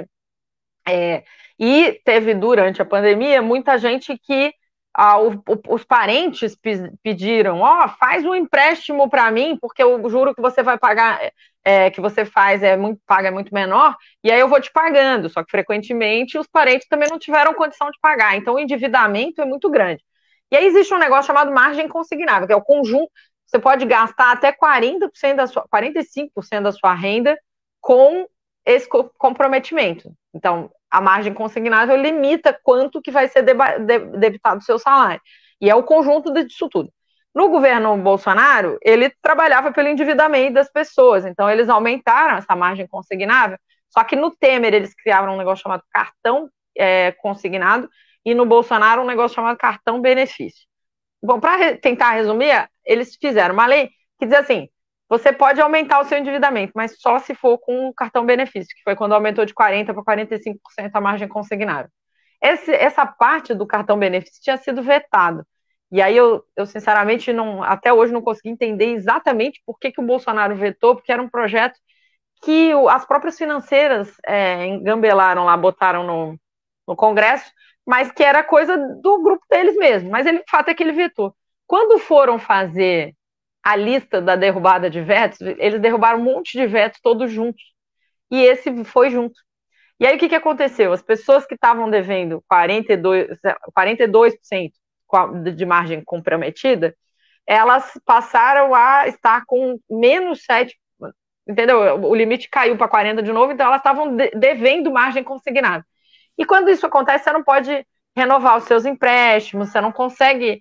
É, e teve, durante a pandemia, muita gente que ah, o, o, os parentes pediram, ó, oh, faz um empréstimo para mim, porque o juro que você vai pagar, é, que você faz, é muito, paga é muito menor, e aí eu vou te pagando. Só que, frequentemente, os parentes também não tiveram condição de pagar. Então, o endividamento é muito grande. E aí existe um negócio chamado margem consignável, que é o conjunto. Você pode gastar até quarenta por cento da sua, quarenta e cinco por cento da sua renda com esse comprometimento. Então, a margem consignável limita quanto que vai ser debitado do seu salário. E é o conjunto disso tudo. No governo Bolsonaro, ele trabalhava pelo endividamento das pessoas. Então, eles aumentaram essa margem consignável. Só que no Temer, eles criaram um negócio chamado cartão é, consignado, e no Bolsonaro, um negócio chamado cartão benefício. Bom, para re- tentar resumir, eles fizeram uma lei que diz assim, você pode aumentar o seu endividamento, mas só se for com o cartão benefício, que foi quando aumentou de quarenta por cento para quarenta e cinco por cento a margem consignável. Esse, essa parte do cartão benefício tinha sido vetado. E aí eu, eu sinceramente, não, até hoje não consegui entender exatamente por que, que o Bolsonaro vetou, porque era um projeto que o, as próprias financeiras é, engambelaram lá, botaram no, no Congresso, mas que era coisa do grupo deles mesmo. Mas ele, o fato é que ele vetou. Quando foram fazer a lista da derrubada de vetos, eles derrubaram um monte de vetos todos juntos. E esse foi junto. E aí o que, que aconteceu? As pessoas que estavam devendo quarenta e dois por cento de margem comprometida, elas passaram a estar com menos sete por cento, entendeu? O limite caiu para quarenta por cento de novo, então elas estavam devendo margem consignada. E quando isso acontece, você não pode renovar os seus empréstimos, você não consegue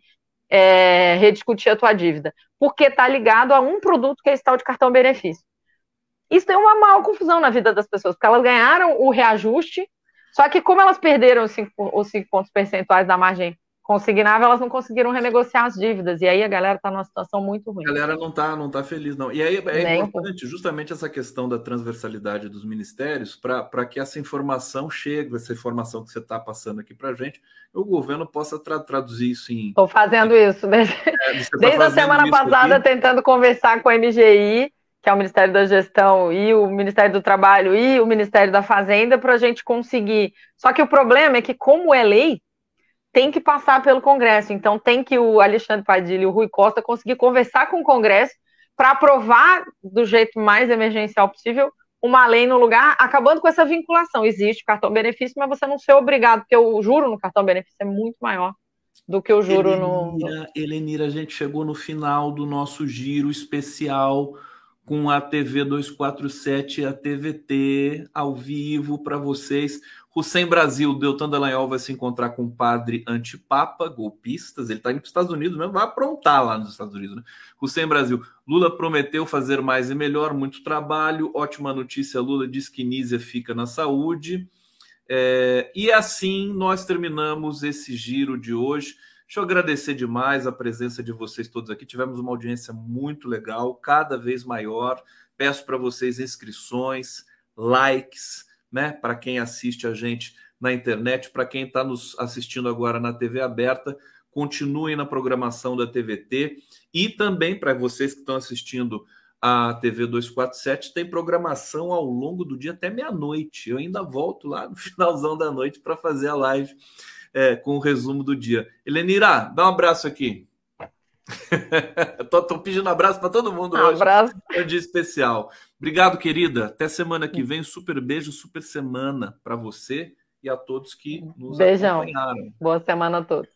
é, rediscutir a tua dívida, porque está ligado a um produto que é esse tal de cartão benefício. Isso tem uma maior confusão na vida das pessoas, porque elas ganharam o reajuste, só que como elas perderam os cinco, os cinco pontos percentuais da margem consignável, elas não conseguiram renegociar as dívidas, e aí a galera está numa situação muito ruim. A galera não está não tá feliz, não. E aí é Nem importante um justamente essa questão da transversalidade dos ministérios para que essa informação chegue, essa informação que você está passando aqui para a gente, o governo possa tra traduzir isso em... Estou fazendo isso, desde, é, desde tá a semana passada, aqui. Tentando conversar com o M G I, que é o Ministério da Gestão, e o Ministério do Trabalho, e o Ministério da Fazenda, para a gente conseguir... Só que o problema é que, como é lei, tem que passar pelo Congresso, então tem que o Alexandre Padilha e o Rui Costa conseguir conversar com o Congresso para aprovar do jeito mais emergencial possível uma lei no lugar, acabando com essa vinculação. Existe cartão-benefício, mas você não ser obrigado, porque o juro no cartão-benefício é muito maior do que o juro Helenira, no... Helenira, a gente chegou no final do nosso giro especial com a T V duzentos e quarenta e sete, a T V T, ao vivo para vocês. Hussein Brasil, Deltan Dallagnol vai se encontrar com o padre antipapa, golpistas, ele está indo para os Estados Unidos mesmo, vai aprontar lá nos Estados Unidos, né? Hussein Brasil, Lula prometeu fazer mais e melhor, muito trabalho, ótima notícia, Lula diz que Nízia fica na saúde, é, e assim nós terminamos esse giro de hoje. Deixa eu agradecer demais a presença de vocês todos aqui, tivemos uma audiência muito legal, cada vez maior, peço para vocês inscrições, likes, né, para quem assiste a gente na internet, para quem está nos assistindo agora na T V aberta, continuem na programação da T V T e também para vocês que estão assistindo a T V duzentos e quarenta e sete, tem programação ao longo do dia até meia-noite. Eu ainda volto lá no finalzão da noite para fazer a live é, com o resumo do dia. Helenira, dá um abraço aqui. tô, tô pedindo abraço para todo mundo um hoje. Abraço. É um dia especial. Obrigado, querida. Até semana que vem. Super beijo, super semana para você e a todos que nos Beijão. acompanharam. Boa semana a todos.